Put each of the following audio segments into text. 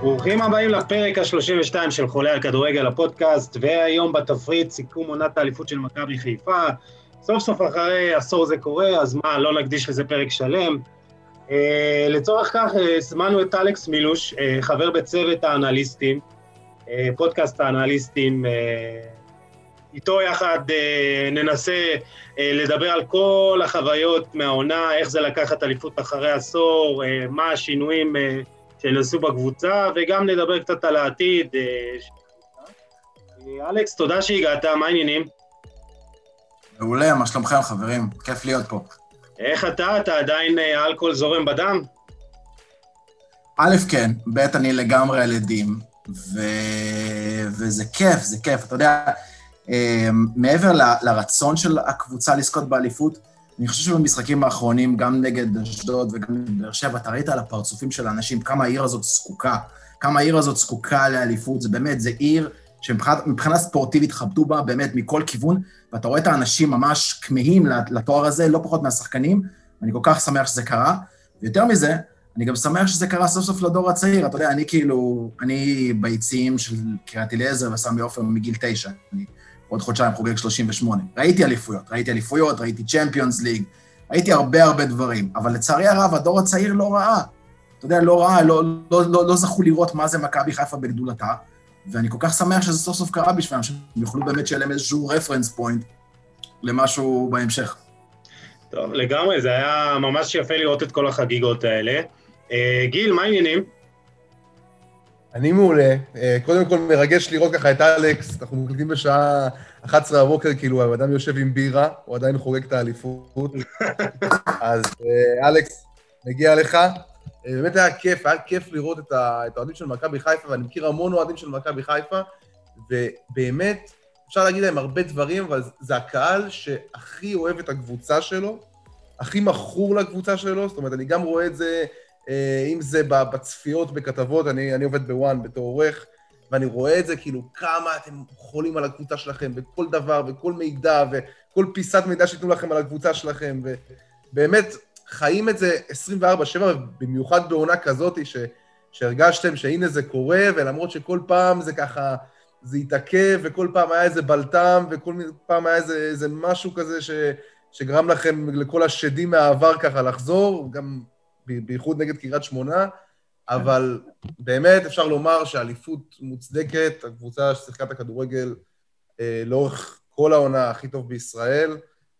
ברוכים הבאים לפרק ה-32 של חולה על כדורגל הפודקאסט, והיום בתפריט סיכום עונת האליפות של מכבי חיפה. סוף סוף אחרי עשור זה קורה, אז מה, לא נקדיש לזה פרק שלם. לצורך כך הזמנו את אלכס מילוש, חבר בצוות האנליסטים, פודקאסט האנליסטים. איתו יחד ננסה לדבר על כל החוויות מהעונה, איך זה לקחת אליפות אחרי עשור, מה השינויים שנעשו בקבוצה, וגם נדבר קצת על העתיד. אלכס, תודה שהגעת, מה העניינים? מעולה, מה שלומכם חברים? כיף להיות פה. איך אתה עדיין האלכוהול זורם בדם? א', כן, ב', אני לגמרי על עדים, וזה כיף, זה כיף. אתה יודע, מעבר לרצון של הקבוצה לזכות באליפות, אני חושב שבמשחקים האחרונים, גם נגד אשדוד וגם נגד באר שבע, אתה ראית על הפרצופים של האנשים, כמה העיר הזאת זקוקה לאליפות. זה באמת, זה עיר שמבחינה ספורטיבית חבטו בה באמת מכל כיוון, ואתה רואה את האנשים ממש כמהים לתואר הזה, לא פחות מהשחקנים, ואני כל כך שמח שזה קרה. ויותר מזה, אני גם שמח שזה קרה סוף סוף לדור הצעיר. אתה יודע, אני ביציעים של קריית אליעזר וסמי עופר מגיל 9, עוד חודשיים חוגג 38. ראיתי אליפויות, ראיתי צ'מפיונס ליג, ראיתי הרבה דברים, אבל לצערי הרב, הדור הצעיר לא ראה. אתה יודע, לא זכו לראות מה זה מכבי חיפה בגדולתה, ואני כל כך שמח שזה סוף סוף קרה בשבילם, שהם יוכלו באמת שיהיה להם איזשהו רפרנס פוינט למשהו בהמשך. טוב, לגמרי, זה היה ממש יפה לראות את כל החגיגות האלה. גיל, מה העניינים? אני מעולה. קודם כל מרגש לראות ככה את אלכס, אנחנו מקליטים בשעה 11 הבוקר, כאילו האדם יושב עם בירה, הוא עדיין חוגג את האליפות. אז אלכס, נגיע לך. באמת היה כיף לראות את האוהדים של מכבי חיפה, ואני מכיר המון אוהדים של מכבי חיפה, ובאמת אפשר להגיד להם הרבה דברים, אבל זה הקהל שהכי אוהב את הקבוצה שלו, הכי מכור לקבוצה שלו, זאת אומרת, אני גם רואה את זה, אם זה בצפיות, בכתבות, אני עובד בוואן בתור עורך, ואני רואה את זה כאילו כמה אתם חולים על הקבוצה שלכם, בכל דבר, בכל מידע, וכל פיסת מידע שיתנו לכם על הקבוצה שלכם, ובאמת חיים את זה 24/7, במיוחד בעונה כזאת שהרגשתם שהנה זה קורה, ולמרות שכל פעם זה ככה, זה יתעכב, וכל פעם היה איזה בלטם, וכל פעם היה איזה משהו כזה שגרם לכם לכל השדים מהעבר ככה לחזור, גם בייחוד נגד קריית שמונה, אבל באמת אפשר לומר שהאליפות מוצדקת, הקבוצה ששיחקה את הכדורגל לאורך כל העונה הכי טוב בישראל,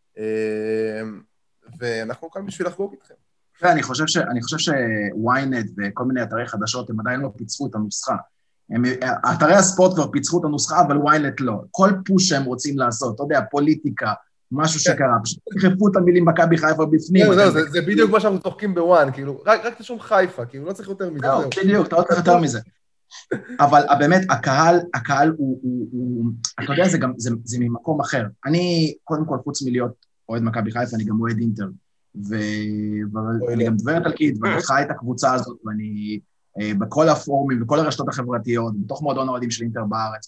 ואנחנו כאן בשביל לחגוג איתכם. אני חושב שוויינט וכל מיני אתרי חדשות הם עדיין לא פיצחו את הנוסחה. אתרי הספורט כבר פיצחו את הנוסחה, אבל וויינט לא. כל פוש שהם רוצים לעשות, אתה יודע, פוליטיקה, משהו שקרה, פשוט תחפו את המילים מכבי חיפה בפנים. זה בדיוק מה שאנחנו צוחקים בוואן, כאילו, רק תשום חיפה, כאילו, לא צריך יותר מזה. בדיוק, אתה לא צריך יותר מזה. אבל באמת, הקהל הוא, אתה יודע, זה ממקום אחר. אני, קודם כל, חוץ מלהיות אוהד מכבי חיפה, אני גם אוהד אינטר, ואני גם דובר איטלקית, ואני חי את הקבוצה הזאת, ואני בכל הפורומים, בכל הרשתות החברתיות, בתוך מועדון האוהדים של אינטר בארץ,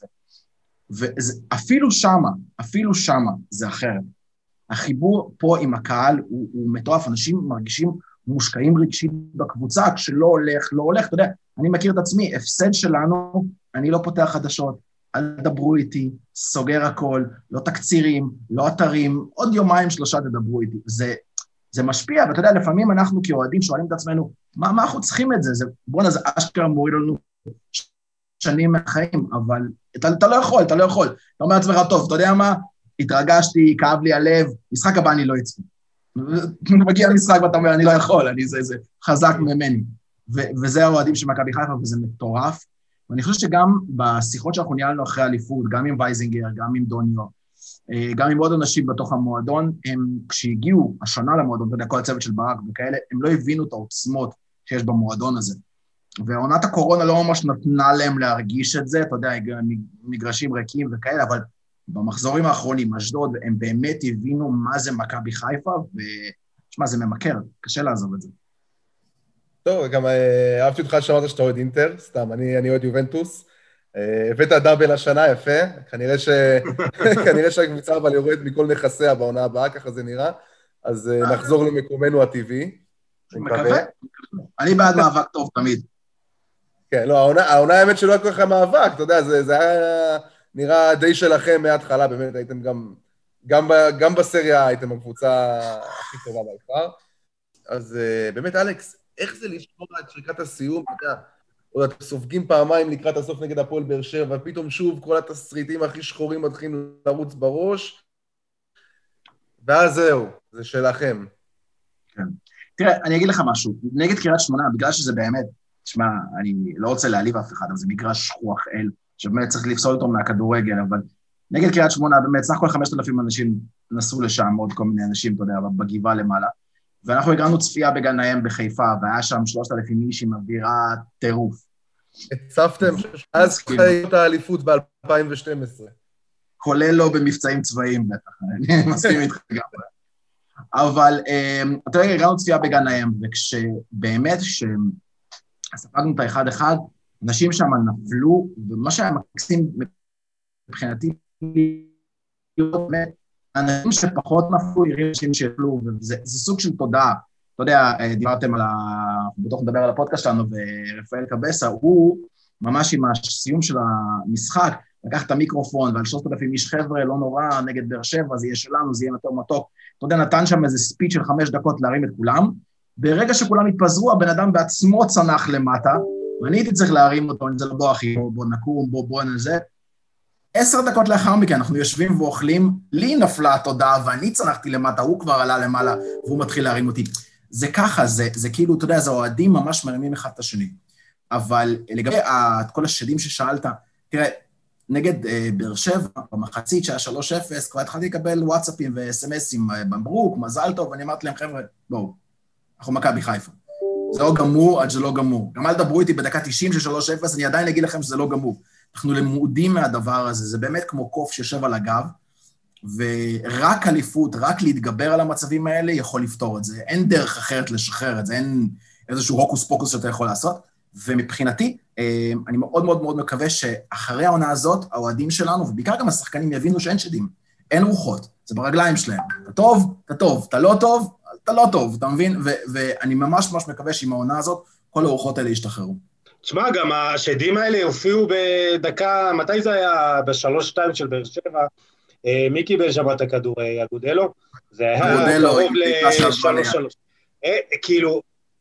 אפילו שמה זה אחרת. החיבור פה עם הקהל הוא מטורף, אנשים מרגישים מושקעים רגשית בקבוצה, כשלא הולך, אתה יודע, אני מכיר את עצמי, הפסד שלנו, אני לא פותח חדשות, אל דברו איתי, סוגר הכל, לא תקצירים, לא אתרים, עוד 2-3 תדברו איתי, זה משפיע, ואתה יודע, לפעמים אנחנו כאוהדים שואלים את עצמנו, מה אנחנו צריכים את זה? בוא'נה, זה אשכרה מוריד לנו שנים מהחיים, אבל אתה לא יכול. אתה אומר לעצמך, טוב, אתה יודע מה? התרגשתי, כאב לי הלב, משחק הבא אני לא אצפה. מגיע למשחק ואתה אומר, אני לא יכול, זה חזק ממני. וזה האוהדים של מכבי חיפה, וזה מטורף. ואני חושב שגם בשיחות שאנחנו ניהלנו אחרי האליפות, גם עם וייזינגר, גם עם דוניו, גם עם עוד אנשים בתוך המועדון, הם כשהגיעו השנה למועדון, אתה יודע, כל הצוות של ברק וכאלה, הם לא הבינו את העוצמות שיש במועדון הזה. ועונת הקורונה לא ממש נתנה להם להרגיש את זה, אתה יודע, מגרשים ריקים וכאלה, אבל במחזורים האחרונים, אשדוד, הם באמת הבינו מה זה מכבי חיפה, ושמע, זה ממכר, קשה לעזוב את זה. טוב, גם אהבתי אותך שאמרת שאתה אוהד אינטר, סתם, אני אוהד יובנטוס, הבאת דאבל השנה, יפה, כנראה שהקבוצה אבל יורד מכל נכסיה בעונה הבאה, ככה זה נראה, אז נחזור למקומנו הטבעי. מקווה, אני בעד מאבק טוב תמיד. כן, לא, העונה האמת שלא היה כל כך המאבק, אתה יודע, זה היה נראה די שלכם מההתחלה, באמת הייתם גם בסריה הייתם הקבוצה הכי טובה בעיקר. אז באמת, אלכס, איך זה לשמור את שריקת הסיום, אתה יודע, או אתם סופגים פעמיים לקראת הסוף נגד הפועל באר שבע, ופתאום שוב כל התסריטים הכי שחורים מתחילים לרוץ בראש, ואז זהו, זה שלכם. כן. תראה, אני אגיד לך משהו, נגד קריית שמונה, בגלל שזה באמת, תשמע, אני לא רוצה להעליב אף אחד, אבל זה מגרש שכוח אל, שבאמת צריך לפסול אותו מהכדורגל, אבל נגד קריית שמונה, באמת, סך הכל 5,000 אנשים נסעו לשם, עוד כל מיני אנשים, אתה יודע, בגבעה למעלה, ואנחנו הגענו צפייה בגן הים בחיפה, והיה שם 3,000 איש עם אווירה טירוף. הצפתם אז חיות האליפות ב-2012. כולל לא במבצעים צבאיים בטח, אני מסכים איתך גם. אבל אתה יודע, הגענו צפייה בגן הים, וכשבאמת, ספגנו את האחד-אחד, אנשים שם נפלו, ומה שהיה מקסים מבחינתי, אנשים שפחות נפלו, יראים אנשים שיפלו, וזה סוג של תודעה. אתה יודע, דיברתם על בטוח נדבר על הפודקאסט שלנו, ורפאל קבסה, הוא ממש עם הסיום של המשחק, לקח את המיקרופון, ועל 3,000 איש חבר'ה, לא נורא, נגד באר שבע, זה יהיה שלנו, זה יהיה יותר מתוק. אתה יודע, נתן שם איזה ספיץ' של 5 דקות להרים את כולם, ברגע שכולם התפזרו, הבן אדם בעצמו צנח למטה, ואני הייתי צריך להרים אותו, אני זה לא בוא אחי, בוא נקום, בוא נזה. 10 דקות לאחר מכן, אנחנו יושבים ואוכלים, לי נפלה התודעה, ואני צנחתי למטה, הוא כבר עלה למעלה, והוא מתחיל להרים אותי. זה ככה, זה כאילו, אתה יודע, זה אוהדים ממש מרימים אחד את השני. אבל לגבי כל השדים ששאלת, תראה, נגד באר שבע, במחצית שהיה 3-0, כבר התחלתי לקבל וואטסאפים וסמסים במברוק, מזל טוב, ואני אמרתי להם, חבר'ה, בואו, אנחנו מכבי חיפה. זה לא גמור עד שזה לא גמור. גם אל דברו איתי בדקה 90 של 3-0, אני עדיין אגיד לכם שזה לא גמור. אנחנו למודים מהדבר הזה, זה באמת כמו קוף שיושב על הגב, ורק אליפות, רק להתגבר על המצבים האלה, יכול לפתור את זה. אין דרך אחרת לשחרר את זה, אין איזשהו הוקוס פוקוס שאתה יכול לעשות, ומבחינתי, אני מאוד מאוד מאוד מקווה שאחרי העונה הזאת, האוהדים שלנו, ובעיקר גם השחקנים יבינו שאין שדים, אין רוחות, זה ברגליים שלהם. אתה טוב, אתה טוב, אתה לא טוב, אתה לא טוב, אתה מבין? ואני ממש ממש מקווה שעם העונה הזאת, כל הרוחות האלה ישתחררו. תשמע, גם השדים האלה הופיעו בדקה, מתי זה היה? ב3-2 של באר שבע, מי קיבל שם את הכדור? אגודלו? זה היה קרוב ל3-3. כאילו,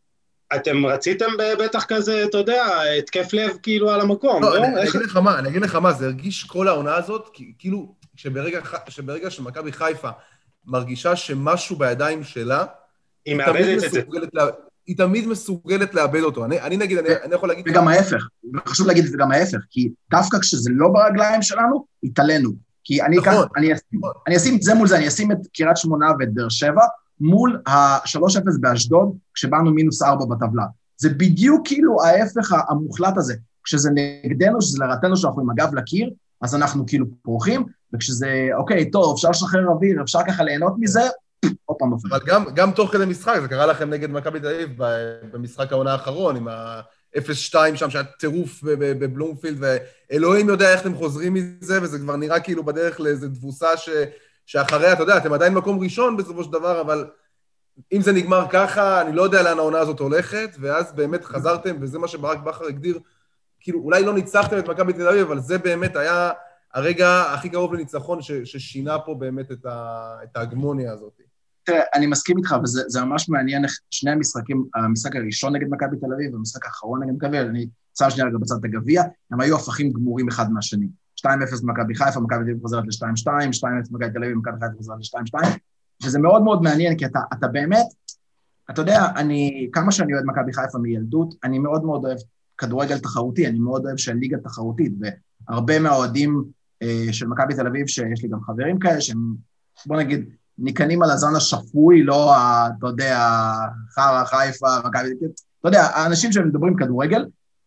אתם רציתם בטח כזה, אתה יודע, התקף לב כאילו על המקום, לא? אני אגיד לך מה, זה הרגיש כל העונה הזאת, כאילו, שברגע שמכבי חיפה מרגישה שמשהו בידיים שלה, היא מאבדת את זה. היא תמיד מסוגלת לאבד אותו. אני נגיד, אני יכול להגיד... וגם ההפך, חשוב להגיד וגם ההפך, כי דווקא כשזה לא ברגליים שלנו, התעלנו. כי אני אשים את זה מול זה, אני אשים את קריית שמונה ואת באר שבע, מול ה-3-0 באשדוד, כשבאנו -4 בטבלה. זה בדיוק כאילו ההפך המוחלט הזה. כשזה נגדנו, שזה לרעתנו שאנחנו עם הגב לקיר, אז אנחנו כאילו פורחים, וכשזה, אוקיי, טוב, אפשר לשחרר אוויר, אפשר ככה ליהנות מזה, עוד פעם נופל. אבל גם תוך כדי משחק, זה קרה לכם נגד מכבי תל אביב במשחק העונה האחרון, עם ה-0-2 שם, שהיה טירוף בבלומפילד, ואלוהים יודע איך אתם חוזרים מזה, וזה כבר נראה כאילו בדרך לאיזו תבוסה שאחריה, אתה יודע, אתם עדיין מקום ראשון בסופו של דבר, אבל אם זה נגמר ככה, אני לא יודע לאן העונה הזאת הולכת, ואז באמת חזרתם, וזה מה שברק בכר הגדיר, כאילו, אולי לא ניצחתם את מכבי תל אביב, אבל זה באמת היה הרגע הכי קרוב לניצחון ששינה פה באמת את ההגמוניה הזאת. תראה, אני מסכים איתך, וזה ממש מעניין, שני המשחקים, המשחק הראשון נגד מכבי תל אביב, והמשחק האחרון נגד מכבי, אני שם שנייה רגע בצד את הגביע, הם היו הפכים גמורים אחד מהשני. 2-0 מכבי חיפה, מכבי תל אביב חוזרת ל-2-2, 2-0 מכבי תל אביב, מכבי חיפה חוזרת ל-2-2, וזה מאוד מאוד מעניין, כי אתה באמת, אתה יודע, כמה שאני אוהד מכבי חיפה מילדות, אני מאוד מאוד אוהב כדורגל תחרותי, אני מאוד אוהב שהליגה תחרותית, והרבה מהאוהדים של מכבי תל אביב, שיש לי גם חברים כאלה, שהם, בוא נגיד, ניקנים על הזן השפוי, לא, אתה יודע, חרה, חיפה, מכבי, אתה יודע, האנשים שמדברים כדורגל,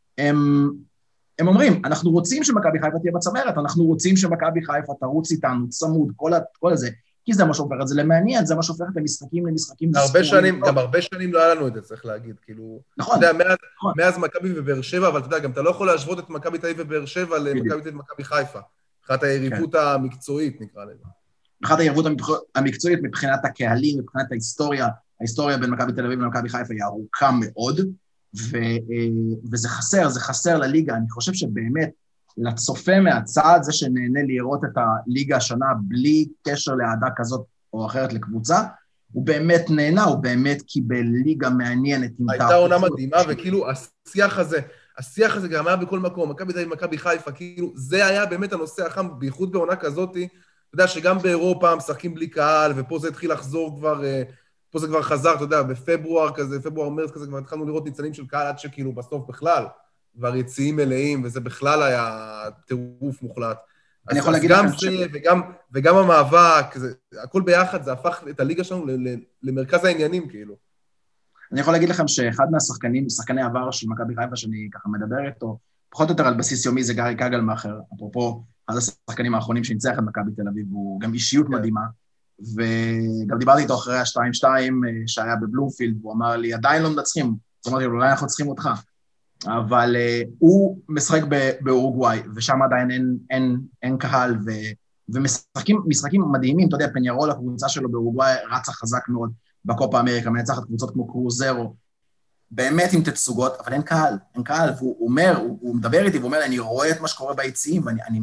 הם אומרים, אנחנו רוצים שמכבי חיפה תהיה בצמרת, אנחנו רוצים שמכבי חיפה תרוץ איתנו, צמוד, כל זה, כי זה מה שהופך את זה למעניין, זה מה שהופך את המשחקים למשחקים. גם הרבה שנים לא היה לנו את זה, צריך להגיד, כאילו, נכון. אתה יודע, מאז מכבי ובאר שבע, אבל אתה יודע, גם אתה לא יכול להשוות את מכבי תל אביב ובאר שבע למכבי תל אביב ומכבי חיפה, אחת היריבות המקצועית, נקרא לזה. אחת היריבות המקצועית מבחינת הקהלים, מבחינת ההיסטוריה בין מכבי תל אביב למכבי חיפה היא ארוכה מאוד, וזה חסר, זה חסר לליגה. אני חושב שבאמת, לצופה מהצד, זה שנהנה לראות את הליגה השנה בלי קשר להעדה כזאת או אחרת לקבוצה, הוא באמת נהנה, הוא באמת קיבל ליגה מעניינת. הייתה עונה מדהימה, וכאילו השיח הזה גם היה בכל מקום, מכבי תל אביב, מכבי חיפה, כאילו זה היה באמת הנושא החם, בייחוד בעונה כזאת, אתה יודע שגם באירופה משחקים בלי קהל, ופה זה התחיל לחזור כבר, פה זה כבר חזר, אתה יודע, בפברואר כזה, פברואר-מרץ כזה, כבר התחלנו לראות ניצנים של קהל, עד שכאילו בסוף בכלל, כבר יציאים מלאים, וזה בכלל היה טירוף מוחלט. אני יכול להגיד לכם וגם המאבק, הכל ביחד, זה הפך את הליגה שלנו למרכז העניינים, כאילו. אני יכול להגיד לכם שאחד מהשחקנים, שחקני עבר של מכבי חיפה, שאני ככה מדבר איתו, פחות או יותר על בסיס יומי, זה גארי קגלמאכר, אפרופו, אחד השחקנים האחרונים שניצח את מכבי תל אביב, הוא גם אישיות מדהימה, וגם דיברתי איתו אחרי ה-2-2 שהיה בבלומפילד, והוא אמר לי, עדיין לא מנצחים, זאת אומרת, אולי אנחנו צריכים אותך, אבל הוא משחק באורוגוואי, ושם עדיין אין קהל, ומשחקים מדהימים, אתה יודע, פניירול, הקבוצה שלו באורוגוואי רצה חזק מאוד, בקופה אמריקה, מנצחת קבוצות כמו קרוזרו, באמת עם תצוגות, אבל אין קהל, והוא אומר, הוא מדבר איתי, והוא אומר, אני רואה את מה שקורה ביציעים, ואני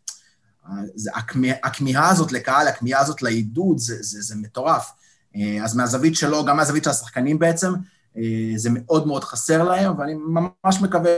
הכמיהה הזאת לקהל, הכמיהה הזאת לעידוד, זה מטורף. אז מהזווית שלו, גם מהזווית של השחקנים בעצם, זה מאוד מאוד חסר להם, ואני ממש מקווה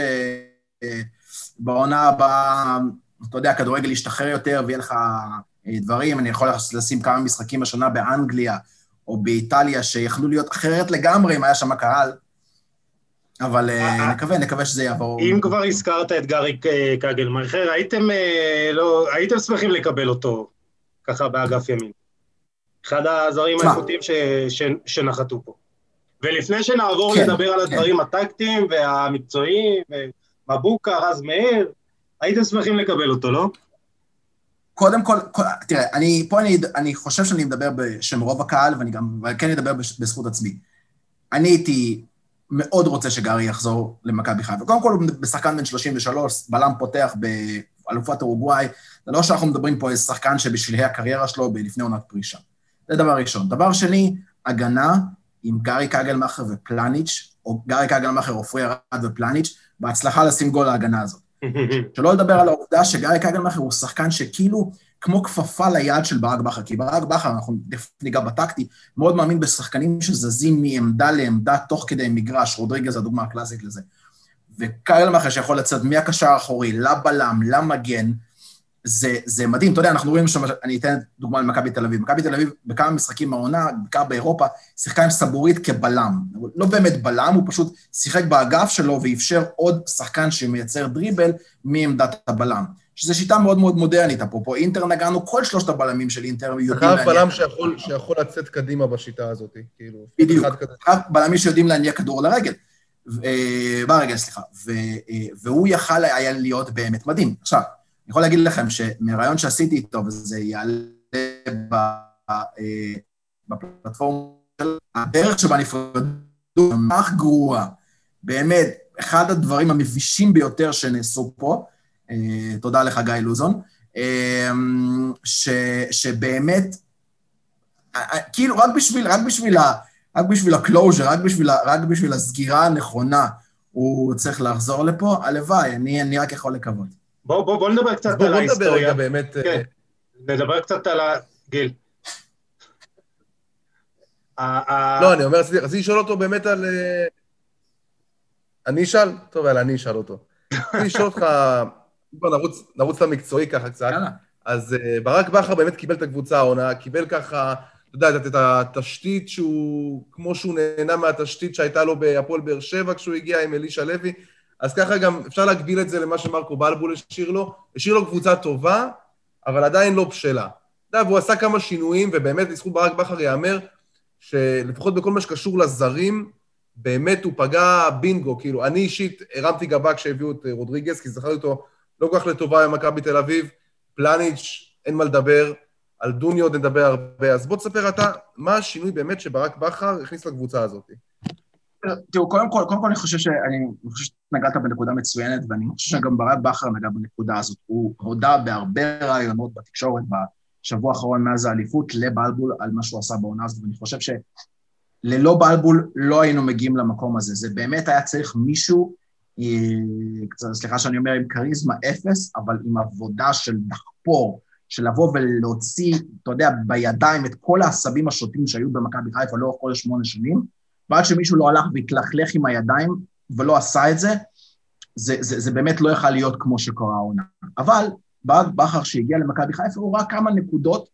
שבעונה הבאה, אתה יודע, הכדורגל ישתחרר יותר, ויהיה לך דברים, אני יכול לשים כמה משחקים השנה באנגליה, או באיטליה, שיכלו להיות אחרת לגמרי, אם היה שם קהל, אבל נקווה שזה יעבור. אם כבר הזכרת את גארי קגלמאכר, הייתם שמחים לקבל אותו, ככה באגף ימין. אחד הזרים האיכותיים שנחתו פה. ולפני שנעבור לדבר על הדברים הטקטיים והמקצועיים, מבוקה, רז מאיר, הייתם שמחים לקבל אותו, לא? קודם כל, תראה, אני חושב שאני מדבר בשם רוב הקהל, ואני גם כן אדבר בזכות עצמי. אני הייתי מאוד רוצה שגארי יחזור למכבי חיפה. קודם כל, הוא בשחקן בן 33, בלם פותח באלופת אורוגוואי, זה לא שאנחנו מדברים פה על שחקן שבשלהי הקריירה שלו לפני עונת פרישה. זה דבר ראשון. דבר שני, הגנה עם גארי קגלמאכר ופלניץ', או גארי קגלמאכר, עופרי ארד ופלניץ', בהצלחה לשים גול להגנה הזאת. שלא לדבר על העובדה שגארי קגלמאכר הוא שחקן שכאילו כמו כפפה ליד של ברק בכר, כי ברק בכר, אנחנו ניגע בטקטי, מאוד מאמין בשחקנים שזזים מעמדה לעמדה תוך כדי מגרש, רודריגז זה הדוגמה הקלאסית לזה, וקגלמאכר שיכול לצאת מהקשר האחורי, לבלם, למגן, זה מדהים, אתה יודע, אנחנו רואים אני אתן דוגמה למכבי תל אביב, מכבי תל אביב בכמה משחקים מהעונה, בעיקר באירופה, שיחקה עם סבורית כבלם, לא באמת בלם, הוא פשוט שיחק באגף שלו, ואפשר עוד שחקן שמייצר דריבל מעמדת הבלם, שזו שיטה מאוד מאוד מודרנית, אפרופו אינטר נגענו, כל שלושת הבלמים של אינטר יודעים להניע... בלם שיכול לצאת קדימה בשיטה הזאת, כאילו... בדיוק, בלמים שיודעים להניע כדור לרגל, ברגל, סליחה, והוא יכל היה להיות באמת מדהים. עכשיו, אני יכול להגיד לכם שמרעיון שעשיתי איתו, וזה יעלה בפלטפורמה של הדרך שבה נפרדו, ממש גרועה. באמת, אחד הדברים המבישים ביותר שנעשו פה, תודה לך גיא לוזון, שבאמת, כאילו רק בשביל הקלוז'ר, רק בשביל הסגירה הנכונה, הוא צריך לחזור לפה, הלוואי, אני רק יכול לקוות. בוא נדבר קצת על ההיסטוריה. בוא נדבר רגע באמת. כן, נדבר קצת על גיל. לא, אני אומר, רציתי לשאול אותו באמת על... אני אשאל? טוב, אני אשאל אותו. רציתי לשאול אותך, נרוץ למקצועי ככה קצת, אז ברק בכר באמת קיבל את הקבוצה העונה, קיבל ככה, אתה יודע, את התשתית שהוא, כמו שהוא נהנה מהתשתית שהייתה לו בהפועל באר שבע כשהוא הגיע עם אלישע לוי, אז ככה גם אפשר להגביל את זה למה שמרקו בלבול השאיר לו קבוצה טובה, אבל עדיין לא בשלה. והוא עשה כמה שינויים, ובאמת לזכות ברק בכר יאמר, שלפחות בכל מה שקשור לזרים, באמת הוא פגע בינגו, כאילו, אני אישית הרמתי גבה כשהביאו את רודריגז, כי זכרתי אותו לא כל כך לטובה במכבי תל אביב, פלניץ' אין מה לדבר, על דוני עוד נדבר הרבה, אז בוא תספר אתה, מה השינוי באמת שברק בכר הכניס לקבוצה הזאת? תראו, קודם כל אני חושב שנגעת בנקודה מצוינת, ואני חושב שגם ברק בכר נגע בנקודה הזאת, הוא הודע בהרבה רעיונות בתקשורת בשבוע האחרון מאז האליפות לבלבול על מה שהוא עשה בעונה הזאת, ואני חושב ללא בלבול לא היינו מגיעים למקום הזה, זה באמת היה צריך מישהו, סליחה שאני אומר, עם קריזמה אפס, אבל עם עבודה של דחפור, של לבוא ולהוציא, אתה יודע, בידיים את כל העשבים השוטים שהיו במכבי חיפה לאורך כל 8 שנים, ועד שמישהו לא הלך והתלכלך עם הידיים ולא עשה את זה, זה באמת לא יכל להיות כמו שקורה העונה. אבל ברק בכר שהגיע למכבי חיפה, הוא ראה כמה נקודות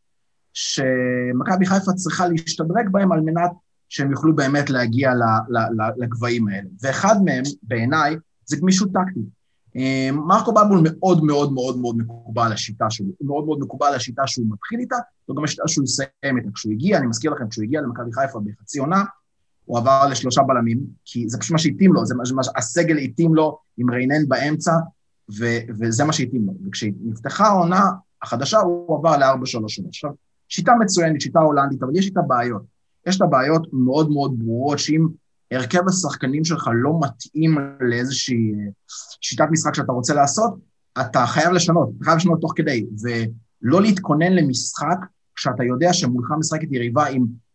שמכבי חיפה צריכה להשתדרג בהם על מנת שהם יוכלו באמת להגיע לגבהים האלה. ואחד מהם, בעיניי, זה גמישות טקטית. מרקו בלבול מאוד מאוד מאוד מאוד מקובל על השיטה שלו, הוא מאוד מאוד מקובל על השיטה שהוא מתחיל איתה, זו גם השיטה שהוא יסיים איתה. כשהוא הגיע, אני מזכיר לכם, כשהוא הגיע למכבי חיפה בחצי עונה, הוא עבר ל3 בלמים, כי זה פשוט מה שהתאים לו, זה מה הסגל התאים לו עם ריינן באמצע, וזה מה שהתאים לו. וכשנפתחה העונה החדשה, הוא עבר ל4-3-3. עכשיו, שיטה מצוינת, שיטה הולנדית, אבל יש איתה בעיות. יש את הבעיות מאוד מאוד ברורות, שאם הרכב השחקנים שלך לא מתאים לאיזושהי שיטת משחק שאתה רוצה לעשות, אתה חייב לשנות, תוך כדי, ולא להתכונן למשחק, כשאתה יודע שמולך משחקת יריבה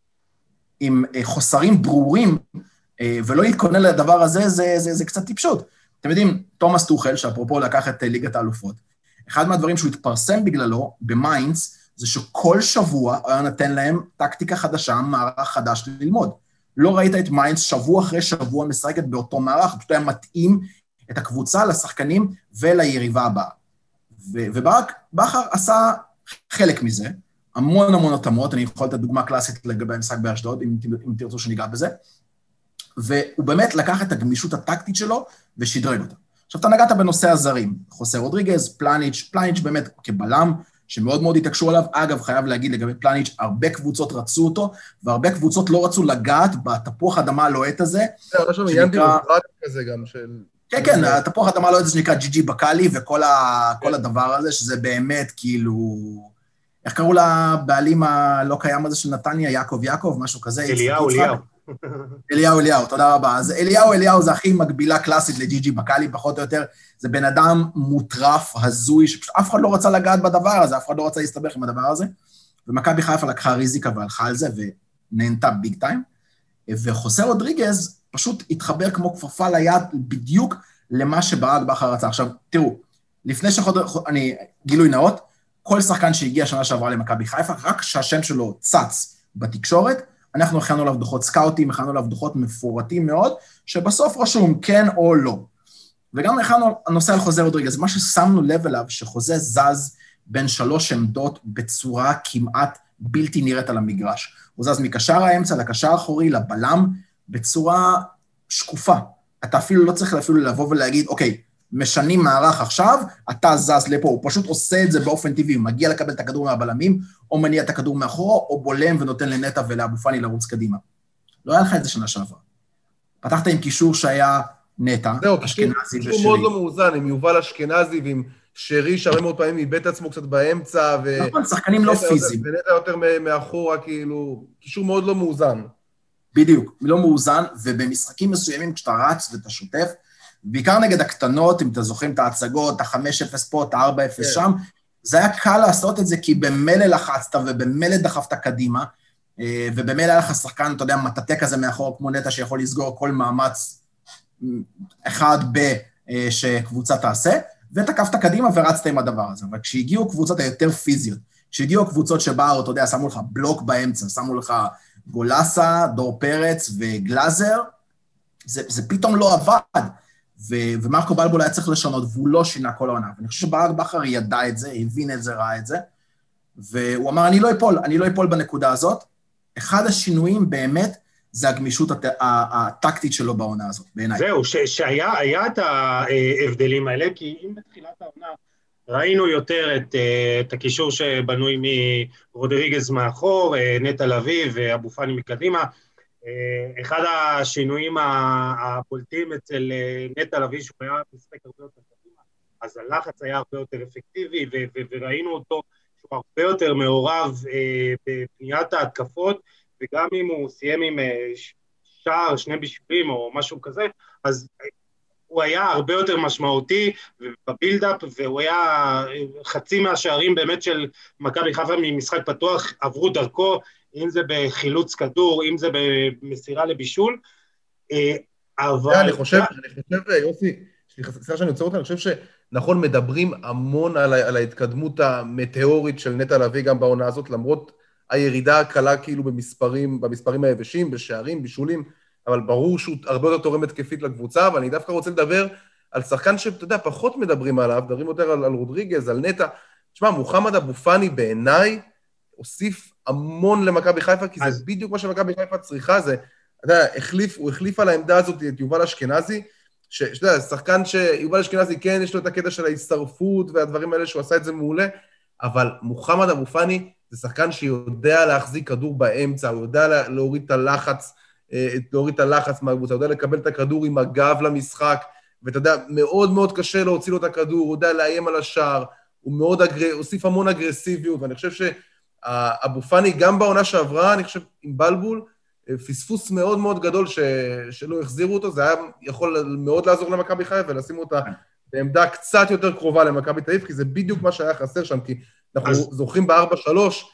עם חוסרים ברורים, ולא להתכונן לדבר הזה, זה קצת טיפשות. אתם יודעים, תומאס טוחל, שאפרופו לקח את ליגת האלופות, אחד מהדברים שהוא התפרסם בגללו, במיינדס, זה שכל שבוע היה נתן להם טקטיקה חדשה, מערך חדש ללמוד. לא ראית את מיינדס שבוע אחרי שבוע משחקת באותו מערך, פשוט היה מתאים את הקבוצה לשחקנים וליריבה הבאה. וברק בכר עשה חלק מזה, המון התאמות, אני יכול לתת דוגמה קלאסית לגבי המשחק באשדוד, אם תרצו שניגע בזה, והוא באמת לקח את הגמישות הטקטית שלו ושדרג אותה. עכשיו, אתה נגעת בנושא הזרים, חוסה רודריגז, פלניץ' באמת כבלם, שמאוד מאוד התעקשו עליו. אגב, חייב להגיד לגבי פלניץ', הרבה קבוצות רצו אותו, והרבה קבוצות לא רצו לגעת בתפוח אדמה הלוהט הזה. זה שם עניין ביורוקרטי כזה גם של... כן, התפוח אדמה הלוהט הזה שנקרא ג'י בקאלי, וכל הדבר הזה, שזה באמת כאילו... איך קראו לבעלים הלא קיים הזה של נתניה? יעקב, משהו כזה? אליהו, תודה רבה. אז אליהו זה הכי מקבילה קלאסית לג'י בקאלי, פחות או יותר. זה בן אדם מוטרף, הזוי, שפשוט אף אחד לא רצה לגעת בדבר הזה, אף אחד לא רצה להסתבך עם הדבר הזה, ומכבי חיפה לקחה ריזיקה והלכה על זה, ונהנתה ביג טיים, וחוסה רודריגז פשוט התחבר כמו כפפה ליד בדיוק למה שברק בכר רצה. עכשיו, תראו, לפני אני גילוי נאות, כל שחקן שהגיע שנה שעברה למכבי חיפה, רק שהשם שלו צץ בתקשורת, אנחנו הכנו עליו דוחות סקאוטים, הכנו עליו דוחות מפורטים מאוד, שבסוף רשום כן או לא. וגם הכנו הנושא על חוזה רודריגז, מה ששמנו לב אליו, שחוזה זז בין 3 עמדות בצורה כמעט בלתי נראית על המגרש. הוא זז מקשר האמצע לקשר האחורי, לבלם, בצורה שקופה. אתה אפילו לא צריך אפילו לבוא ולהגיד, אוקיי, משנים מערך עכשיו, אתה זז לפה, הוא פשוט עושה את זה באופן טבעי, הוא מגיע לקבל את הכדור מהבלמים, או מניע את הכדור מאחורה, או בולם ונותן לנטע ולאבו פאני לרוץ קדימה. לא היה לך את זה שנה שעברה. פתחת עם קישור שהיה נטע, אשכנזי ושרי. קישור מאוד לא מאוזן, עם יובל אשכנזי ועם שרי, שהרבה מאוד פעמים איבד את עצמו קצת באמצע, נכון, שחקנים לא פיזיים. ונטע יותר מאחורה, כאילו, קישור מאוד לא מאוזן. בדיוק, לא מאוזן, ובמשחקים מסוימים, כשאתה רץ ואתה שוטף, בעיקר נגד הקטנות, אם אתה זוכרים את ההצגות, ה-5-0 פה, את ה-4-0 שם, זה היה קל לעשות את זה, כי במילא לחצת ובמילא דחפת קדימה, ובמילא היה לך שחקן, אתה יודע, מטאטא כזה מאחור, כמו נטע שיכול לסגור כל מאמץ אחד שקבוצה תעשה, ותקפת קדימה ורצת עם הדבר הזה. אבל כשהגיעו קבוצות היותר פיזיות, כשהגיעו קבוצות שבאו, אתה יודע, שמו לך בלוק באמצע, שמו לך גולסה, דור פרץ וגלאזר, זה פתאום לא עבד. ומרקו בלבול היה צריך לשנות, והוא לא שינה כל העונה. ואני חושב שברק בכר ידע את זה, הבין את זה, ראה את זה, והוא אמר, אני לא אפול בנקודה הזאת. אחד השינויים באמת, זה הגמישות הטקטית שלו בעונה הזאת, בעיניי. זהו, שהיה את ההבדלים האלה, כי אם בתחילת העונה ראינו יותר את הקישור שבנוי מרודריגז מאחור, נטע לביא ואבו פאני מקדימה, אחד השינויים הבולטים אצל נטע לביא, שהוא היה משחק הרבה יותר קדימה, אז הלחץ היה הרבה יותר אפקטיבי, וראינו אותו שהוא הרבה יותר מעורב בפניית ההתקפות, וגם אם הוא סיים עם שער, 2 בישולים או משהו כזה, אז הוא היה הרבה יותר משמעותי בבילדאפ, והוא היה חצי מהשערים באמת של מכבי חיפה ממשחק פתוח, עברו דרכו, אם זה בחילוץ כדור, אם זה במסירה לבישול, אבל... אני חושב, יוסי, סליחה שאני יוצא אותה, אני חושב שנכון, מדברים המון על ההתקדמות המטאורית של נטע לביא גם בעונה הזאת, למרות הירידה הקלה כאילו במספרים היבשים, בשערים, בישולים, אבל ברור שהוא הרבה יותר תורם התקפית לקבוצה, אבל אני דווקא רוצה לדבר על שחקן שאתה יודע, פחות מדברים עליו, מדברים יותר על רודריגז, על נטע. תשמע, מוחמד אבו פאני בעיניי הוסיף המון למכבי חיפה, כי זה בדיוק מה שמכבי חיפה צריכה, זה, אתה יודע, הוא החליף על העמדה הזאת את יובל אשכנזי, שאתה יודע, שחקן שיובל אשכנזי כן, יש לו את הקטע של ההצטרפות והדברים האלה שהוא עשה את זה מעולה, אבל מוחמד אבו פאני זה שחקן שיודע להחזיק כדור באמצע, הוא יודע להוריד את הלחץ מהקבוצה, הוא יודע לקבל את הכדור עם הגב למשחק, ואתה יודע, מאוד מאוד קשה להוציא לו את הכדור, הוא יודע לאיים על השער, הוא מאוד הוסיף המון אגרסיביות, ואני חושב שאבו פאני גם בעונה שעברה, אני חושב עם בלבול, פספוס מאוד מאוד גדול שלא החזירו אותו, זה היה יכול מאוד לעזור למכבי חיפה, ולשים אותה בעמדה קצת יותר קרובה למכבי תל אביב, כי זה בדיוק מה שהיה חסר שם, כי אנחנו זוכרים ב-4-3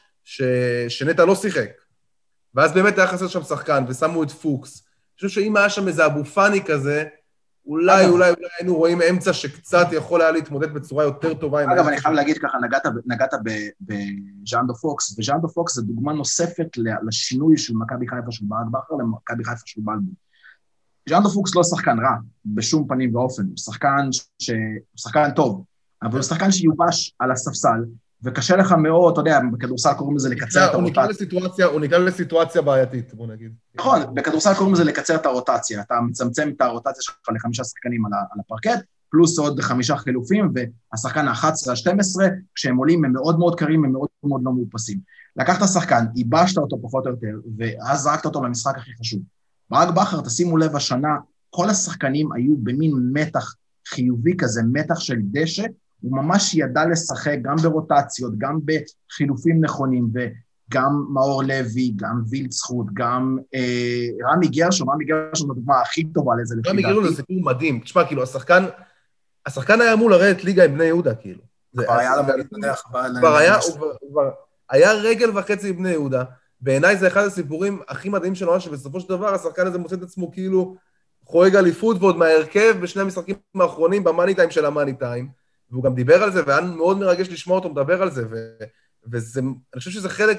שנטע לא שיחק, ואז באמת היה חסר שם שחקן, ושמו את פוקס. אני חושב שאם היה שם איזה אבו פאני כזה, אולי היינו רואים אמצע שקצת יכול היה להתמודד בצורה יותר טובה. אגב, אני חייב להגיד ככה, נגעת בז'אנדו פוקס, וז'אנדו פוקס זה דוגמה נוספת לשינוי של מכבי חיפה של ברק בכר למכבי חיפה של בלבול. ז'אנדו פוקס לא שחקן רע, בשום פנים ואופן, הוא שחקן טוב, אבל הוא שחקן שיובש על הספסל, וקשה לך מאוד, אתה יודע, בכדורסל קוראים לזה לקצר את הרוטציה. הוא נקרא לסיטואציה בעייתית, בוא נגיד. נכון, בכדורסל קוראים לזה לקצר את הרוטציה, אתה מצמצם את הרוטציה שלך ל5 שחקנים על הפרקט, פלוס עוד 5 חילופים, והשחקן ה-11-12, כשהם עולים הם מאוד מאוד קרים, הם מאוד מאוד לא מאופסים. לקחת שחקן, ייבשת אותו פחות או יותר, ואז זרקת אותו למשחק הכי חשוב. ברק בכר, תשימו לב, השנה, כל השחקנים היו במין מתח חיובי כזה, מתח של דשא, הוא ממש ידע לשחק גם ברוטציות, גם בחילופים נכונים, וגם מאור לוי, גם וילצחוט, גם רמי גרשון זו הדוגמה הכי טובה לזה. רמי גרשון זה סיפור מדהים. תשמע, כאילו, השחקן היה אמור לרדת ליגה עם בני יהודה, כאילו. כבר היה למה להתפתח. כבר היה רגל וחצי עם בני יהודה. בעיניי זה אחד הסיפורים הכי מדהים שלנו, שבסופו של דבר השחקן הזה מוצא את עצמו כאילו חורג אליפות, ועוד מההרכב בשני המשחקים האחרונים, במאני טיים של המאני טיים. והוא גם דיבר על זה, והיה מאוד מרגש לשמוע אותו מדבר על זה, אני חושב שזה חלק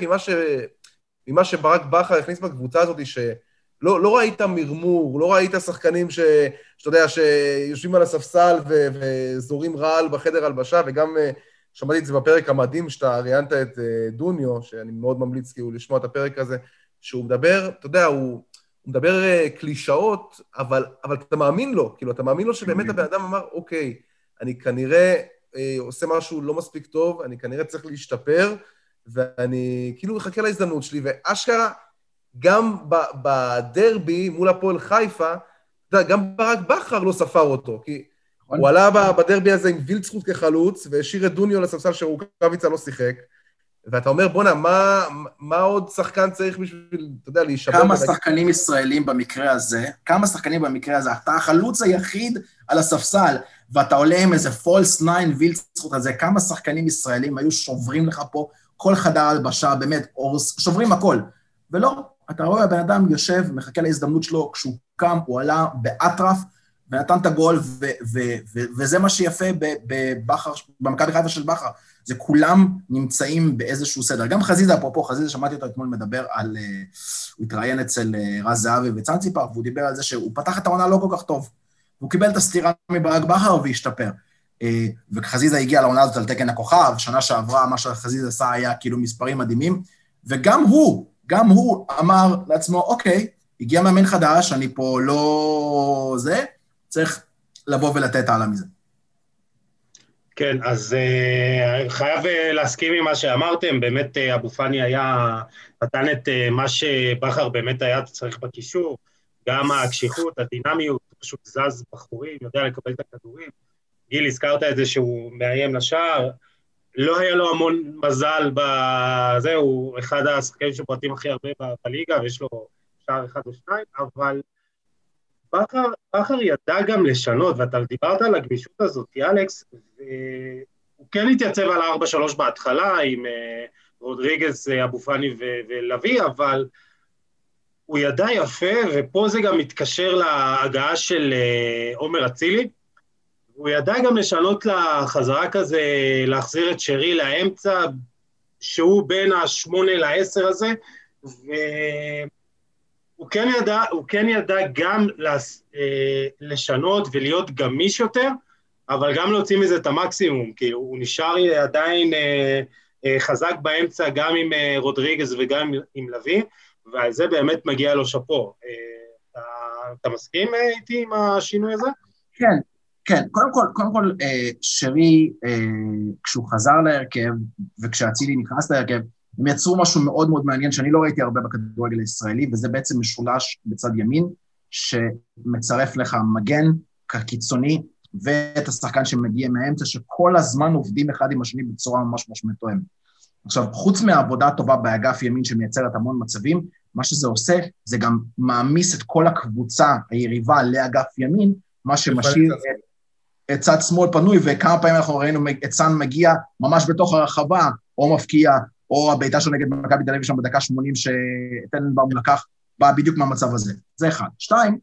ממה שברק בכר הכניס בקבוצה הזאת, שלא ראית מרמור, לא ראית שחקנים שאתה יודע, שיושבים על הספסל וזורים רעל בחדר הלבשה, וגם שמעתי את זה בפרק המדהים, שאתה ראיינת את דוניו, שאני מאוד ממליץ כאילו לשמוע את הפרק הזה, שהוא מדבר, אתה יודע, הוא מדבר קלישאות, אבל אתה מאמין לו, כאילו, אתה מאמין לו שבאמת הבן אדם אמר, אוקיי, אני כנראה עושה משהו לא מספיק טוב, אני כנראה צריך להשתפר, ואני כאילו מחכה להזדמנות שלי, ואשכרה, גם בדרבי מול הפועל חיפה, גם ברק בכר לא ספר אותו, כי הוא עלה בדרבי הזה עם וילצחוט כחלוץ, והשאיר את דוניו לספסל שרוקאביצה לא שיחק, ואתה אומר, בונה, מה עוד שחקן צריך בשביל, אתה יודע, להישבר? כמה שחקנים ישראלים במקרה הזה, אתה החלוץ היחיד על הספסל, ואתה עולה עם איזה פולס 9 וילצחוט הזה, כמה שחקנים ישראלים היו שוברים לך פה, כל חדר הלבשה, באמת, שוברים הכל. ולא, אתה רואה, הבן אדם יושב, מחכה להזדמנות שלו, כשהוא קם, הוא עלה באטרף, ונתן את הגול, וזה מה שיפה במכבי חיפה של בכר. זה כולם נמצאים באיזשהו סדר. גם חזיזה, אפרופו, חזיזה, שמעתי אותו אתמול מדבר על, הוא התראיין אצל רז זהבי וצאנציפר, והוא דיבר על זה שהוא פתח את העונה לא כל כך טוב. הוא קיבל את הסתירה מברק בכר והשתפר. וחזיזה הגיע לעונה הזאת על תקן הכוכב, שנה שעברה, מה שחזיזה עשה היה כאילו מספרים מדהימים, וגם הוא אמר לעצמו, אוקיי, הגיע מאמן חדש, אני פה לא זה, צריך לבוא ולתת הלאה מזה. כן, אז חייב להסכים עם מה שאמרתם, באמת אבו פאני נתן את מה שבכר באמת היה צריך בקישור, גם הקשיחות, הדינמיות, פשוט זז בחורים, יודע לקבל את הכדורים. גיל, הזכרת את זה שהוא מאיים לשער, לא היה לו המון מזל בזה, הוא אחד השחקנים שבועטים הכי הרבה בליגה, ויש לו שער 1 או 2, אבל בכר ידע גם לשנות, ואתה דיברת על הגמישות הזאת, אלכס, והוא כן התייצב על 4-3 בהתחלה, עם רודריגז, אבו פאני ולוי, אבל הוא ידע יפה, ופה זה גם מתקשר להגעה של עומר אצילי, הוא ידע גם לשנות לחזרה כזה, להחזיר את שרי לאמצע, שהוא בין ה8 ל10 הזה, והוא כן ידע גם לשנות ולהיות גמיש יותר, אבל גם להוציא מזה את המקסימום, כי הוא נשאר עדיין חזק באמצע, גם עם רודריגז וגם עם לוי, ועל זה באמת מגיע לו שפו. אתה מסכים איתי עם השינוי הזה? כן, כן. קודם כל, שרי, כשהוא חזר להרכב, וכשאצילי נכנס להרכב, הם יצרו משהו מאוד מאוד מעניין, שאני לא ראיתי הרבה בכדורגל הישראלי, וזה בעצם משולש בצד ימין, שמצרף לך מגן כקיצוני, ואת השחקן שמגיע מהאמצע, שכל הזמן עובדים אחד עם השני בצורה ממש ממש מתואמת. עכשיו, חוץ מהעבודה הטובה באגף ימין שמייצרת המון מצבים, מה שזה עושה, זה גם מעמיס את כל הקבוצה היריבה לאגף ימין, מה שמשאיר את צד שמאל פנוי, וכמה פעמים אנחנו ראינו את סן מגיע ממש בתוך הרחבה, או מפקיע, או הביתה שלו נגד מכבי תל אביב שם בדקה 80, שטננבאום לקח, בא בדיוק מהמצב הזה. זה אחד. 2,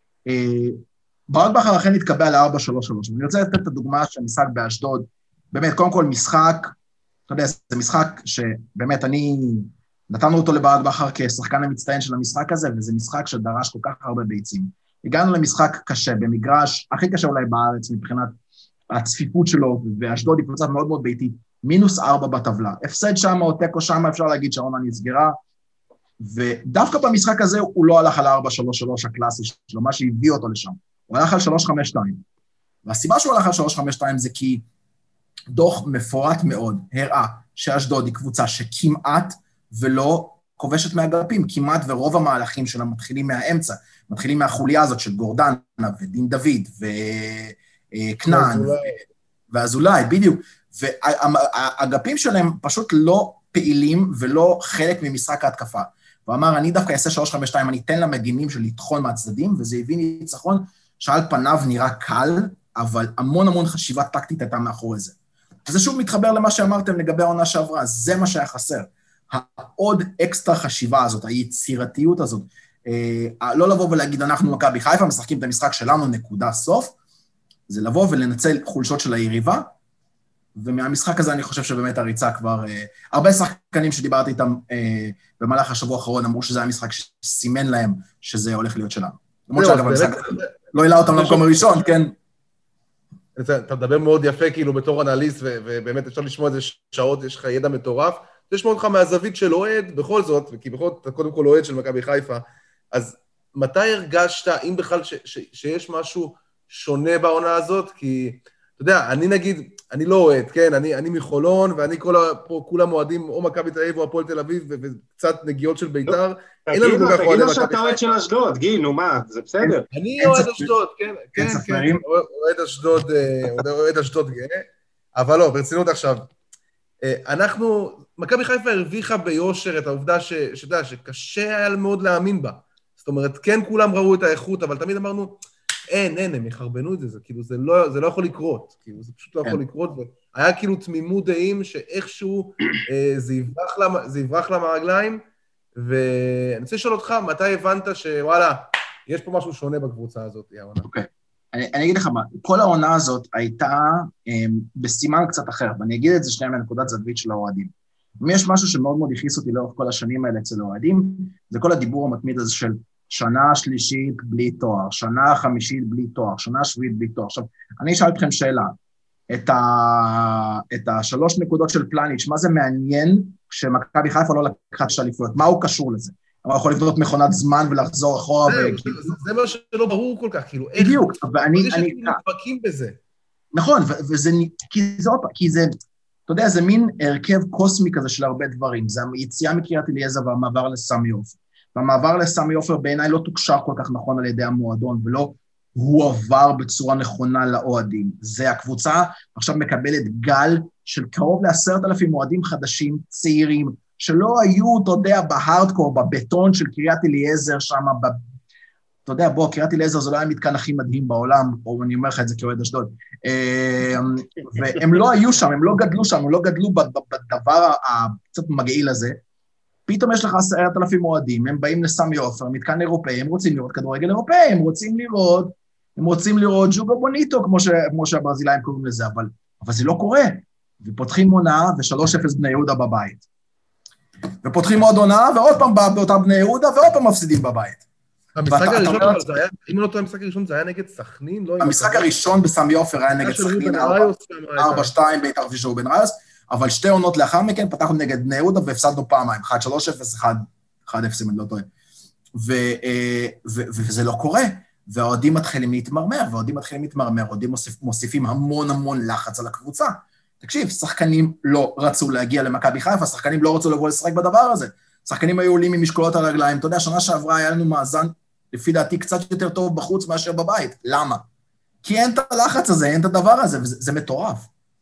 ברק בכר אכן התקבע ל-4-3-3, ואני רוצה לתת את הדוגמה של משחק באשדוד, באמת, קודם כל משחק, אתה יודע, זה משחק שבאמת נתנו אותו לברק בכר כשחקן המצטיין של המשחק הזה, וזה משחק שדרש כל כך הרבה ביצים. הגענו למשחק קשה, במגרש הכי קשה אולי בארץ, מבחינת הצפיפות שלו, ואשדוד היא קבוצה מאוד מאוד ביתית, -4 בטבלה. הפסד שם או תיקו שם, אפשר להגיד שהעונה נסגרה, ודווקא במשחק הזה הוא לא הלך על 4-3-3 הקלאסי שלו, מה שהביא אותו לשם. הוא הלך על 3-5-2. והסיבה שהוא הלך על 3-5-2 זה כי דוח מפורט מאוד הראה שאשדוד היא קבוצה שכמעט ולא כובשת מהאגפים, כמעט ורוב המהלכים שלה מתחילים מהאמצע, מתחילים מהחוליה הזאת של גורדנה ודין דוד וקנן ואזולאי, בדיוק. והאגפים שלהם פשוט לא פעילים ולא חלק ממשחק ההתקפה. הוא אמר, אני דווקא אעשה 3-5-2, אני אתן למגינים של לטחון מהצדדים, וזה הביא ניצחון שעל פניו נראה קל, אבל המון המון חשיבה טקטית הייתה מאחורי זה. וזה שוב מתחבר למה שאמרתם לגבי העונה שעברה, זה מה שהיה חסר. העוד אקסטרה חשיבה הזאת, היצירתיות הזאת, לא לבוא ולהגיד, אנחנו מכבי חיפה, משחקים את המשחק שלנו, נקודה סוף, זה לבוא ולנצל חולשות של היריבה, ומהמשחק הזה אני חושב שבאמת הריצה כבר, הרבה שחקנים שדיברתי איתם במהלך השבוע האחרון, אמרו שזה היה משחק שסימן להם שזה הולך להיות שלנו. למרות שאגב המשחק לא העלה אותם למקום הראשון, כן? אתה מדבר מאוד יפה כאילו בתור אנליסט, ובאמת אפשר לשמוע את זה שעות, יש לך ידע מטורף, זה לשמוע אותך מהזווית של אוהד, בכל זאת, כי בכל זאת, אתה קודם כל אוהד של מכבי חיפה, אז מתי הרגשת, אם בכלל שיש משהו שונה בעונה הזאת? כי, אתה יודע, אני נגיד, אני לא אוהד, כן? אני מחולון, ואני פה כולם אוהדים, או מכבי תל אביב, או הפועל תל אביב, וקצת נגיעות של בית"ר. תגיד לו שאתה אוהד של אשדוד, גיל, נו מה, זה בסדר. אני אוהד אשדוד, כן, אוהד אשדוד גאה, אבל לא, ברצינות עכשיו, מכבי חיפה הרוויחה ביושר את העובדה שאתה יודע, שקשה היה מאוד להאמין בה. זאת אומרת, כן כולם ראו את האיכות, אבל תמיד אמרנו, אין, הם יחרבנו את זה, זה כאילו, זה לא יכול לקרות, כאילו, זה פשוט לא יכול לקרות, והיה כאילו תמימות דעים שאיכשהו זה יברח לה מהרגליים, ואני רוצה לשאול אותך, מתי הבנת שוואלה, יש פה משהו שונה בקבוצה הזאת, העונה? אוקיי, אני אגיד לך מה, כל העונה הזאת הייתה בסימן קצת אחר, ואני אגיד את זה שנייה מנקודת זווית של האוהדים. אם יש משהו שמאוד מאוד הכניס אותי לאורך כל השנים האלה אצל האוהדים, זה כל הדיבור המתמיד הזה של שנה שלישית בלי תואר, שנה חמישית בלי תואר, שנה שביעית בלי תואר. עכשיו, אני אשאל אתכם שאלה, את 3 נקודות של פלניץ', מה זה מעניין שמכבי חיפה לא לקחה 2 אליפויות? מה הוא קשור לזה? הוא יכול לבנות מכונת זמן ולחזור אחורה. זה מה שלא ברור כל כך, כאילו, בדיוק, ואני... יש כאילו נדבקים בזה. נכון, וזה, כי זה, אתה יודע, זה מין הרכב קוסמי כזה של הרבה דברים, זה היציאה מקריית אליעזר והמעבר לסמי עופר. והמעבר לסמי עופר בעיניי לא תוקשר כל כך נכון על ידי המועדון, ולא הוא עבר בצורה נכונה לאוהדים. זה הקבוצה עכשיו מקבלת גל של קרוב ל10,000 אוהדים חדשים, צעירים, שלא היו, אתה יודע, בהארדקור, בבטון של קריית אליעזר שם, אתה יודע, בוא, קריית אליעזר זה לא היה המתקן הכי מדהים בעולם, או אני אומר לך את זה כאוהד אשדוד, והם לא היו שם, הם לא גדלו שם, הם לא גדלו בדבר הקצת מגעיל הזה, פתאום יש לך 10,000 אוהדים, הם באים לסמי עופר, מתקן אירופאי, הם רוצים לראות כדורגל אירופאי, הם רוצים לראות ג'וגו בוניטו, כמו שהברזילאים קוראים לזה, אבל זה לא קורה, ופותחים עונה, ו3-0 בני יהודה בבית. ופותחים עוד עונה, ועוד פעם באותה בני יהודה, ועוד פעם מפסידים בבית. המשחק הראשון, אם לא טועה, המשחק הראשון זה היה נגד סכנין? המשחק הראשון בסמי עופר היה נגד סכנין, 4-2 בית"ר ושרובן ראיוס, אבל 2 עונות לאחר מכן פתחנו נגד בני יהודה והפסדנו פעמיים, 1-3-0, 1-0, אם אני לא טועה. וזה לא קורה, והאוהדים מתחילים להתמרמר, אוהדים מוסיפים המון לחץ על הקבוצה. תקשיב, שחקנים לא רצו להגיע למכבי חיפה, שחקנים לא רצו לבוא לשחק בדבר הזה. שחקנים היו עולים ממשקולות על הרגליים. אתה יודע, שנה שעברה היה לנו מאזן, לפי דעתי, קצת יותר טוב בחוץ מאשר בבית. למה? כי אין את הלחץ הזה, אין את הדבר הזה, וזה מטורף.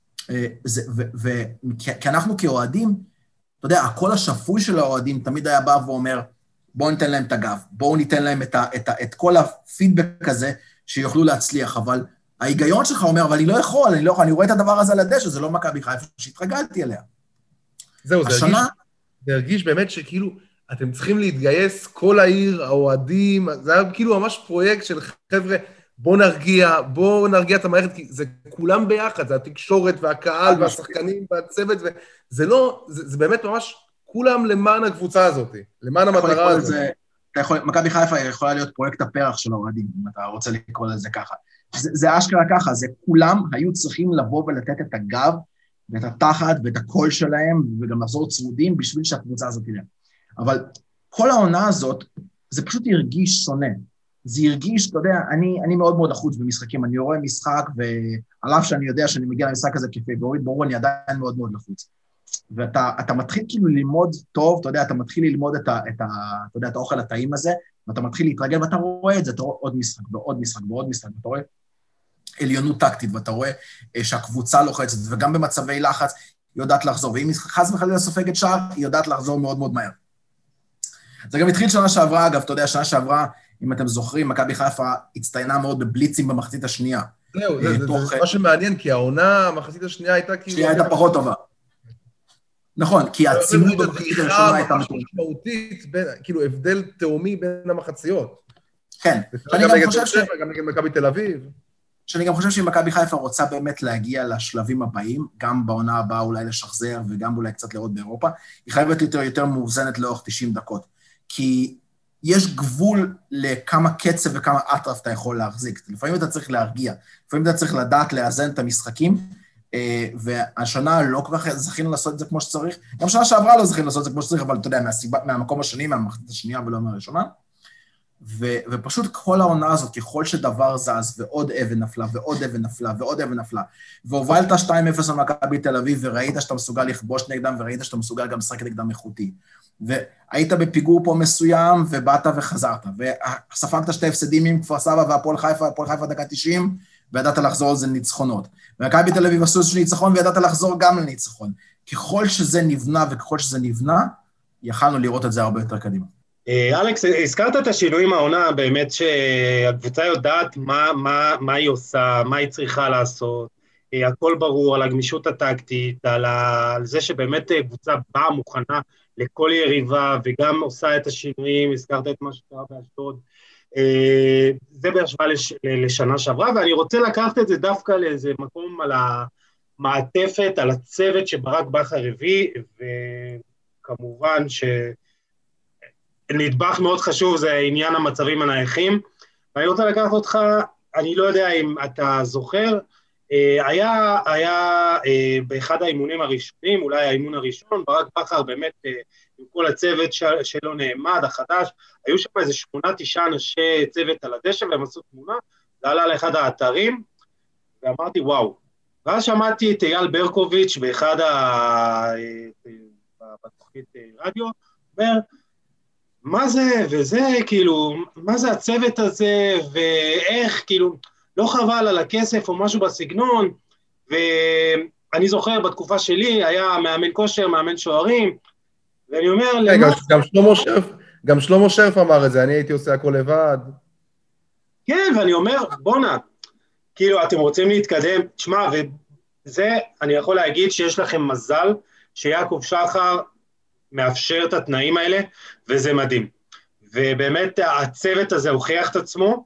כי אנחנו כאוהדים, אתה יודע, הקול השפוי של האוהדים תמיד היה בא ואומר, בואו ניתן להם את הגב, בואו ניתן להם את כל הפידבק הזה שיוכלו להצליח, אבל ההיגיון שלך אומר, אבל אני לא יכול, אני רואה את הדבר הזה על הדשא, זה לא מכבי חיפה שהתרגלתי אליה. זהו, זה הרגיש באמת שכאילו, אתם צריכים להתגייס, כל העיר, האוהדים, זה היה כאילו ממש פרויקט של חבר'ה, בואו נרגיע את המערכת, כי זה כולם ביחד, זה התקשורת והקהל והשחקנים והצוות, וזה לא, זה באמת ממש כולם למען הקבוצה הזאת, למען המטרה הזאת. מכבי חיפה יכולה להיות פרויקט הפרח של האוהדים, אם אתה רוצה לקרוא לזה ככה. זה אשכרה ככה, זה כולם היו צריכים לבוא ולתת את הגב, ואת התחת ואת הקול שלהם, וגם לחזור צרודים בשביל שהקבוצה הזאת תראה. אבל כל העונה הזאת, זה פשוט הרגיש שונה. זה הרגיש, אתה יודע, אני מאוד מאוד לחוץ במשחקים, אני רואה משחק, ועל אף שאני יודע שאני מגיע למשחק הזה כפייבוריט, ברור, אני עדיין מאוד מאוד לחוץ. ואתה מתחיל כאילו ללמוד טוב, אתה יודע, אתה מתחיל ללמוד את האוכל הטעים הזה, ואתה מתחיל להתרגל, ואתה רואה את זה, אתה רואה עוד משחק, ועוד משחק, ועוד משחק, ואתה רואה עליונות טקטית, ואתה רואה שהקבוצה לוחצת, וגם במצבי לחץ היא יודעת לחזור, ואם חס וחלילה סופגת שער, היא יודעת לחזור מאוד מאוד מהר. זה גם התחיל שנה שעברה, אגב, אתה יודע, שנה שעברה, אם אתם זוכרים, מכבי חיפה הצטיינה מאוד בבליצים במחצית השנייה. זהו, זה מה שמעניין, כי העונה, המחצית השנייה הייתה כאילו... שהיא הייתה פחות טובה. נכון, כי הצימוד במחצית הראשונה הייתה משמעותית, כאילו הבדל תאומי בין המחציות. כן. גם נגד מכבי תל אביב. שאני גם חושב שאם מכבי חיפה רוצה באמת להגיע לשלבים הבאים, גם בעונה הבאה אולי לשחזר וגם אולי קצת לראות באירופה, היא חייבת יותר מאוזנת לאורך 90 דקות. כי יש גבול לכמה קצב וכמה אטרף אתה יכול להחזיק. לפעמים אתה צריך להרגיע, לפעמים אתה צריך לדעת לאזן את המשחקים, והשנה לא כל כך זכינו לעשות את זה כמו שצריך, גם שנה שעברה לא זכינו לעשות את זה כמו שצריך, אבל אתה יודע, מהמקום השני, מהמחצית השנייה ולא מהראשונה, ופשוט כל העונה הזאת, ככל שדבר זז, ועוד אבן נפלה, ועוד אבן נפלה, ועוד אבן נפלה, והובלת 2-0 למכבי תל אביב, וראית שאתה מסוגל לכבוש נגדם, וראית שאתה מסוגל גם לשחק נגדם איכותי, והיית בפיגור פה מסוים, ובאת וחזרת, וספגת 2 הפסדים עם כפר סבא והפועל חיפה דקה 90, וידעת לחזור על זה לניצחונות. ומכבי תל אביב עשו איזשהו ניצחון, וידעת לחזור גם לניצחון. ככל שזה נבנה וככל שזה נבנה, יכלנו לראות את זה הרבה יותר קדימה. אלכס, הזכרת את השינויים העונה, באמת שהקבוצה יודעת מה היא עושה, מה היא צריכה לעשות, הכל ברור על הגמישות הטקטית, על זה שבאמת קבוצה באה מוכנה לכל יריבה, וגם עושה את השינויים, הזכרת את מה שקרה באשדוד, זה בהשוואה לשנה שעברה, ואני רוצה לקחת את זה דווקא לאיזה מקום על המעטפת, על הצוות שברק בכר הביא, וכמובן שנדבך מאוד חשוב זה עניין המצבים הנייחים, ואני רוצה לקחת אותך, אני לא יודע אם אתה זוכר, היה באחד האימונים הראשונים, אולי האימון הראשון, ברק בכר באמת עם כל הצוות שלו נעמד, החדש, היו שם איזה 8-9 אנשי צוות על הדשא, והם עשו תמונה, זה עלה לאחד האתרים, ואמרתי וואו, ואז שמעתי את אייל ברקוביץ' באחד בתוכנית רדיו, אומר, מה זה, וזה, כאילו, מה זה הצוות הזה, ואיך, כאילו, לא חבל על הכסף או משהו בסגנון, ואני זוכר בתקופה שלי, היה מאמן כושר, מאמן שוערים, ואני אומר... גם שלמה שרף אמר את זה, אני הייתי עושה הכל לבד. כן, ואני אומר, בונה, כאילו, אתם רוצים להתקדם, תשמע, וזה, אני יכול להגיד שיש לכם מזל, שיעקב שחר מאפשר את התנאים האלה, וזה מדהים. ובאמת, הצוות הזה הוכיח את עצמו,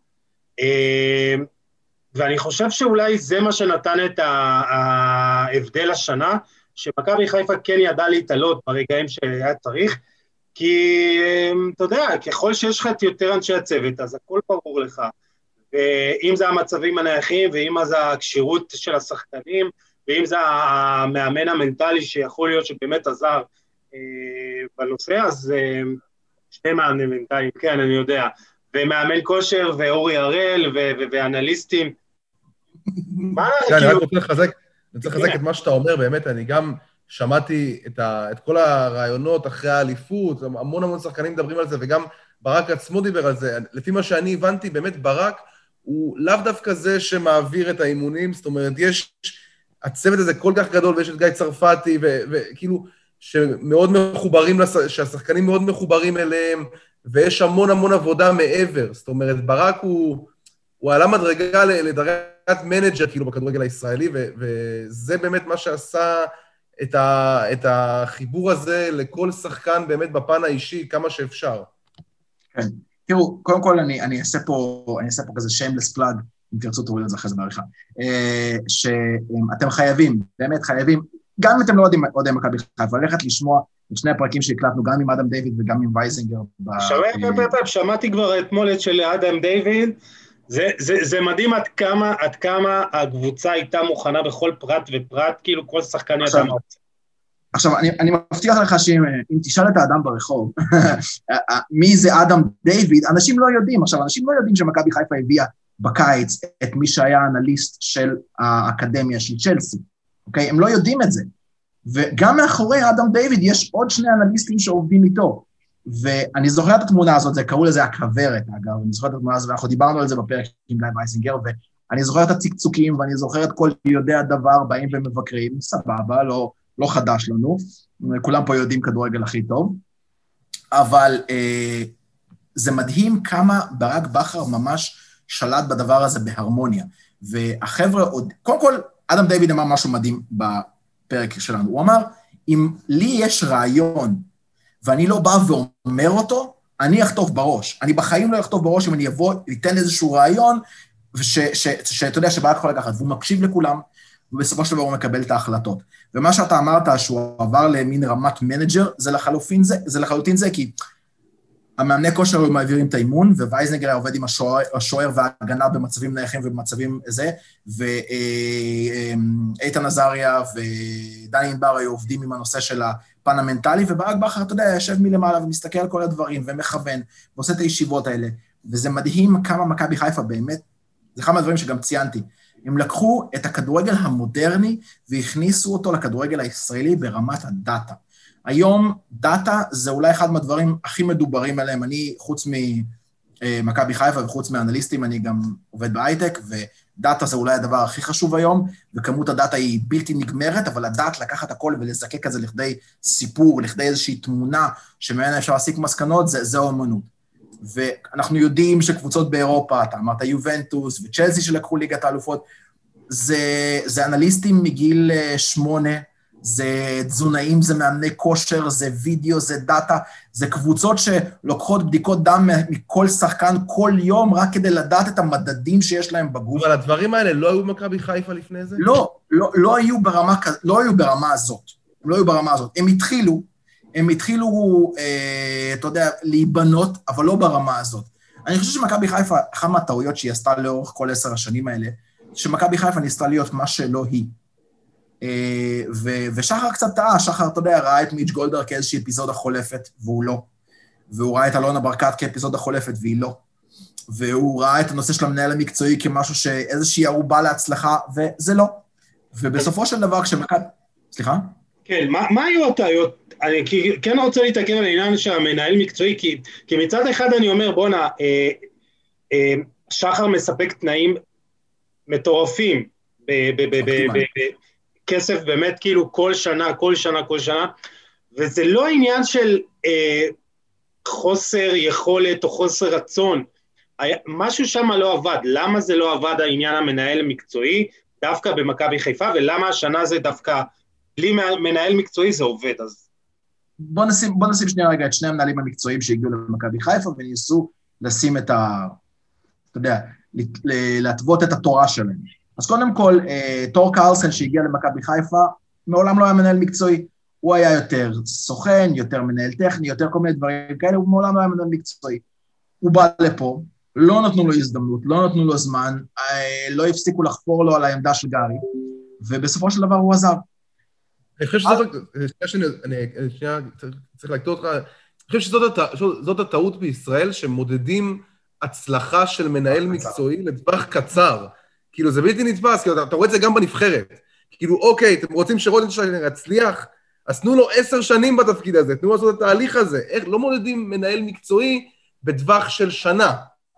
ואני חושב שאולי זה מה שנתן את ההבדל השנה, שמכבי חיפה כן ידע להתעלות ברגעים שהיה צריך, כי אתה יודע, ככל שיש לך את יותר אנשי הצוות, אז הכל ברור לך, ואם זה המצבים הנייחים, ואם זה הקשירות של השחקנים, ואם זה המאמן המנטלי שיכול להיות שבאמת עזר בנושא, אז שני מאמנים מנטליים, כן, אני יודע, ומאמן כושר, ואורי הראל, ואנליסטים. אני רק רוצה לחזק את מה שאתה אומר, באמת, אני גם שמעתי את כל הרעיונות אחרי האליפות, המון שחקנים מדברים על זה, וגם ברק עצמו דיבר על זה. לפי מה שאני הבנתי, באמת ברק הוא לאו דווקא זה שמעביר את האימונים, זאת אומרת, יש הצוות הזה כל כך גדול, ויש את גיא צרפתי, וכאילו, שמאוד מחוברים, שהשחקנים מאוד מחוברים אליהם, ויש המון עבודה מעבר. זאת אומרת, ברק הוא עלה מדרגה לדרגת מנג'ר, כאילו, בכדורגל הישראלי, וזה באמת מה שעשה את החיבור הזה לכל שחקן באמת בפן האישי, כמה שאפשר. כן. תראו, קודם כל אני אעשה פה כזה shameless plug, אם תרצו תוריד את זה אחרי זה בעריכה, שאתם חייבים, באמת חייבים, גם אם אתם לא יודעים מכבי חיפה, ללכת לשמוע את שני הפרקים שהקלטנו, גם עם אדם דיוויד וגם עם וייזינגר. שמעתי כבר אתמול את של אדם דיוויד, זה מדהים עד כמה הקבוצה הייתה מוכנה בכל פרט ופרט, כאילו כל שחקן ידע מה. עכשיו, אני מבטיח לך שאם תשאל את האדם ברחוב, מי זה אדם דיוויד, אנשים לא יודעים. עכשיו, אנשים לא יודעים שמכבי חיפה הביאה בקיץ את מי שהיה אנליסט של האקדמיה של צ'לסי, אוקיי? הם לא יודעים את זה. וגם מאחורי אדם דיוויד יש עוד שני אנליסטים שעובדים איתו. ואני זוכר את התמונה הזאת, קראו לזה הכברת, אגב, אני זוכר את התמונה הזאת, ואנחנו דיברנו על זה בפרק עם גיא וייסינגר, ואני זוכר את הצקצוקים, ואני זוכר את כל יודע דבר, באים ומבקרים, סבבה, לא חדש לנו, כולם פה יודעים כדורגל הכי טוב, אבל זה מדהים כמה ברק בכר ממש שלט בדבר הזה בהרמוניה, והחבר'ה עוד, קודם כל, אדם דיוויד אמר משהו מדהים בפרק שלנו, הוא אמר, אם לי יש רעיון, ואני לא בא ואומר אותו, אני אכתוב בראש. אני בחיים לא אכתוב בראש אם אני אבוא, ניתן איזשהו רעיון, שאתה יודע שברק יכול לקחת, והוא מקשיב לכולם, ובסופו של דבר הוא מקבל את ההחלטות. ומה שאתה אמרת, שהוא עבר למין רמת מנג'ר, זה לחלוטין זה, כי המאמני כושר היו מעבירים את האימון, ווייזנגר היה עובד עם השוער וההגנה במצבים נייחים ובמצבים זה, ואיתן עזריה ודני ענבר היו עובדים עם הנושא של הפן המנטלי, וברק בכר, אתה יודע, יושב מלמעלה ומסתכל על כל הדברים, ומכוון, ועושה את הישיבות האלה, וזה מדהים כמה מכבי חיפה באמת, זה אחד מהדברים שגם ציינתי, הם לקחו את הכדורגל המודרני, והכניסו אותו לכדורגל הישראלי ברמת הדאטה. היום דאטה זה אולי אחד מהדברים הכי מדוברים עליהם, אני חוץ ממכבי חיפה וחוץ מאנליסטים, אני גם עובד בהייטק, ודאטה זה אולי הדבר הכי חשוב היום, וכמות הדאטה היא בלתי נגמרת, אבל הדאטה לקחת הכל ולזקק את זה לכדי סיפור, לכדי איזושהי תמונה, שממנה אפשר להסיק מסקנות, זה אומנות. ואנחנו יודעים שקבוצות באירופה, אתה אמרת יובנטוס וצ'לסי שלקחו ליגת האלופות, זה אנליסטים מגיל 8, זה תזונאים, זה מאמני כושר, זה וידאו, זה דאטה, זה קבוצות שלוקחות בדיקות דם מכל שחקן כל יום, רק כדי לדעת את המדדים שיש להם בגוף. אבל הדברים האלה לא היו במכבי חיפה לפני זה? לא היו ברמה הזאת. הם לא היו ברמה הזאת. הם התחילו, אתה יודע, להיבנות, אבל לא ברמה הזאת. אני חושב שמכבי חיפה, אחת מהטעויות שהיא עשתה לאורך כל 10 השנים האלה, שמכבי חיפה ניסתה להיות מה שלא היא. ושחר קצת טעה, שחר, אתה יודע, ראה את מיץ' גולדהר כאיזושהי אפיזודה חולפת, והוא לא. והוא ראה את אלונה ברקת כאפיזודה חולפת, והיא לא. והוא ראה את הנושא של המנהל המקצועי כמשהו שאיזושהי ערובה להצלחה, וזה לא. ובסופו של דבר, כשמכבי... סליחה? כן, מה היו הטעויות? אני כן רוצה להתעכב על העניין שהמנהל מקצועי, כי מצד אחד אני אומר, בונה, שחר מספק תנאים מטורפים, כסף באמת כאילו כל שנה, וזה לא עניין של חוסר יכולת או חוסר רצון, משהו שם לא עבד, למה זה לא עבד העניין המנהל המקצועי, דווקא במכבי חיפה, ולמה השנה זה דווקא, בלי מנהל מקצועי זה עובד, אז... בוא נשים שנייה רגע את שני המנהלים המקצועיים שהגיעו למכבי חיפה, וניסו לשים את אתה יודע, להתוות את התורה שלהם. אז קודם כל, תור קרלסן שהגיע למכבי חיפה, מעולם לא היה מנהל מקצועי, הוא היה יותר סוכן, יותר מנהל טכני, יותר כל מיני דברים כאלה, הוא מעולם לא היה מנהל מקצועי. הוא בא לפה, לא נתנו לו הזדמנות, לא נתנו לו זמן, לא הפסיקו לחפור לו על העמדה של גארי, ובסופו של דבר הוא עזב. אני חושב צריך לקטוע אותך, אני חושב שזאת הטעות בישראל, שמודדים הצלחה של מנהל מקצועי לטווח קצר. כאילו, זה בלתי נתפס, כאילו, אתה רואה את זה גם בנבחרת. כאילו, אוקיי, אתם רוצים שרוטנשטיינר יצליח, אז תנו לו 10 שנים בתפקיד הזה, תנו לו לעשות את התהליך הזה. איך לא מודדים מנהל מקצועי בטווח של שנה?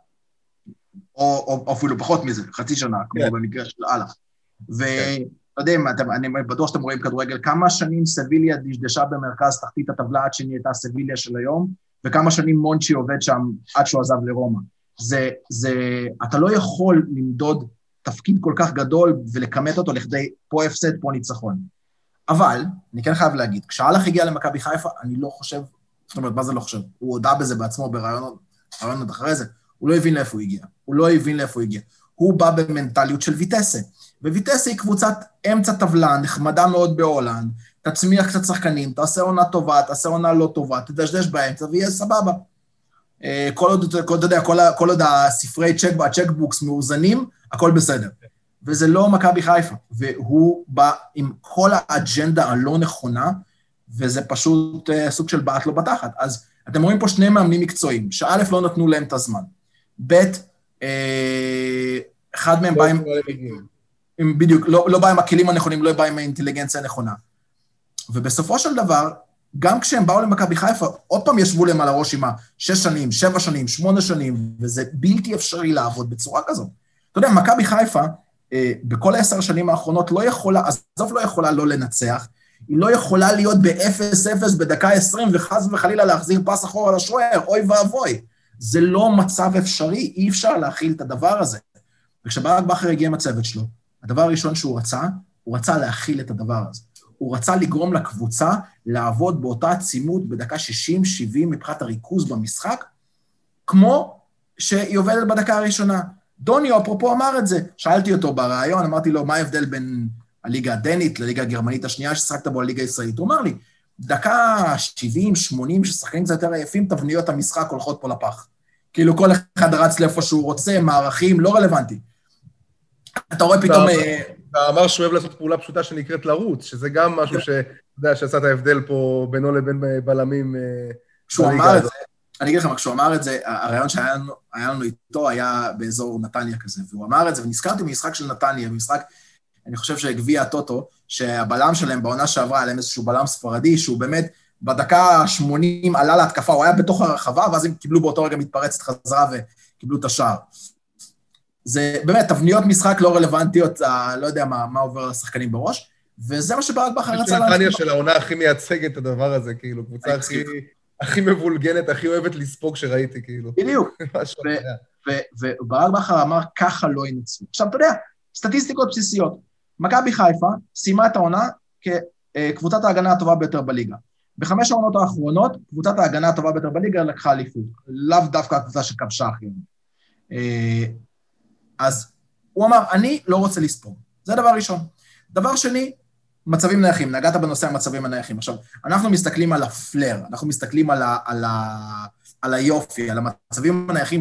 או אפילו פחות מזה, חצי שנה, כמו במקרה של הלאה. ואתה יודע, אני בטוח שאתם רואים כדורגל, כמה שנים סביליה דשדשה במרכז תחתית הטבלה עד שנהייתה סביליה של היום, וכמה שנים מונצ'י עובד שם עד שהוא עזב לרומא. אתה לא יכול למדוד תפקיד כל כך גדול ולכמת אותו לכדי פה הפסד, פה ניצחון. אבל, אני כן חייב להגיד, כשהלך הגיע למכבי חיפה, אני לא חושב, זאת אומרת, מה זה לא חושב? הוא הודע בזה בעצמו ברעיונות אחרי זה, הוא לא הבין לאיפה הוא הגיע. הוא בא במנטליות של ויטסה, וויטסה היא קבוצת אמצע טבלה, נחמדה מאוד בהולנד, תצמיח קצת שחקנים, תעשה עונה טובה, תעשה עונה לא טובה, תדשדש באמצע, ויהיה סבבה. כל עוד הספרי הצ'קבוקס מאוזנים, הכל בסדר. וזה לא מכבי חיפה, והוא בא עם כל האג'נדה הלא נכונה, וזה פשוט סוג של בעט לו בתחת. אז אתם רואים פה שני מאמנים מקצועיים, שא' לא נתנו להם את הזמן, ב' אחד מהם בא עם בדיוק, לא בא עם הכלים הנכונים, לא בא עם האינטליגנציה הנכונה. ובסופו של דבר, גם כשהם באו למכבי חיפה, עוד פעם ישבו להם על הראש עם 6 שנים, 7 שנים, 8 שנים, וזה בלתי אפשרי לעבוד בצורה כזו. אתה יודע, מכבי חיפה, בכל 10 שנים האחרונות, לא יכולה לא לנצח, היא לא יכולה להיות ב-0-0 בדקה 20, וחס וחלילה להחזיר פס אחורה לשוער, אוי ואבוי. זה לא מצב אפשרי, אי אפשר להכיל את הדבר הזה. וכשברק בכר הגיע עם הצוות שלו, הדבר הראשון שהוא רצה להכיל את הדבר הזה. הוא רצה לגרום לקבוצה לעבוד באותה עצימות בדקה 60-70 מבחינת הריכוז במשחק, כמו שהיא עובדת בדקה הראשונה. דוניו, אפרופו, אמר את זה. שאלתי אותו ברעיון, אמרתי לו, מה ההבדל בין הליגה הדנית לליגה הגרמנית השנייה ששחקת בו הליגה הישראלית? הוא אמר לי, דקה 70-80 ששחקנים קצת יותר עייפים, תבניות המשחק הולכות פה לפח. כאילו כל אחד רץ לאיפה שהוא רוצה, מערכים, לא רלוונטי. אתה רואה פתאום... אמר שהוא אוהב לעשות פעולה פשוטה שנקראת לרוץ, שזה גם משהו שעשה את ההבדל פה בינו לבין בלמים. כשהוא אמר את זה, אני אגיד לכם, כשהוא אמר את זה, הרעיון שהיה לנו איתו היה באזור נתניה כזה, והוא אמר את זה, ונזכרתי במשחק של נתניה, במשחק, אני חושב שהגביע הטוטו, שהבלם שלהם בעונה שעברה, היה להם איזשהו בלם ספרדי, שהוא באמת בדקה 80 עלה להתקפה, הוא היה בתוך הרחבה, ואז הם קיבלו באותו רגע מתפרצת חזרה וקיבלו את השער. זה באמת, תבניות משחק לא רלוונטיות, לא יודע מה עובר לשחקנים בראש, וזה מה שברק בכר רצה להגיד. נתניה של העונה הכי מייצגת את הדבר הזה, כאילו, קבוצה הכי מבולגנת, הכי אוהבת לספוג שראיתי, כאילו. בדיוק. וברק בכר אמר, ככה לא ינצחו. עכשיו, אתה יודע, סטטיסטיקות בסיסיות. מכבי חיפה סיימה את העונה כקבוצת ההגנה הטובה ביותר בליגה. ב5 העונות האחרונות, קבוצת ההגנה הטובה ביותר בליגה לקחה אליפות. לאו דווקא הקבוצה שכבשה אחרים. אז הוא אמר, אני לא רוצה לספור. זה דבר ראשון. דבר שני, מצבים נייחים. נגעת בנושא המצבים הנייחים. עכשיו, אנחנו מסתכלים על הפלר, אנחנו מסתכלים על היופי, על המצבים הנייחים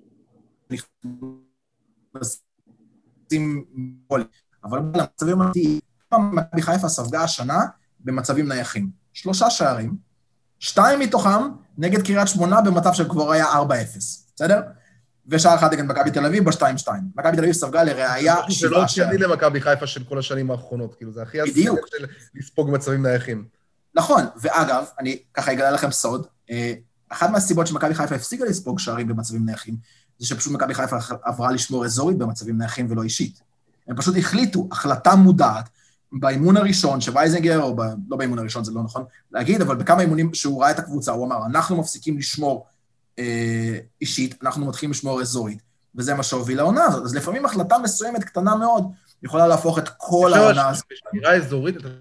אבל במצבים הנייחים, מכבי חיפה ספגה השנה במצבים נייחים. 3 שערים, 2 מתוכם נגד קריית שמונה במצב שכבר היה 4-0. בסדר? ושער אחד נגד מכבי תל אביב ב-2-2. מכבי תל אביב ספגה לראיה 7 שערים. זה לא שני למכבי חיפה של כל השנים האחרונות, כאילו זה הכי הסגל של לספוג מצבים נייחים. נכון, ואגב, אני ככה אגלה לכם סוד, אחת מהסיבות שמכבי חיפה הפסיקה לספוג שערים במצבים נייחים, זה שפשוט מכבי חיפה עברה לשמור אזורית במצבים נייחים ולא אישית. הם פשוט החליטו, החלטה מודעת, באימון הראשון, שווייזנגר, או לא באימון הראשון, זה לא נכון להגיד, אבל בכמה אימונים שהוא ראה את הקבוצה, הוא אמר, אנחנו מפסיקים לשמור אישית, אנחנו מתחילים לשמור אזורית, וזה מה שהוביל לעונה הזאת. אז לפעמים החלטה מסוימת קטנה מאוד, יכולה להפוך את כל העונה הזאת. בשמירה אזורית, אתה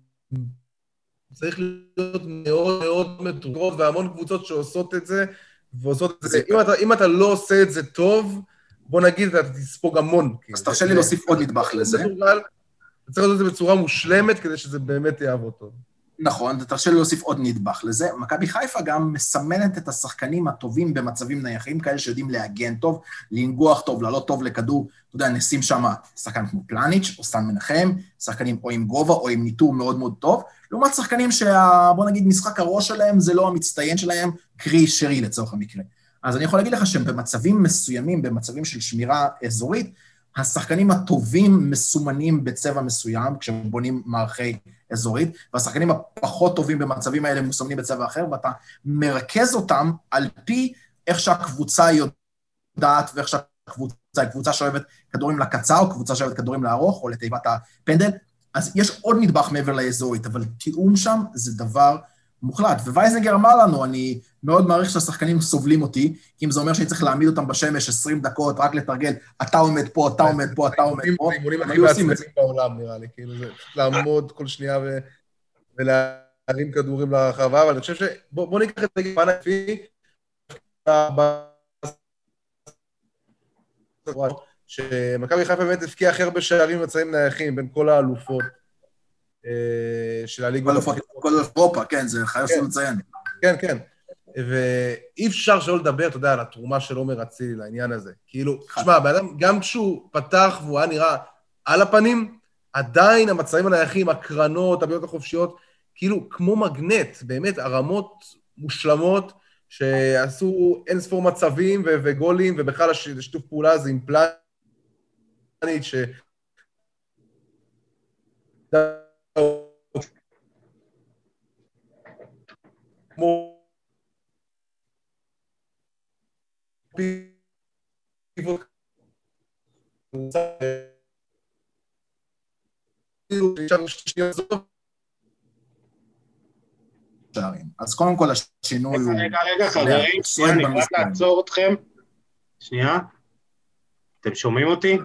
צריך להיות מאוד מאוד מתורגות, והמון קבוצות שעושות את זה, ועושות את זה. אם אתה לא עושה את זה טוב, בוא נגיד, אתה תספוג המון. אז תרשה לי להוסיף עוד נדבך לזה. אתה צריך לעשות את זה בצורה מושלמת, כדי שזה באמת יעבוד טוב. נכון, תרשה לי להוסיף עוד נדבך לזה. מכבי חיפה גם מסמנת את השחקנים הטובים במצבים נייחים, כאלה שיודעים להגן טוב, לנגוח טוב, לעלות טוב לכדור. אתה יודע, נשים שם שחקן כמו פלניץ' או סטן מנחם, שחקנים או עם גובה או עם ניטור מאוד מאוד טוב, לעומת שחקנים בוא נגיד, משחק הראש שלהם זה לא המצטיין שלהם, קרי שרי לצורך המקרה. אז אני יכול להגיד לך שבמצבים מסוימים, במצבים של שמירה אזורית, השחקנים הטובים מסומנים בצבע מסוים, כשהם בונים מערכי אזורית, והשחקנים הפחות טובים במצבים האלה מסומנים בצבע אחר, ואתה מרכז אותם על פי איך שהקבוצה יודעת, ואיך שהקבוצה שאוהבת כדורים לקצר, או קבוצה שאוהבת כדורים לארוך, או לתיבת הפנדל. אז יש עוד נדבך מעבר לאזורית, אבל תיאום שם זה דבר מוחלט. ווייזנגר אמר לנו, אני מאוד מעריך שהשחקנים סובלים אותי, כי אם זה אומר שאני צריך להעמיד אותם בשמש 20 דקות, רק לתרגל, אתה עומד פה, אתה עומד פה, אתה עומד פה. אימונים הכי מעצבנים בעולם, נראה לי, כאילו זה פשוט לעמוד כל שנייה ולהרים כדורים לרחבה, אבל אני חושב בוא ניקח את זה גפן היפי, שמכבי חיפה באמת הפקיע הכי הרבה שערים ומצאים נייחים בין כל האלופות של הליגה. כל אירופה, כן, זה חייב לציין. כן, כן. ואי אפשר שלא לדבר, אתה יודע, על התרומה של עומר אצילי לעניין הזה. כאילו, תשמע, גם כשהוא פתח והוא היה נראה על הפנים, עדיין המצבים הנייחים, הקרנות, הבעיות החופשיות, כאילו, כמו מגנט, באמת, הרמות מושלמות, שעשו אין ספור מצבים וגולים, ובכלל השיתוף פעולה הזה עם פלניץ' ש... כמו... אז קודם כל השינוי הוא... רגע, חברים, שנייה, אני רק לעצור אתכם. שנייה. אתם שומעים אותי?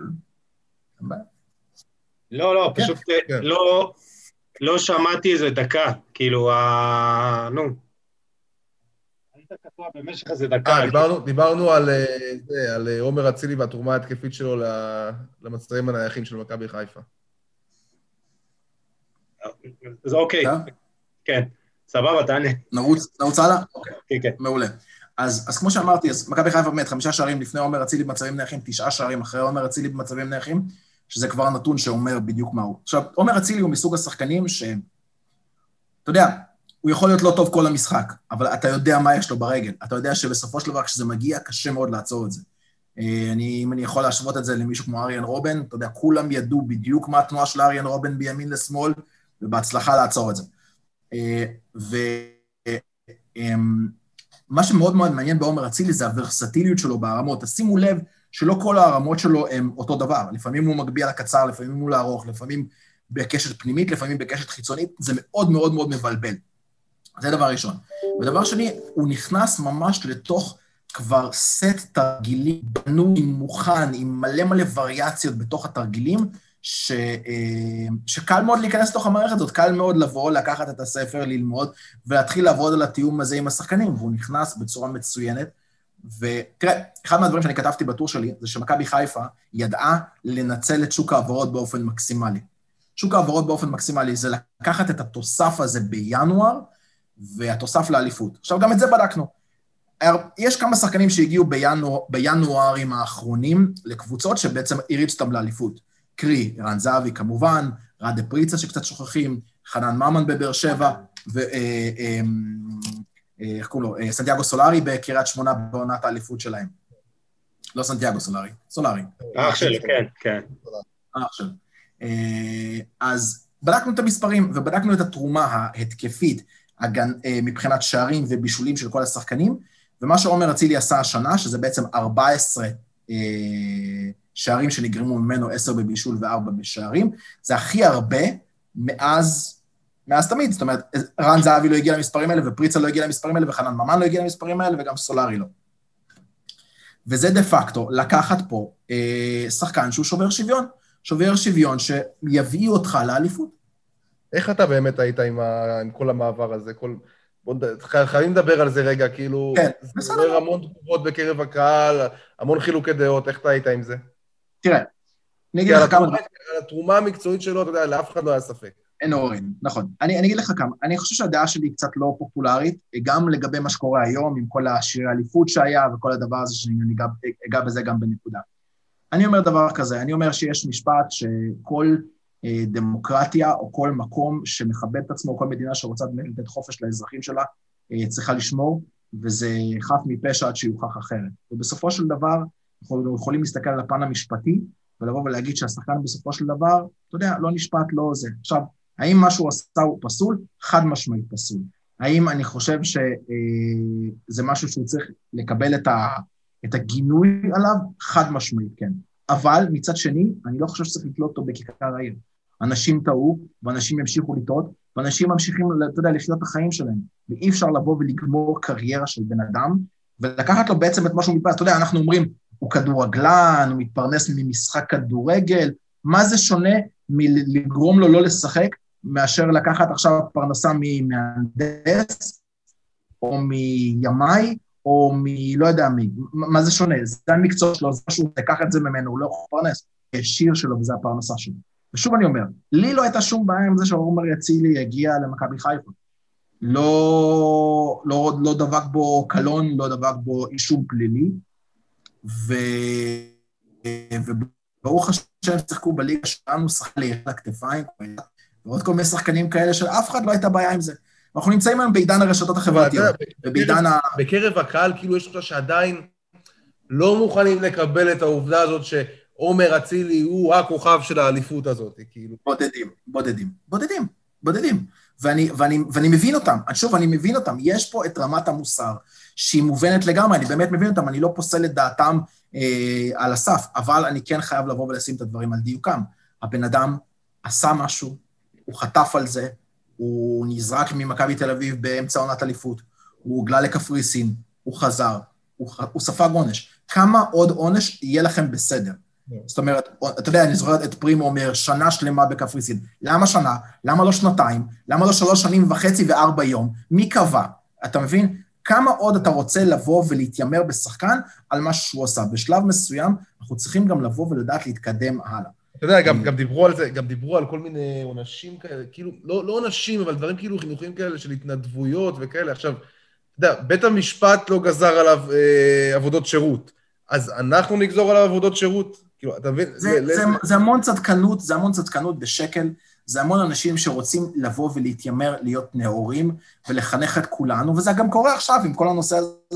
לא, פשוט לא שמעתי איזה דקה, כאילו, נו. היית קטוע במשך איזה דקה. דיברנו על עומר אצילי והתרומה ההתקפית שלו למצבים הנייחים של מכבי חיפה. אז אוקיי, כן. סבבה, תענה. נרוץ הלאה? כן. מעולה. אז כמו שאמרתי, אז מכבי חיפה באמת 5 שערים לפני עומר אצילי במצבים נייחים, 9 שערים אחרי עומר אצילי במצבים נייחים, שזה כבר נתון שאומר בדיוק מהו. עכשיו, עומר אצילי הוא מסוג השחקנים אתה יודע, הוא יכול להיות לא טוב כל המשחק, אבל אתה יודע מה יש לו ברגל. אתה יודע שבסופו של דבר, כשזה מגיע, קשה מאוד לעצור את זה. אם אני יכול להשוות את זה למישהו כמו אריאן רובן, אתה יודע, כולם ידעו בדיוק מה התנועה של אריאן רובן בימין לשמאל, ובהצלחה לעצור את זה. מה שמאוד מאוד מעניין בעומר אצילי זה הוורסטיליות שלו ברמות. תשימו לב שלא כל הרמות שלו הן אותו דבר. לפעמים הוא מגביה לקצר, לפעמים הוא לארוך, לפעמים בקשת פנימית, לפעמים בקשת חיצונית. זה מאוד מאוד מאוד מבלבל. זה דבר ראשון. ודבר שני, הוא נכנס ממש לתוך כבר סט תרגילים בנוי, מוכן, עם מלא מלא וריאציות בתוך התרגילים, שקל מאוד להיכנס לתוך המערכת הזאת, קל מאוד לבוא, לקחת את הספר, ללמוד, ולהתחיל לעבוד על התיאום הזה עם השחקנים, והוא נכנס בצורה מצוינת. ותראה, אחד מהדברים שאני כתבתי בטור שלי, זה שמכבי חיפה ידעה לנצל את שוק העברות באופן מקסימלי. שוק העברות באופן מקסימלי זה לקחת את התוסף הזה בינואר, והתוסף לאליפות. עכשיו, גם את זה בדקנו. יש כמה שחקנים שהגיעו בינוארים האחרונים לקבוצות שבעצם הריצו אותם לאליפות. קרי, ערן זהבי כמובן, רדה פריצה שקצת שוכחים, חנן ממן בבאר שבע, איך קוראים לו? סנטיאגו סולארי בקריית שמונה בעונת האליפות שלהם. לא סנטיאגו סולארי, סולארי. אח שלי, כן. אח שלי. אז בדקנו את המספרים, ובדקנו את התרומה ההתקפית, מבחינת שערים ובישולים של כל השחקנים, ומה שעומר אצילי עשה השנה, שזה בעצם 14 שערים שנגרמו ממנו, 10 בבישול ו4 בשערים, זה הכי הרבה מאז מאז תמיד, זאת אומרת, רן זהבי לא הגיע למספרים האלה, ופריצה לא הגיע למספרים האלה, וחנן ממן לא הגיע למספרים האלה, וגם סולארי לא. וזה דה פקטו, לקחת פה שחקן שהוא שובר שוויון שיביא אותך לאליפות. איך אתה באמת היית עם כל המעבר הזה? חייבים לדבר על זה רגע, כאילו, כן, זה עובר המון תגובות בקרב הקהל, המון חילוקי דעות, איך אתה היית עם זה? תראה, אני אגיד לך כמה... על התרומה המקצועית שלו, אתה יודע, לאף אחד לא היה ספק. אין עוררין, נכון. אני אגיד לך כמה. אני חושב שהדעה שלי קצת לא פופולרית, גם לגבי מה שקורה היום, עם כל השירי האליפות שהיה, וכל הדבר הזה שאני אגע בזה גם בנקודה. אני אומר דבר כזה, אני אומר שיש משפט שכל דמוקרטיה, או כל מקום שמכבד את עצמו, כל מדינה שרוצה לתת חופש לאזרחים שלה, צריכה לשמור, וזה חף מפשע עד שיוכח אחרת. ובסופו של דבר, אנחנו יכולים להסתכל על הפן המשפטי, ולבוא ולהגיד שהשחקן בסופו של דבר, אתה יודע, לא נשפט, לא זה. עכשיו, האם מה שהוא עשה הוא פסול? חד משמעית פסול. האם אני חושב שזה משהו שהוא צריך לקבל את הגינוי עליו? חד משמעית, כן. אבל מצד שני, אני לא חושב שצריך לתלות אותו בכיכר העיר. אנשים טעו, ואנשים ימשיכו לטעות, ואנשים ממשיכים, אתה יודע, לחיות את החיים שלהם. ואי אפשר לבוא ולגמור קריירה של בן אדם, ולקחת לו בעצם את משהו מתפרנס. אתה יודע, אנחנו אומרים, הוא כדורגלן, הוא מתפרנס ממשחק כדורגל, מה זה שונה מלגרום לו לא לשחק, מאשר לקחת עכשיו פרנסה ממהנדס, או מימאי, או לא יודע מי, מה זה שונה? זה המקצוע שלו, זה שהוא תקח את זה ממנו, הוא לא יכול לפרנס, השיר שלו וזה הפרנסה שלו. ושוב אני אומר, לי לא הייתה שום בעיה עם זה שעומר אצילי הגיע למכבי חיפה. לא דבק בו קלון, לא דבק בו אישום פלילי, וברוך השם שחקו בליגה שלנו, שחקה לירה לכתפיים, ועוד כל מיני שחקנים כאלה של אף אחד לא הייתה בעיה עם זה. אנחנו נמצאים היום בעידן הרשתות החברתיות. בקרב הקהל, כאילו יש אותה שעדיין לא מוכנים לקבל את העובדה הזאת שעומר אצילי הוא הכוכב של האליפות הזאת, כאילו. בודדים. ואני מבין אותם, שוב, אני מבין אותם. יש פה את רמת המוסר, שהיא מובנת לגמרי, אני באמת מבין אותם, אני לא פוסל את דעתם על הסף, אבל אני כן חייב לבוא ולשים את הדברים על דיוקם. הבן אדם עשה משהו, הוא חטף על זה, הוא נזרק ממכבי תל אביב באמצע עונת אליפות, הוא הוגלה לקפריסין, הוא חזר, הוא ספג עונש. כמה עוד עונש יהיה לכם בסדר? זאת אומרת, אתה יודע, אני זוכרת את פרימו אומר, שנה שלמה בקפריסין. למה שנה? למה לא שנתיים? למה לא 3.5 שנים ו4 יום? מי קבע? אתה מבין? כמה עוד אתה רוצה לבוא ולהתיימר בשחקן על מה שהוא עושה? בשלב מסוים, אנחנו צריכים גם לבוא ולדעת להתקדם הלאה. אתה יודע, גם דיברו על זה, גם דיברו על כל מיני עונשים כאלה, כאילו, לא עונשים, אבל דברים כאילו חינוכיים כאלה של התנדבויות וכאלה. עכשיו, אתה יודע, בית המשפט לא גזר עליו עבודות שירות, אז אנחנו נגזור עליו עבודות שירות? כאילו, אתה מבין? זה המון צדקנות בשקל, זה המון אנשים שרוצים לבוא ולהתיימר להיות נאורים ולחנך את כולנו, וזה גם קורה עכשיו עם כל הנושא הזה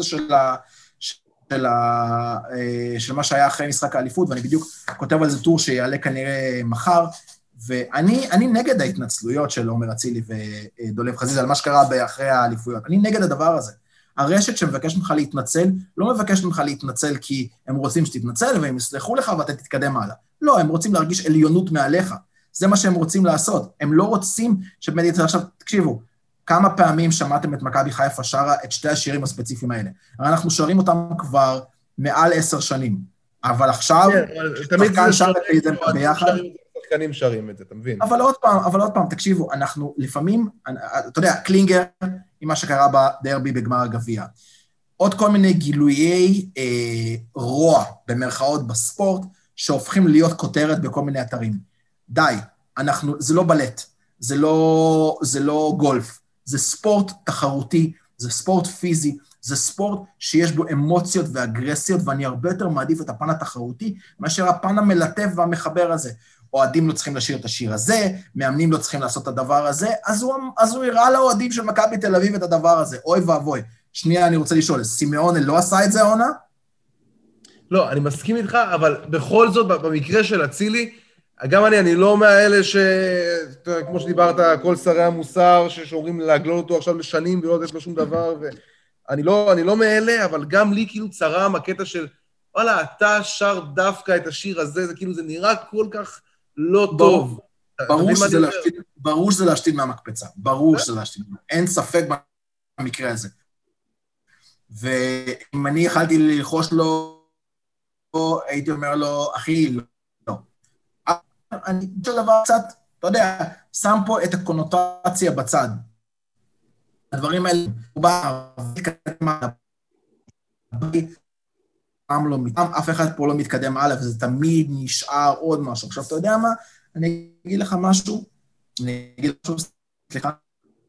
של מה שהיה אחרי משחק האליפות, ואני בדיוק כותב על זה טור שיעלה כנראה מחר, ואני נגד ההתנצלויות של עומר אצילי ודולב חזיזה, על מה שקרה אחרי האליפויות. אני נגד הדבר הזה. הרשת שמבקש ממך להתנצל, לא מבקש ממך להתנצל כי הם רוצים שתתנצל, והם יסלחו לך ואתה תתקדם הלאה. לא, הם רוצים להרגיש עליונות מעליך. זה מה שהם רוצים לעשות. הם לא רוצים שבאמת, עכשיו, תקשיבו, כמה פעמים שמעתם את מכבי חיפה שרה את שתי השירים הספציפיים האלה. הרי אנחנו שרים אותם כבר מעל 10 שנים, אבל עכשיו, שחקן שר את זה ביחד. שחקנים שרים את זה, אתה מבין? אבל עוד פעם, תקשיבו, אנחנו לפעמים, אתה יודע, קלינגר, עם מה שקרה בדרבי בגמר הגביע, עוד כל מיני גילויי רוע, במרכאות בספורט, שהופכים להיות כותרת בכל מיני אתרים. די, זה לא בלט, זה לא גולף, זה ספורט תחרותי, זה ספורט פיזי, זה ספורט שיש בו אמוציות ואגרסיות, ואני הרבה יותר מעדיף את הפן התחרותי, מאשר הפן המלטף והמחבר הזה. אוהדים לא צריכים לשיר את השיר הזה, מאמנים לא צריכים לעשות את הדבר הזה, אז הוא הראה לאוהדים של מכבי תל אביב את הדבר הזה, אוי ואבוי. שנייה, אני רוצה לשאול, סימאונה לא עשה את זה, עונה? לא, אני מסכים איתך, אבל בכל זאת, במקרה של אצילי, גם אני לא מהאלה כמו שדיברת, כל שרי המוסר, שאומרים להגלול אותו עכשיו לשנים, ולא לתת לו שום דבר, ואני לא מאלה, אבל גם לי כאילו צרם הקטע של, וואלה, אתה שר דווקא את השיר הזה, זה כאילו, זה נראה כל כך לא טוב. ברור שזה להשתין מהמקפצה, ברור שזה להשתין, אין ספק במקרה הזה. ואם אני יכלתי ללחוש לו, הייתי אומר לו, אחי, לא. אני חושב דבר קצת, אתה יודע, שם פה את הקונוטציה בצד. הדברים האלה, הוא בא, אף אחד פה לא מתקדם הלאה, וזה תמיד נשאר עוד משהו. עכשיו, אתה יודע מה? אני אגיד לך משהו, סליחה.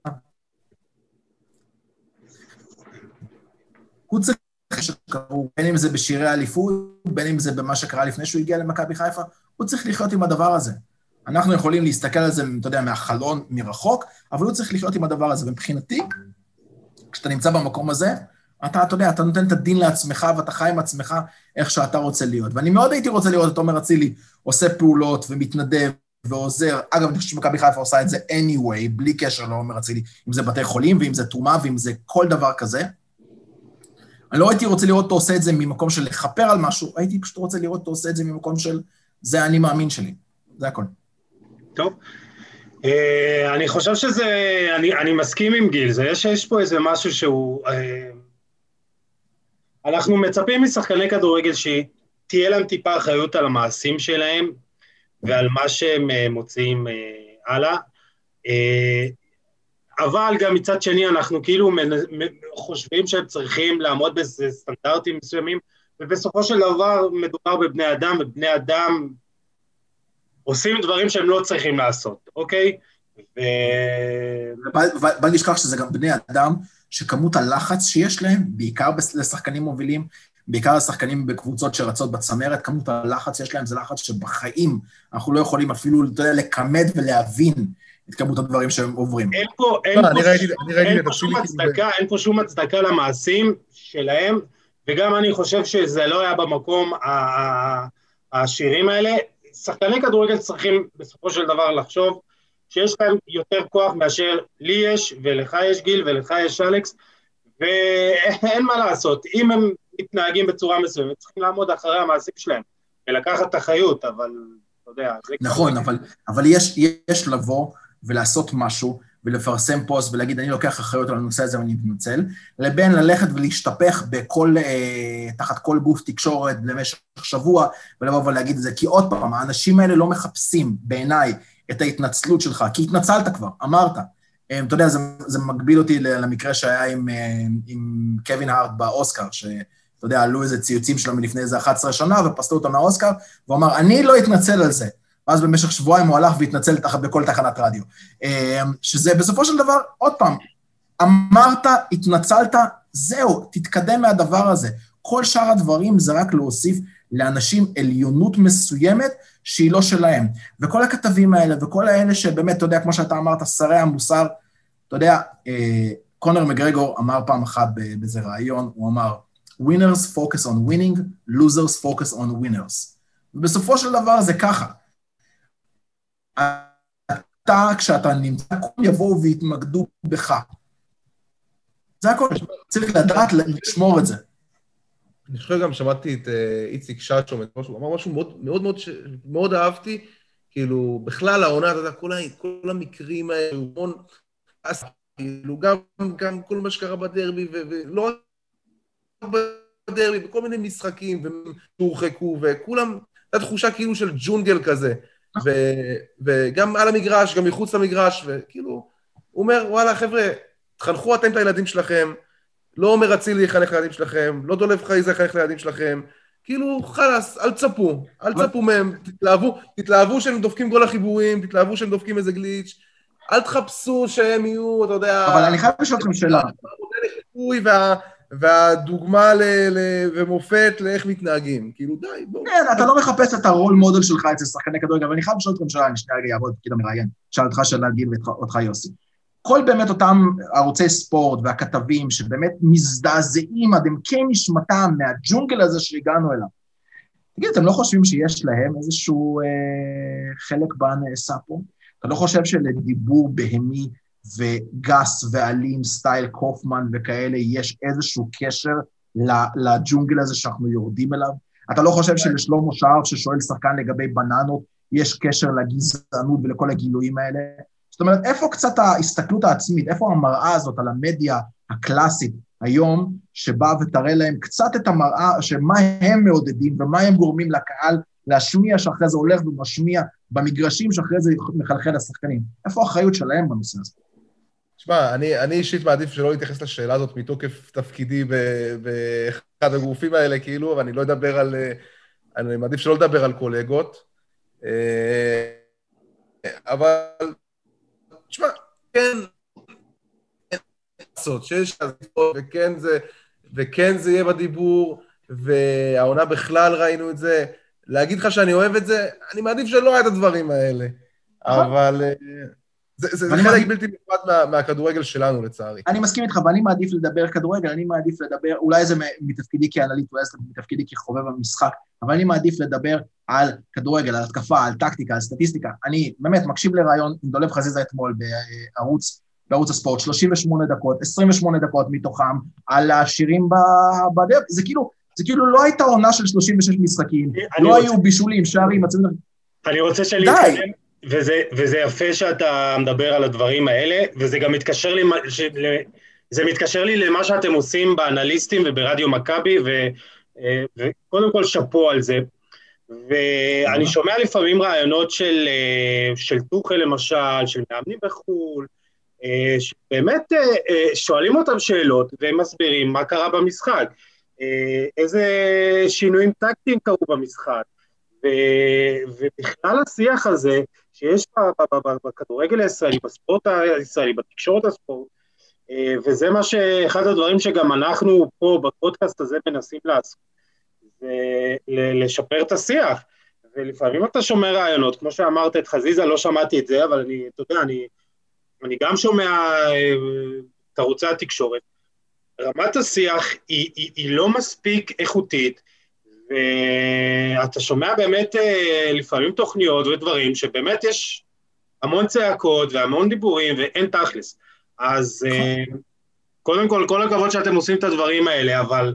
הוא צריך שקראו, בין אם זה בשירי האליפות, בין אם זה במה שקרה לפני שהוא הגיע למכבי חיפה, הוא צריך לחיות עם הדבר הזה. אנחנו יכולים להסתכל על זה, אתה יודע, מהחלון, מרחוק, אבל הוא צריך לחיות עם הדבר הזה. ומבחינתי, כשאתה נמצא במקום הזה, אתה יודע, אתה נותן את הדין לעצמך, ואתה חי עם עצמך איך שאתה רוצה להיות. ואני מאוד הייתי רוצה לראות את תומר אצילי, עושה פעולות ומתנדב ועוזר. אגב, אני חושב שמכבי חיפה עושה את זה anyway, בלי קשר לתומר אצילי, אם זה בתי חולים, ואם זה תרומה, ואם זה כל דבר כזה. אני לא הייתי רוצה לראות אותו עושה את זה ממקום של לחפר על משהו, הייתי פשוט רוצה לראות אותו עושה את זה ממקום של, זה אני מאמין שלי. זה הכל. טוב. אני חושב שזה, אני מסכים עם גיל, יש פה איזה משהו שהוא, אנחנו מצפים משחקני כדורגל שתהיה להם טיפה אחריות על המעשים שלהם, ועל מה שהם מוציאים הלאה, אבל גם מצד שני אנחנו כאילו חושבים שהם צריכים לעמוד בסטנדרטים מסוימים, ובסופו של דבר מדובר בבני אדם, ובני אדם עושים דברים שהם לא צריכים לעשות, אוקיי? בל נשכח שזה גם בני אדם, שכמות הלחץ שיש להם, בעיקר לשחקנים מובילים, בעיקר לשחקנים בקבוצות שרצות בצמרת, כמות הלחץ שיש להם זה לחץ שבחיים אנחנו לא יכולים אפילו לקמד ולהבין את כמות הדברים שהם עוברים. אין פה שום הצדקה למעשים שלהם, וגם אני חושב שזה לא היה במקום השירים האלה. שחקני כדורגל צריכים בסופו של דבר לחשוב שיש להם יותר כוח מאשר לי יש, ולך יש גיל, ולך יש אלכס, ואין מה לעשות. אם הם מתנהגים בצורה מסוימת, צריכים לעמוד אחרי המעשים שלהם, ולקחת אחריות, אבל אתה יודע... נכון, אבל יש לבוא ולעשות משהו, ולפרסם פוסט ולהגיד, אני לוקח אחריות על הנושא הזה ואני מתנצל, לבין ללכת ולהשתפך תחת כל גוף תקשורת למשך שבוע, ולבוא ולהגיד את זה, כי עוד פעם, האנשים האלה לא מחפשים בעיניי את ההתנצלות שלך, כי התנצלת כבר, אמרת. אתה יודע, זה מגביל אותי למקרה שהיה עם קווין הארט באוסקר, שאתה יודע, עלו איזה ציוצים שלו מלפני איזה 11 שנה, ופסלו אותו מהאוסקר, והוא אמר, אני לא אתנצל על זה. ואז במשך שבועיים הוא הלך והתנצל בכל תחנת רדיו. שזה בסופו של דבר, עוד פעם, אמרת, התנצלת, זהו, תתקדם מהדבר הזה. כל שאר הדברים זה רק להוסיף לאנשים עליונות מסוימת שהיא לא שלהם. וכל הכתבים האלה, וכל האלה שבאמת, אתה יודע, כמו שאתה אמרת, שרי המוסר, אתה יודע, קונר מגרגור אמר פעם אחת באיזה רעיון, הוא אמר, winners focus on winning, losers focus on winners. ובסופו של דבר זה ככה. אתה, כשאתה נמצא, כל יבואו והתמקדו בך. זה הכל, צריך לדעת לשמור את זה. אני חושב גם שמעתי את איציק שצ'ו, הוא אמר משהו מאוד מאוד מאוד אהבתי, כאילו, בכלל העונה, אתה יודע, כל המקרים האלה, כאילו, גם כל מה שקרה בדרבי, ולא רק בדרבי, בכל מיני משחקים, והורחקו, וכולם, הייתה תחושה כאילו של ג'ונגל כזה, וגם על המגרש, גם מחוץ למגרש, וכאילו, הוא אומר, וואלה, חבר'ה, תחנכו אתם את הילדים שלכם, לא אומר אצילי לחנך לילדים שלכם, לא דולב חייזה לחנך לילדים שלכם, כאילו, חלס, אל תצפו מהם, תתלהבו שהם דופקים גול החיבורים, תתלהבו שהם דופקים איזה גליץ', אל תחפשו שהם יהיו, אתה יודע... אבל אני חייב לשאול אתכם שאלה. והדוגמה ומופת לאיך מתנהגים, כאילו די, בואו. כן, אתה לא מחפש את הרול מודל שלך אצל שחקני כדורגל, אבל אני חייב לשאול אתכם שאלה, אני שנייה רגע אעבוד פקיד המראיין, שאל אותך שאלה גיל ואותך יוסי. כל באמת אותם ערוצי ספורט והכתבים שבאמת מזדעזעים עד עמקי נשמתם מהג'ונגל הזה שהגענו אליו. תגיד, אתם לא חושבים שיש להם איזשהו חלק בה נעשה פה? אתה לא חושב שלדיבור בהמי וגס ואלים, סטייל קופמן וכאלה, יש איזשהו קשר לג'ונגל הזה שאנחנו יורדים אליו? אתה לא חושב שלשלמה שרף ששואל שחקן לגבי בננות, יש קשר לגזענות ולכל הגילויים האלה? זאת אומרת, איפה קצת ההסתכלות העצמית, איפה המראה הזאת על המדיה הקלאסית היום, שבאה ותראה להם קצת את המראה, שמה הם מעודדים ומה הם גורמים לקהל להשמיע, שאחרי זה הולך ומשמיע במגרשים, שאחרי זה מחלחל לשחקנים. איפה האחריות שלהם בנושא הזה? תשמע, אני אישית מעדיף שלא להתייחס לשאלה הזאת מתוקף תפקידי באחד הגופים האלה, כאילו, ואני לא אדבר על... אני מעדיף שלא לדבר על קולגות. אבל, תשמע, כן, וכן זה יהיה בדיבור, והעונה בכלל ראינו את זה. להגיד לך שאני אוהב את זה, אני מעדיף שלא היה את הדברים האלה. אבל זה חלק בלתי נפרד מהכדורגל שלנו, לצערי. אני מסכים איתך, ואני מעדיף לדבר כדורגל, אני מעדיף לדבר, אולי זה מתפקידי כאנליסט, אולי זה מתפקידי כחובב המשחק, אבל אני מעדיף לדבר על כדורגל, על התקפה, על טקטיקה, על סטטיסטיקה. אני באמת מקשיב לרעיון עם דולב חזיזה אתמול בערוץ הספורט, 38 דקות, 28 דקות מתוכם, על השירים בדרך, זה כאילו לא הייתה עונה של 36 משחקים, לא היו בישולים, שערים, אני רוצה להתקדם, וזה יפה שאתה מדבר על הדברים האלה, וזה גם מתקשר לי למה שאתם עושים באנליסטים וברדיו מכבי, וקודם כל שפו על זה. ואני שומע לפעמים רעיונות של טוחל למשל, של מאמנים בחול, שבאמת שואלים אותם שאלות והם מסבירים מה קרה במשחק, איזה שינויים טקטיים קרו במשחק, ובכלל השיח הזה שיש בכדורגל הישראלי, בספורט הישראלי, בתקשורת הספורט, וזה אחד הדברים שגם אנחנו פה בפודקאסט הזה מנסים לעשות, זה לשפר את השיח, ולפעמים אתה שומע רעיונות, כמו שאמרת את חזיזה, לא שמעתי את זה, אבל אתה יודע, אני גם שומע את ערוצי התקשורת, רמת השיח היא לא מספיק איכותית, ואתה שומע באמת לפעמים תוכניות ודברים שבאמת יש המון צעקות והמון דיבורים ואין תכלס. אז קודם כל הכבוד שאתם עושים את הדברים האלה, אבל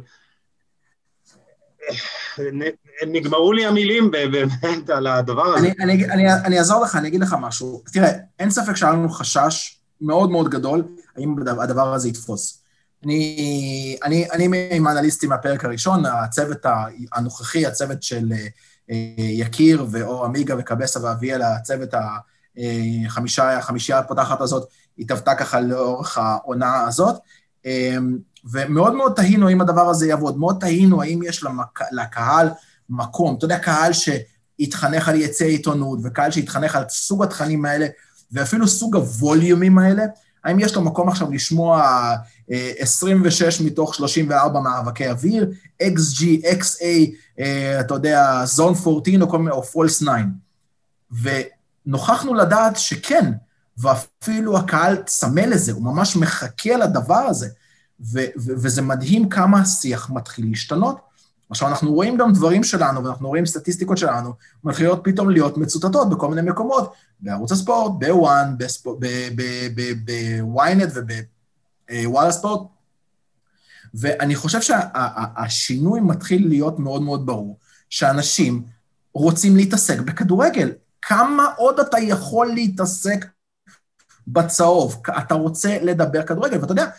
נגמרו לי המילים באמת על הדבר הזה. אני אעזור לך, אני אגיד לך משהו. תראה, אין ספק שהיה לנו חשש מאוד מאוד גדול, האם הדבר הזה יתפוס. אני עם האנליסטים מהפרק הראשון, הצוות הנוכחי, הצוות של יקיר ואור עמיגה וקבסה ואביאל, הצוות החמישייה הפותחת הזאת, התאבטה ככה לאורך העונה הזאת, ומאוד מאוד תהינו האם הדבר הזה יעבוד, מאוד תהינו האם יש לקהל מקום, אתה יודע, קהל שהתחנך על יצאי עיתונות, וקהל שהתחנך על סוג התכנים האלה, ואפילו סוג הווליומים האלה, האם יש לו מקום עכשיו לשמוע 26 מתוך 34 מאבקי אוויר, XG, XA, אתה יודע, Zone 14 או False 9. ונוכחנו לדעת שכן, ואפילו הקהל צמא לזה, הוא ממש מחכה לדבר הזה, וזה מדהים כמה השיח מתחיל להשתנות. עכשיו אנחנו רואים גם דברים שלנו, ואנחנו רואים סטטיסטיקות שלנו, מתחילות פתאום להיות מצוטטות בכל מיני מקומות, בערוץ הספורט, בוואן, בוויינט ובוואלה ספורט, ואני חושב שהשינוי מתחיל להיות מאוד מאוד ברור, שאנשים רוצים להתעסק בכדורגל. כמה עוד אתה יכול להתעסק בצהוב? אתה רוצה לדבר כדורגל, ואתה יודע,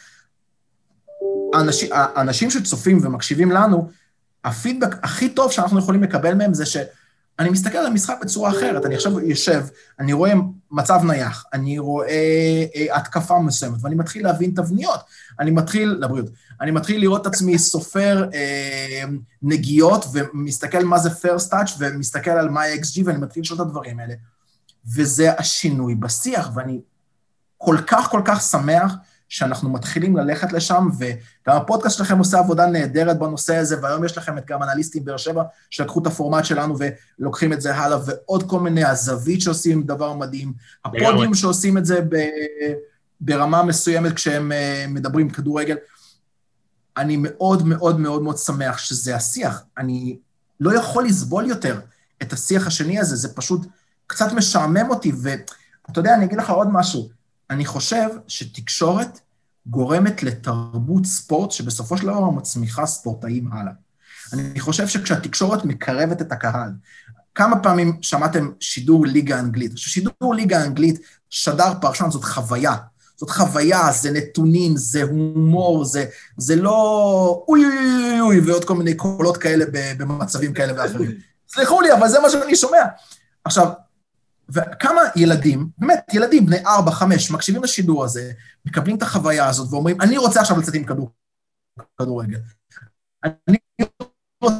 האנשים שצופים ומקשיבים לנו, הפידבק הכי טוב שאנחנו יכולים לקבל מהם זה שאני מסתכל על המשחק בצורה אחרת, אני עכשיו יושב, אני רואה מצב נייח, אני רואה התקפה מסוימת, ואני מתחיל להבין תבניות, אני מתחיל לראות את עצמי סופר נגיעות, ומסתכל מה זה first touch, ומסתכל על מה XG, ואני מתחיל לשאול את הדברים האלה, וזה השינוי בשיח, ואני כל כך שמח, שאנחנו מתחילים ללכת לשם, וגם הפודקאסט שלכם עושה עבודה נהדרת בנושא הזה, והיום יש לכם את גם אנליסטים באר שבע, שלקחו את הפורמט שלנו ולוקחים את זה הלאה, ועוד כל מיני הזווית שעושים דבר מדהים, הפודיום שעושים את זה ברמה מסוימת כשהם מדברים כדורגל. אני מאוד מאוד מאוד מאוד שמח שזה השיח. אני לא יכול לסבול יותר את השיח השני הזה, זה פשוט קצת משעמם אותי, ואתה יודע, אני אגיד לך עוד משהו, אני חושב שתקשורת גורמת לתרבות ספורט שבסופו של דבר מצמיחה ספורטאים הלאה. אני חושב שכשהתקשורת מקרבת את הקהל, כמה פעמים שמעתם שידור ליגה אנגלית? שידור ליגה אנגלית, שדר פרשן, זאת חוויה. זאת חוויה, זה נתונים, זה הומור, זה לא אוי אוי אוי, ועוד כל מיני קולות כאלה במצבים כאלה ואחרים. סליחו לי, אבל זה מה שאני שומע. עכשיו, וכמה ילדים, באמת, ילדים בני 4-5, מקשיבים לשידור הזה, מקבלים את החוויה הזאת, ואומרים, אני רוצה עכשיו לצאת עם כדורגל. אני רוצה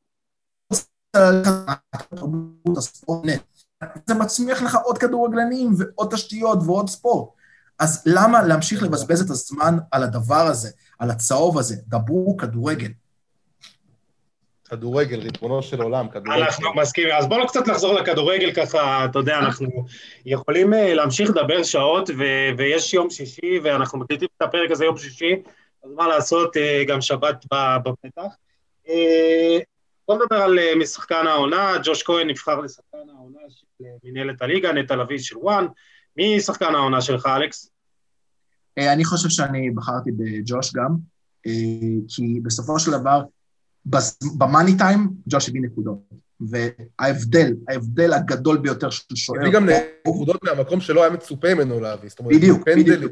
זה מצמיח לך עוד כדורגלנים, ועוד תשתיות, ועוד ספורט. אז למה להמשיך לבזבז את הזמן על הדבר הזה, על הצהוב הזה? דברו כדורגל. כדורגל, ריבונו של עולם, כדורגל. אנחנו מסכימים. אז בואו קצת לחזור לכדורגל ככה, אתה יודע, אנחנו יכולים להמשיך לדבר שעות, ויש יום שישי, ואנחנו מקליטים את הפרק הזה יום שישי, אז מה לעשות, גם שבת בפתח. בואו נדבר על משחקן העונה, ג'וש כהן נבחר לשחקן העונה של מנהלת הליגה, נטע לביא של וואן. מי שחקן העונה שלך, אלכס? אני חושב שאני בחרתי בג'וש גם, כי בסופו של דבר, במאני טיים, ג'וש הביא נקודות. וההבדל הגדול ביותר של שוער... הביא גם נקודות מהמקום שלא היה מצופה ממנו להביא. בדיוק, בדיוק.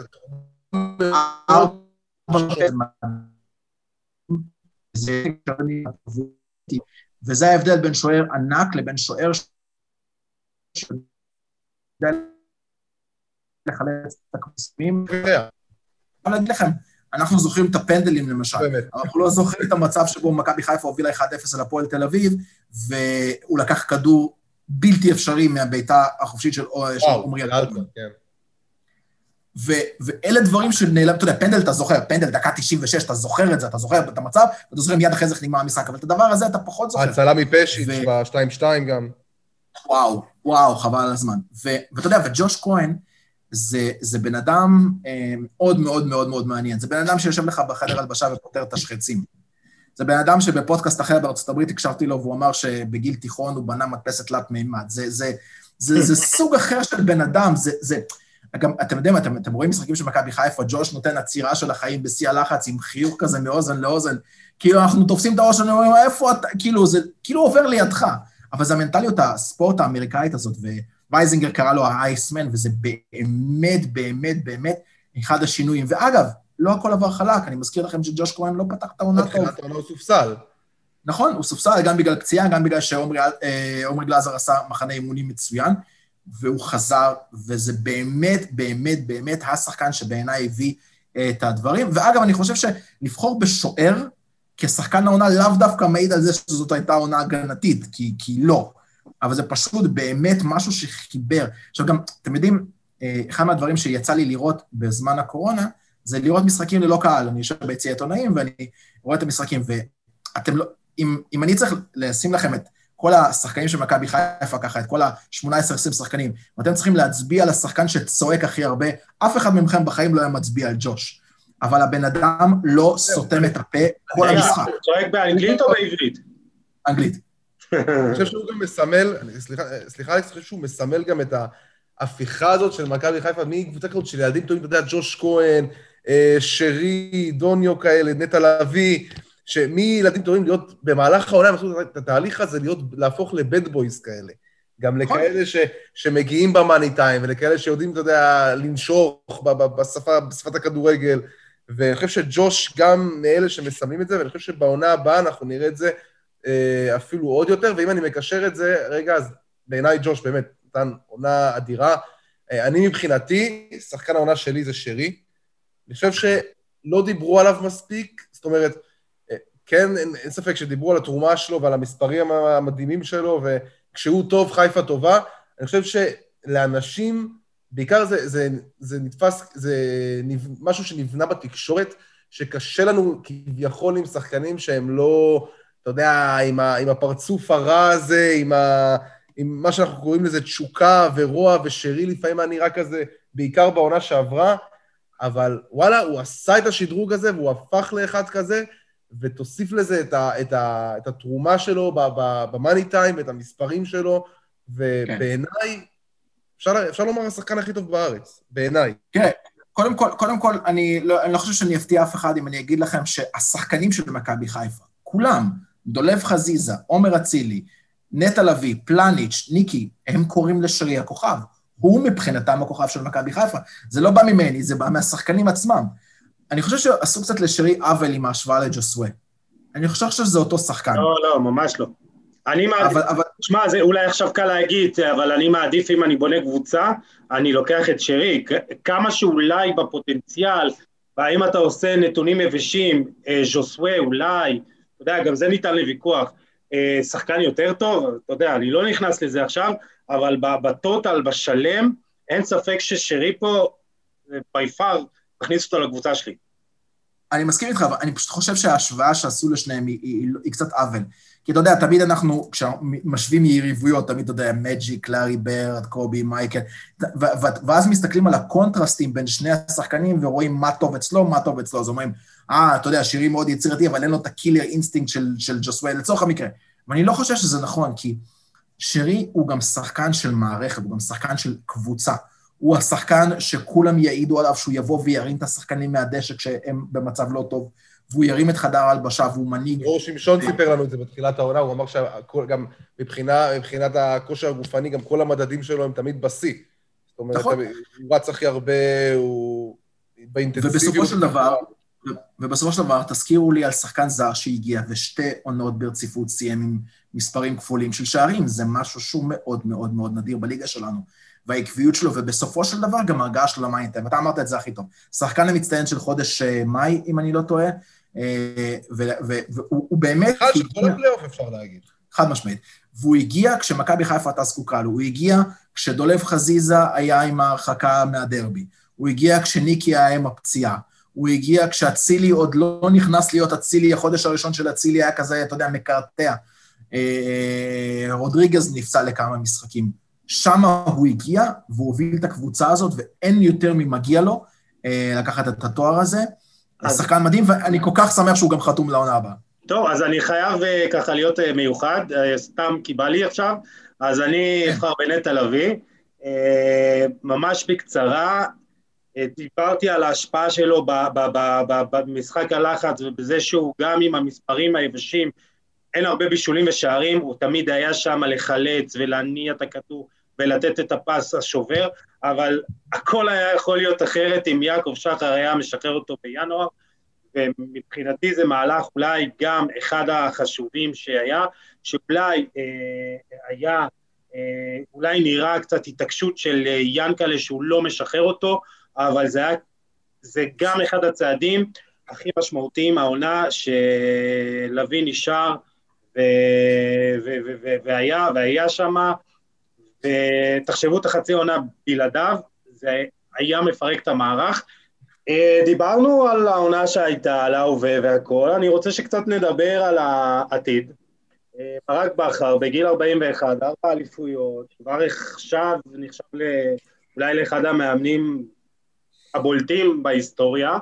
וזה ההבדל בין שוער ענק לבין שוער לחלץ את הכספים. אני אגיד לכם, אנחנו זוכרים את הפנדלים למשל, אנחנו לא זוכרים את המצב שבו מכבי חיפה הובילה 1-0 על הפועל תל אביב, והוא לקח כדור בלתי אפשרי מהביתה החופשית של עומרי אלקלמן. ואלה דברים שנעלם, אתה יודע, פנדל אתה זוכר, פנדל דקה 96, אתה זוכר את זה, אתה זוכר את המצב, ואתה זוכר מיד אחרי זה נגמר המשחק, אבל את הדבר הזה אתה פחות זוכר. הצלה מפשיץ' ב-2-2 גם. וואו, חבל על הזמן. ואתה יודע, וג'וש כהן, זה בן אדם מאוד מאוד מאוד מאוד מעניין. זה בן אדם שיושב לך בחדר הלבשה ופותר את השחצים. זה בן אדם שבפודקאסט אחר בארצות הברית הקשבתי לו, והוא אמר שבגיל תיכון הוא בנה מדפסת תלת מימד. זה סוג אחר של בן אדם, גם, אתם יודעים, אתם רואים משחקים של מכבי חיפה, ג'וש נותן עצירה של החיים בשיא הלחץ, עם חיוך כזה מאוזן לאוזן, כאילו אנחנו תופסים את הראש, אני אומר, איפה אתה, כאילו, זה כאילו עובר לידך, אבל זה המנטליות הספורט האמריקאית הזאת, ווייזינגר קרא לו האייסמן, וזה באמת, באמת, באמת, אחד השינויים, ואגב, לא הכל עבר חלק, אני מזכיר לכם שג'וש כהן לא פתח את העונה טוב. בתחילת העונה הוא סופסל. נכון, הוא סופסל, גם בגלל פציעה, גם בגלל שעומרי גלאזר עשה מחנה אימונים מצוין, והוא חזר, וזה באמת, באמת, באמת השחקן שבעיניי הביא את הדברים, ואגב, אני חושב שלבחור בשוער, כשחקן העונה לאו דווקא מעיד על זה שזאת הייתה עונה הגנתית, כי לא, אבל זה פשוט באמת משהו שחיבר. עכשיו גם, אתם יודעים, אחד מהדברים שיצא לי לראות בזמן הקורונה, זה לראות משחקים ללא קהל, אני יושב ביציע עיתונאים, ואני רואה את המשחקים, ואתם לא, אם אני צריך לשים לכם את כל השחקנים של מכבי חיפה ככה, את כל ה-18-20 שחקנים, ואתם צריכים להצביע על השחקן שצועק הכי הרבה, אף אחד ממכם בחיים לא היה מצביע על ג'וש. אבל הבן אדם לא סותם את הפה כל המשחק. הוא צועק באנגלית או בעברית? אנגלית. אני חושב שהוא גם מסמל, סליחה, אני חושב שהוא מסמל גם את ההפיכה הזאת של מכבי חיפה, מקבוצה כזאת של ילדים טובים, אתה יודע, ג'וש כהן, שרי, דוניו כאלה, נטע לביא, שמילדים טובים להיות, במהלך העונה, הם עשו את התהליך הזה, להפוך לבד בויז כאלה. גם לכאלה שמגיעים במאני טיים, ולכאלה שיודעים, אתה יודע, לנשוך בשפת הכדורגל, ואני חושב שג'וש גם מאלה שמסמלים את זה, ואני חושב שבעונה הבאה אנחנו נראה את זה אפילו עוד יותר, ואם אני מקשר את זה, רגע, אז בעיניי ג'וש באמת נתן עונה אדירה. אני מבחינתי, שחקן העונה שלי זה שרי, אני חושב שלא דיברו עליו מספיק, זאת אומרת, כן, אין ספק שדיברו על התרומה שלו ועל המספרים המדהימים שלו, וכשהוא טוב, חיפה טובה, אני חושב שלאנשים, בעיקר זה נתפס, זה משהו שנבנה בתקשורת, שקשה לנו כביכול עם שחקנים שהם לא, אתה יודע, עם הפרצוף הרע הזה, עם מה שאנחנו קוראים לזה תשוקה ורוע ושרי לפעמים הנראה כזה, בעיקר בעונה שעברה, אבל וואלה, הוא עשה את השדרוג הזה, והוא הפך לאחד כזה, ותוסיף לזה את התרומה שלו במאני טיים, את המספרים שלו, ובעיניי, אפשר לומר השחקן הכי טוב בארץ, בעיניי. כן, קודם כל, אני לא חושב שאני אפתיע אף אחד אם אני אגיד לכם שהשחקנים של מכבי חיפה, כולם, דולב חזיזה, עומר אצילי, נטע לביא, פלניץ', ניקי, הם קוראים לשרי הכוכב. הוא מבחינתם הכוכב של מכבי חיפה. זה לא בא ממני, זה בא מהשחקנים עצמם. אני חושב שעשו קצת לשרי עוול עם ההשוואה לג'וסווה. אני חושב שזה אותו שחקן. לא, ממש לא. אני מעדיף, תשמע, זה אולי עכשיו קל להגיד, אבל אני מעדיף אם אני בונה קבוצה, אני לוקח את שרי, כמה שאולי בפוטנציאל, והאם אתה עושה נתונים יבשים, ז'וסווה אולי, אתה יודע, גם זה ניתן לוויכוח, שחקן יותר טוב, אתה יודע, אני לא נכנס לזה עכשיו, אבל בטוטל, בשלם, אין ספק ששרי פה, ביפר, תכניס אותו לקבוצה שלי. אני מסכים איתך, אבל אני פשוט חושב שההשוואה שעשו לשניהם היא קצת עוול. כי אתה יודע, תמיד אנחנו, כשמשווים יריבויות, תמיד אתה יודע, מג'יק, לארי ברד, קובי, מייקל, ואז מסתכלים על הקונטרסטים בין שני השחקנים, ורואים מה טוב אצלו, מה טוב אצלו. אז אומרים, אתה יודע, שירי מאוד יצירתי, אבל אין לו את הקילר אינסטינקט של ג'וסווה, לצורך המקרה. ואני לא חושב שזה נכון, כי שירי הוא גם שחקן של מערכת, הוא גם שחקן של קבוצה. הוא השחקן שכולם יעידו עליו שהוא יבוא וירים את השחקנים מהדשא כשהם במצב לא טוב, והוא ירים את חדר ההלבשה והוא מנהיג. דרור שמשון סיפר לנו את זה בתחילת העונה, הוא אמר שגם מבחינת הכושר הגופני, גם כל המדדים שלו הם תמיד בשיא. זאת אומרת, הוא רץ הכי הרבה, הוא באינטנסיביות. ובסופו של דבר, תזכירו לי על שחקן זר שהגיע, ושתי עונות ברציפות סיים עם מספרים כפולים של שערים, זה משהו שהוא מאוד מאוד מאוד נדיר בליגה שלנו. והעקביות שלו, ובסופו של דבר גם הרגעה שלו למה ניתן, ואתה אמרת את זה הכי טוב. שחקן המצטיין של חודש מאי, אם אני לא טועה, והוא באמת... אחד שכל הפלייאוף אפשר להגיד. חד משמעית. והוא הגיע כשמכבי חיפה הייתה זקוקה לו, הוא הגיע כשדולב חזיזה היה עם ההרחקה מהדרבי, הוא הגיע כשניקי היה עם הפציעה, הוא הגיע כשהצילי עוד לא נכנס להיות הצילי, החודש הראשון של הצילי היה כזה, אתה יודע, מקרטע. רודריגז נפצע לכמה משחקים. שם הוא הגיע, והוא הוביל את הקבוצה הזאת, ואין יותר ממגיע לו לקחת את התואר הזה. השחקן מדהים, ואני כל כך שמח שהוא גם חתום לעונה הבאה. טוב, אז אני חייב ככה להיות מיוחד, סתם כי בא לי עכשיו, אז אני אבחר בנטע לביא, ממש בקצרה, דיברתי על ההשפעה שלו במשחק הלחץ, ובזה שהוא גם עם המספרים היבשים, אין הרבה בישולים ושערים, הוא תמיד היה שם לחלץ ולהניע את הכדור ולתת את הפס השובר, אבל הכל היה יכול להיות אחרת אם יעקב שחר היה משחרר אותו בינואר, ומבחינתי זה מהלך אולי גם אחד החשובים שהיה, שאולי היה, אולי נראה קצת התעקשות של ינקלה שהוא לא משחרר אותו, אבל זה גם אחד הצעדים הכי משמעותיים העונה שלוי נשאר, והיה שם, ותחשבו את החצי עונה בלעדיו, זה היה מפרק את המערך. דיברנו על העונה שהייתה, על ההווה והכל, אני רוצה שקצת נדבר על העתיד. ברק בכר, בגיל 41, 4 אליפויות, כבר עכשיו נחשב אולי לאחד המאמנים הבולטים בהיסטוריה.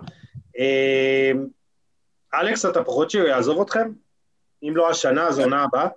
אלכס, אתה פחות שהוא יעזוב אתכם? אם לא השנה, אז עונה הבאה?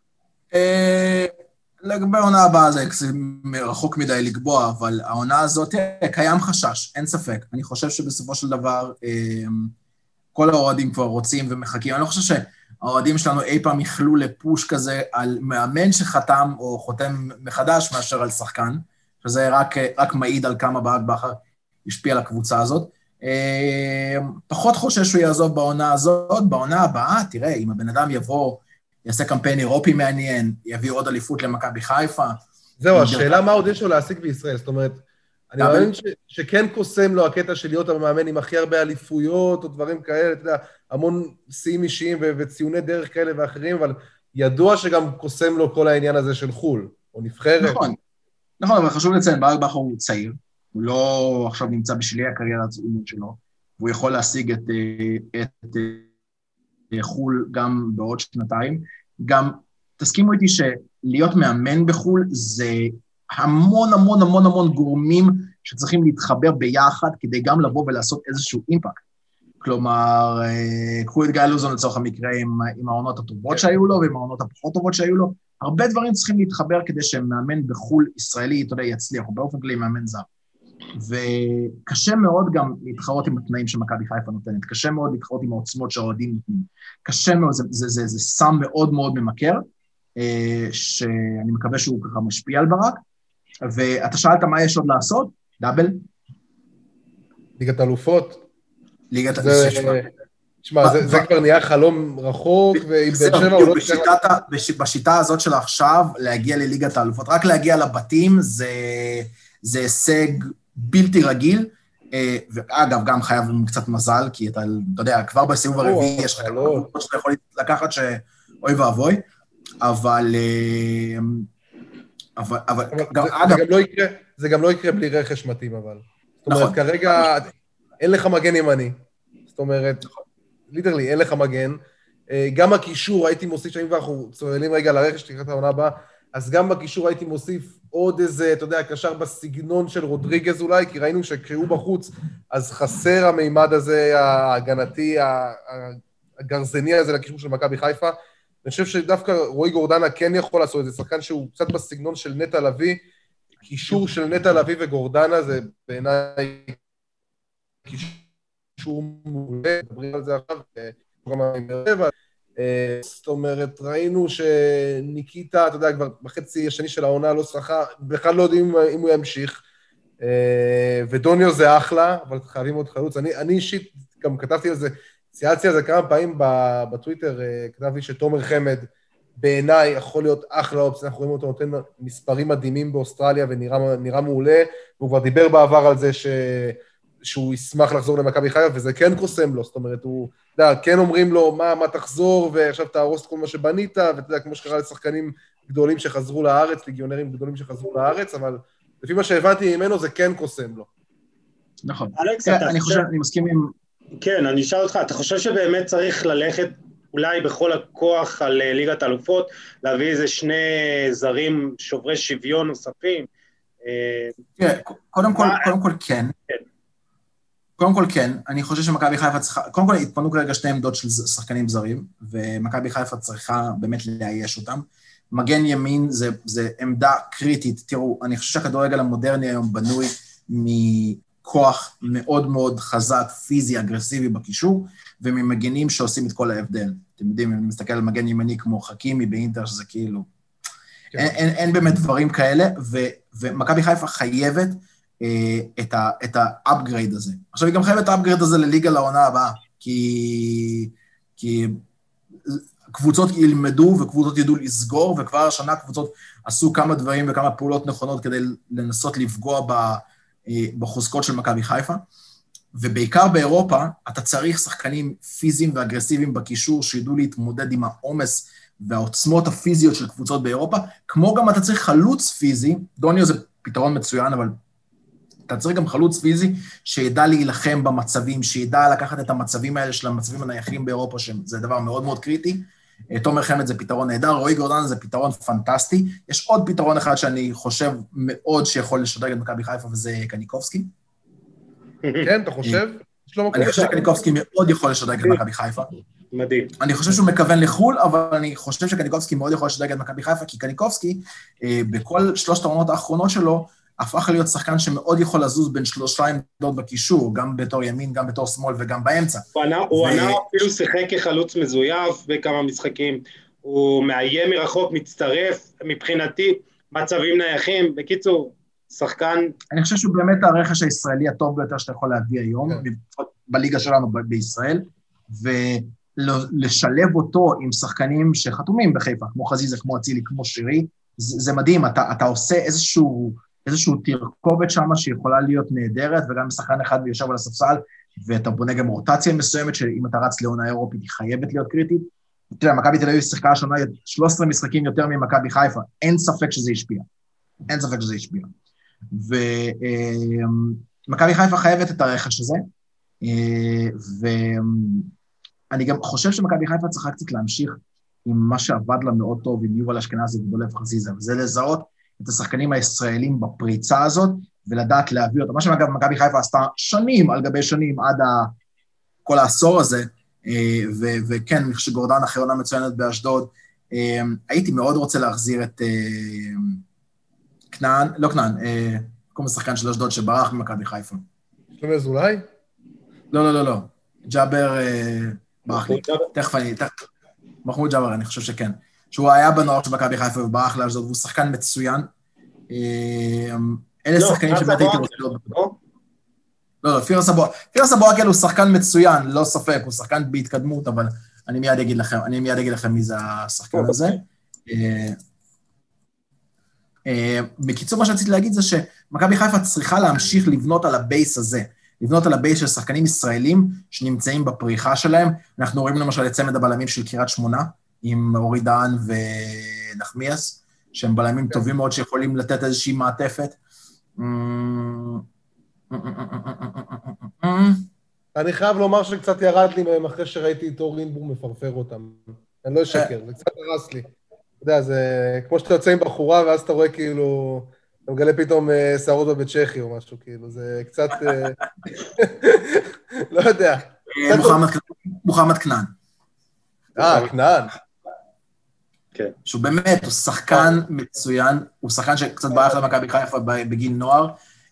לגבי העונה הבאה זה רחוק מדי לקבוע, אבל העונה הזאת קיים חשש, אין ספק. אני חושב שבסופו של דבר כל האוהדים כבר רוצים ומחכים. אני לא חושב שהאוהדים שלנו אי פעם יכלו לפוש כזה על מאמן שחתם או חותם מחדש מאשר על שחקן, שזה רק מעיד על כמה ברק בכר השפיע על הקבוצה הזאת. פחות חושש שהוא יעזוב בעונה הזאת, בעונה הבאה, תראה, אם הבן אדם יבוא, יעשה קמפיין אירופי מעניין, יביא עוד אליפות למכבי חיפה. זהו, השאלה מה עוד יש לו להשיג בישראל, זאת אומרת, אני מאמין שכן קוסם לו הקטע של להיות המאמן עם הכי הרבה אליפויות או דברים כאלה, אתה יודע, המון שיאים אישיים וציוני דרך כאלה ואחרים, אבל ידוע שגם קוסם לו כל העניין הזה של חול, או נבחרת. נכון, אבל חשוב לציין, ברק בכר הוא צעיר, הוא לא עכשיו נמצא בשלי הקריירה הצעירות שלו, והוא יכול להשיג את חול גם בעוד שנתיים. גם תסכימו איתי שלהיות מאמן בחול זה המון המון המון המון גורמים שצריכים להתחבר ביחד כדי גם לבוא ולעשות איזשהו אימפקט. כלומר, קחו את גיא לוזון לצורך המקרה עם העונות הטובות שהיו לו ועם העונות הפחות טובות שהיו לו. הרבה דברים צריכים להתחבר כדי שמאמן בחול ישראלי, אתה יודע, יצליח, או באופן כללי מאמן זר. וקשה מאוד גם להתחרות עם התנאים שמכבי חיפה נותנת, קשה מאוד להתחרות עם העוצמות שהאוהדים נותנים, קשה מאוד, זה סם מאוד מאוד ממכר, שאני מקווה שהוא ככה משפיע על ברק, ואתה שאלת מה יש עוד לעשות? דאבל? ליגת אלופות. ליגת תשמע, זה כבר נהיה חלום רחוק, ועם באר שבע הוא לא צריך... בשיטה הזאת של עכשיו, להגיע לליגת האלופות, רק להגיע לבתים, זה הישג בלתי רגיל, ואגב, גם חייב קצת מזל, כי אתה יודע, כבר בסיבוב הרביעי יש לך כמה שאתה יכול לקחת שאוי ואבוי, אבל זה גם לא יקרה בלי רכש מתאים, אבל. זאת אומרת, כרגע אין לך מגן ימני. זאת אומרת, ליטרלי, אין לך מגן. גם הקישור, הייתי מוסיף, שאם אנחנו צוללים רגע לרכש, לקראת העונה הבאה, אז גם בקישור הייתי מוסיף עוד איזה, אתה יודע, קשר בסגנון של רודריגז אולי, כי ראינו שקראו בחוץ, אז חסר המימד הזה, ההגנתי, הגרזני הזה לקישור של מכבי חיפה. אני חושב שדווקא רועי גורדנה כן יכול לעשות את זה, שחקן שהוא קצת בסגנון של נטע לביא, קישור של נטע לביא וגורדנה, זה בעיניי קישור מעולה, מדברים על זה עכשיו, גם המרבע, זאת אומרת, ראינו שניקיטה, אתה יודע, כבר בחצי השני של העונה לא שחה, בכלל לא יודעים אם הוא ימשיך, ודוניו זה אחלה, אבל חייבים עוד חלוץ. אני אישית גם כתבתי על זה, צייצתי על זה כמה פעמים בטוויטר, כתבתי שתומר חמד בעיניי יכול להיות אחלה אופציה, אנחנו רואים אותו נותן מספרים מדהימים באוסטרליה ונראה מעולה, והוא כבר דיבר בעבר על זה שהוא ישמח לחזור למכבי חיפה, וזה כן קוסם לו, זאת אומרת, הוא, אתה יודע, כן אומרים לו, מה תחזור, ועכשיו תהרוס כל מה שבנית, ואתה יודע, כמו שקרה לשחקנים גדולים שחזרו לארץ, ליגיונרים גדולים שחזרו לארץ, אבל לפי מה שהבנתי ממנו, זה כן קוסם לו. נכון. אלכס, אני מסכים עם... כן, אני אשאל אותך, אתה חושב שבאמת צריך ללכת אולי בכל הכוח על ליגת האלופות, להביא איזה שני זרים שוברי שוויון נוספים? קודם כל כן. קודם כל כן, אני חושב שמכבי חיפה צריכה, קודם כל התפנו כרגע שתי עמדות של שחקנים זרים, ומכבי חיפה צריכה באמת לאייש אותם. מגן ימין זה עמדה קריטית. תראו, אני חושב שהכדורגל המודרני היום בנוי מכוח מאוד מאוד חזק, פיזי, אגרסיבי בקישור, וממגנים שעושים את כל ההבדל. אתם יודעים, אני מסתכל על מגן ימני כמו חכימי באינטר, שזה כאילו... אין באמת דברים כאלה, ומכבי חיפה חייבת את האפגרייד הזה. עכשיו היא גם חייבת את האפגרייד הזה לליגה לעונה הבאה, כי קבוצות ילמדו וקבוצות ידעו לסגור, וכבר השנה קבוצות עשו כמה דברים וכמה פעולות נכונות כדי לנסות לפגוע בחוזקות של מכבי חיפה, ובעיקר באירופה אתה צריך שחקנים פיזיים ואגרסיביים בקישור שידעו להתמודד עם העומס והעוצמות הפיזיות של קבוצות באירופה, כמו גם אתה צריך חלוץ פיזי, דוניו זה פתרון מצוין, אבל אתה צריך גם חלוץ פיזי שידע להילחם במצבים, שידע לקחת את המצבים האלה של המצבים הנייחים באירופה, שזה דבר מאוד מאוד קריטי. תומר חמד זה פתרון נהדר, רועי גורדנה זה פתרון פנטסטי. יש עוד פתרון אחד שאני חושב מאוד שיכול לשדרג את מכבי חיפה, וזה קניקובסקי. כן, אתה חושב? אני חושב שקניקובסקי מאוד יכול לשדרג את מכבי חיפה. מדהים. אני חושב שהוא מכוון לחול, אבל אני חושב שקניקובסקי מאוד יכול לשדרג את מכבי חיפה, כי קניקובסקי, בכל שלושת העונות האחרונות שלו, הפך להיות שחקן שמאוד יכול לזוז בין שלושה עמדות בקישור, גם בתור ימין, גם בתור שמאל וגם באמצע. הוא ענה אפילו שיחק כחלוץ מזויף בכמה משחקים, הוא מאיים מרחוק, מצטרף, מבחינתי, מצבים נייחים, בקיצור, שחקן... אני חושב שהוא באמת הרכש הישראלי הטוב ביותר שאתה יכול להביא היום, בליגה שלנו בישראל, ולשלב אותו עם שחקנים שחתומים בחיפה, כמו חזיזה, כמו אצילי, כמו שירי, זה מדהים, אתה עושה איזשהו תרכובת שם שיכולה להיות נהדרת, וגם שחקן אחד יושב על הספסל, ואתה בונה גם רוטציה מסוימת, שאם אתה רץ לעונה אירופית, היא חייבת להיות קריטית. אתה יודע, מכבי תל אביב שיחקה השנה 13 משחקים יותר ממכבי חיפה, אין ספק שזה השפיע. אין ספק שזה השפיע. ומכבי חיפה חייבת את הרכש הזה, ואני גם חושב שמכבי חיפה צריכה קצת להמשיך עם מה שעבד לה מאוד טוב, עם יובל אשכנזי ודולב חזיזה, וזה לזהות את השחקנים הישראלים בפריצה הזאת, ולדעת להביא אותם. מה שאגב, מכבי חיפה עשתה שנים על גבי שנים עד כל העשור הזה, וכן, כשגורדן אחרי עונה מצוינת באשדוד, הייתי מאוד רוצה להחזיר את כנען, לא כנען, כל משחקן של אשדוד שברח ממכבי חיפה. שלומי אזולאי? לא. ג'אבר ברח לי. תכף מחמוד ג'אבר, אני חושב שכן. שהוא היה בנוער של מכבי חיפה וברח לאשדוד, והוא שחקן מצוין. אלה שחקנים שבאמת הייתי רוצה לראות. לא, פירס אבו-עקל הוא שחקן מצוין, לא ספק, הוא שחקן בהתקדמות, אבל אני מיד אגיד לכם מי זה השחקן הזה. בקיצור, מה שרציתי להגיד זה שמכבי חיפה צריכה להמשיך לבנות על הבייס הזה, לבנות על הבייס של שחקנים ישראלים שנמצאים בפריחה שלהם. אנחנו רואים למשל את צמד הבלמים של קריית שמונה, עם אורי דהן ונחמיאס, שהם בלמים טובים מאוד שיכולים לתת איזושהי מעטפת. אני חייב לומר שקצת ירד לי מהם אחרי שראיתי את אור גרינבוים מפרפר אותם. אני לא אשקר, זה קצת הרס לי. אתה יודע, זה כמו שאתה יוצא עם בחורה, ואז אתה רואה כאילו, אתה מגלה פתאום שערות בבית צ'כי או משהו, כאילו, זה קצת, לא יודע. מוחמד כנען. כנען. כן. שהוא באמת, הוא שחקן מצוין, הוא שחקן שקצת ברח למכבי חיפה בגיל נוער,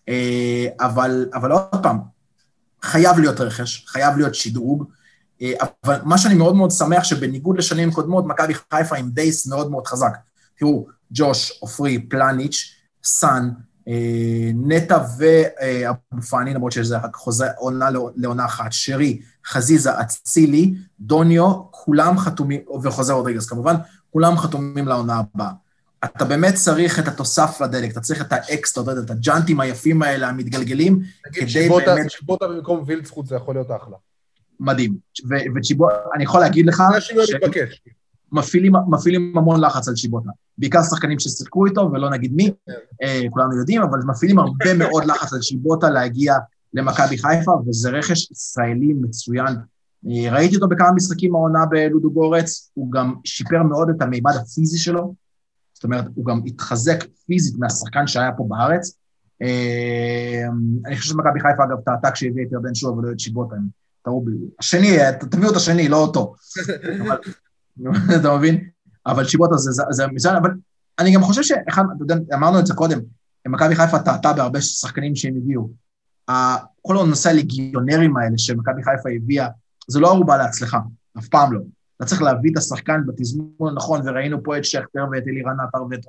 אבל עוד פעם, חייב להיות רכש, חייב להיות שדרוג, אבל מה שאני מאוד מאוד שמח שבניגוד לשנים קודמות, מכבי חיפה עם בייס מאוד מאוד חזק. תראו, ג'וש, אופרי, פלניץ', סן, נטע ואבו פאני, למרות שזה חוזה עונה לעונה אחת, שרי, חזיזה, אצילי, דוניו, כולם חתומים, וחוזה רודריגז כמובן, כולם חתומים לעונה הבאה. אתה באמת צריך את התוסף לדלק, אתה צריך את האקסטרה, את הג'אנטים היפים האלה, המתגלגלים, כדי באמת... שיבוטה במקום וילצחוט זה יכול להיות אחלה. מדהים. ושיבוטה, אני יכול להגיד לך... זה השינוי מתבקש. מפעילים המון לחץ על שיבוטה. בעיקר שחקנים ששיחקו איתו, ולא נגיד מי, כולנו יודעים, אבל מפעילים הרבה מאוד לחץ על שיבוטה להגיע למכבי חיפה, וזה רכש ישראלי מצוין. ראיתי אותו בכמה משחקים העונה בלודו גורץ, הוא גם שיפר מאוד את המימד הפיזי שלו, זאת אומרת, הוא גם התחזק פיזית מהשחקן שהיה פה בארץ. אני חושב שמכבי חיפה, אגב, טעתה כשהביא את ירדן שועה ולא את שיבוטה. השני, תביאו את השני, לא אותו. אתה מבין? אבל שיבוטה זה מצוין, אבל אני גם חושב שאחד, אמרנו את זה קודם, מכבי חיפה טעתה בהרבה שחקנים שהם הביאו. כל הנושא הליגיונרים האלה שמכבי חיפה הביאה, זה לא ערובה להצלחה, אף פעם לא. אתה צריך להביא את השחקן בתזמון הנכון, וראינו פה את שכטר ואת אלירן עטר ואת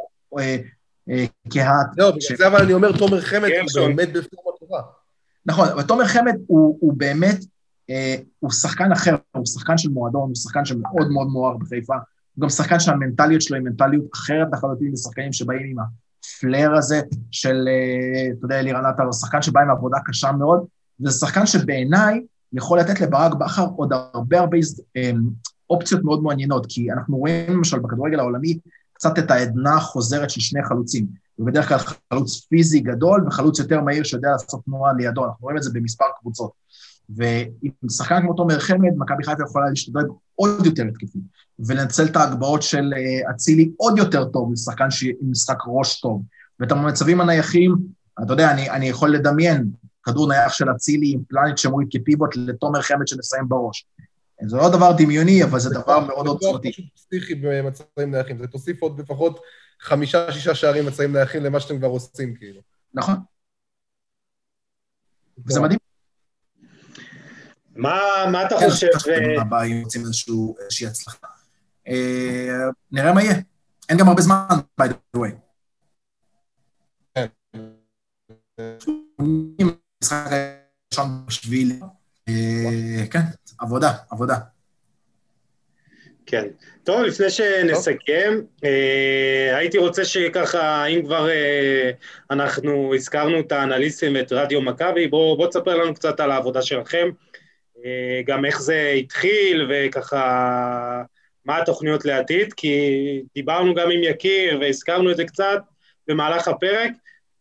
קהת. לא, בגלל זה אבל אני אומר, תומר חמד הוא באמת בפורמה טובה. נכון, אבל תומר חמד הוא באמת, הוא שחקן אחר, הוא שחקן של מועדון, הוא שחקן שמאוד מאוד מואר בחיפה, הוא גם שחקן שהמנטליות שלו היא מנטליות אחרת לחלוטין לשחקנים שבאים עם הפלר הזה של, אתה יודע, אלירן עטר, הוא שחקן שבא עם עבודה קשה מאוד, וזה שחקן שבעיניי יכול לתת לברק בכר עוד הרבה אופציות מאוד מעניינות, כי אנחנו רואים למשל בכדורגל העולמי קצת את העדנה החוזרת של שני חלוצים, ובדרך כלל חלוץ פיזי גדול וחלוץ יותר מהיר שיודע לעשות תנועה לידו, אנחנו רואים את זה במספר קבוצות, ועם שחקן כמו תומר חמד, מכבי חיפה יכולה להשתדרג עוד יותר התקפי, ולנצל את ההגבהות של אצילי עוד יותר טוב, לשחקן עם משחק ראש טוב, ואת המצבים הנייחים, אתה יודע, אני יכול לדמיין, כדור נייח של אצילי עם פלניץ' שמוריד כפיבוט לתומר חמד שמסיים בראש. זה לא דבר דמיוני, אבל זה דבר מאוד עוצמתי. זה פסיכי במצבים נייחים, זה תוסיף עוד לפחות 5-6 שערים מצבים נייחים למה שאתם כבר עושים, כאילו. נכון. זה מדהים. מה אתה חושב? הבא, אם רוצים איזושהי הצלחה. נראה מה יהיה. אין גם הרבה זמן, by the way. משחק ראשון בשביל, כן, עבודה. כן. טוב, לפני שנסכם, הייתי רוצה שככה, אם כבר אנחנו הזכרנו את האנליסטים ואת רדיו מכבי, בוא תספר לנו קצת על העבודה שלכם, גם איך זה התחיל וככה, מה התוכניות לעתיד, כי דיברנו גם עם יקיר והזכרנו את זה קצת במהלך הפרק,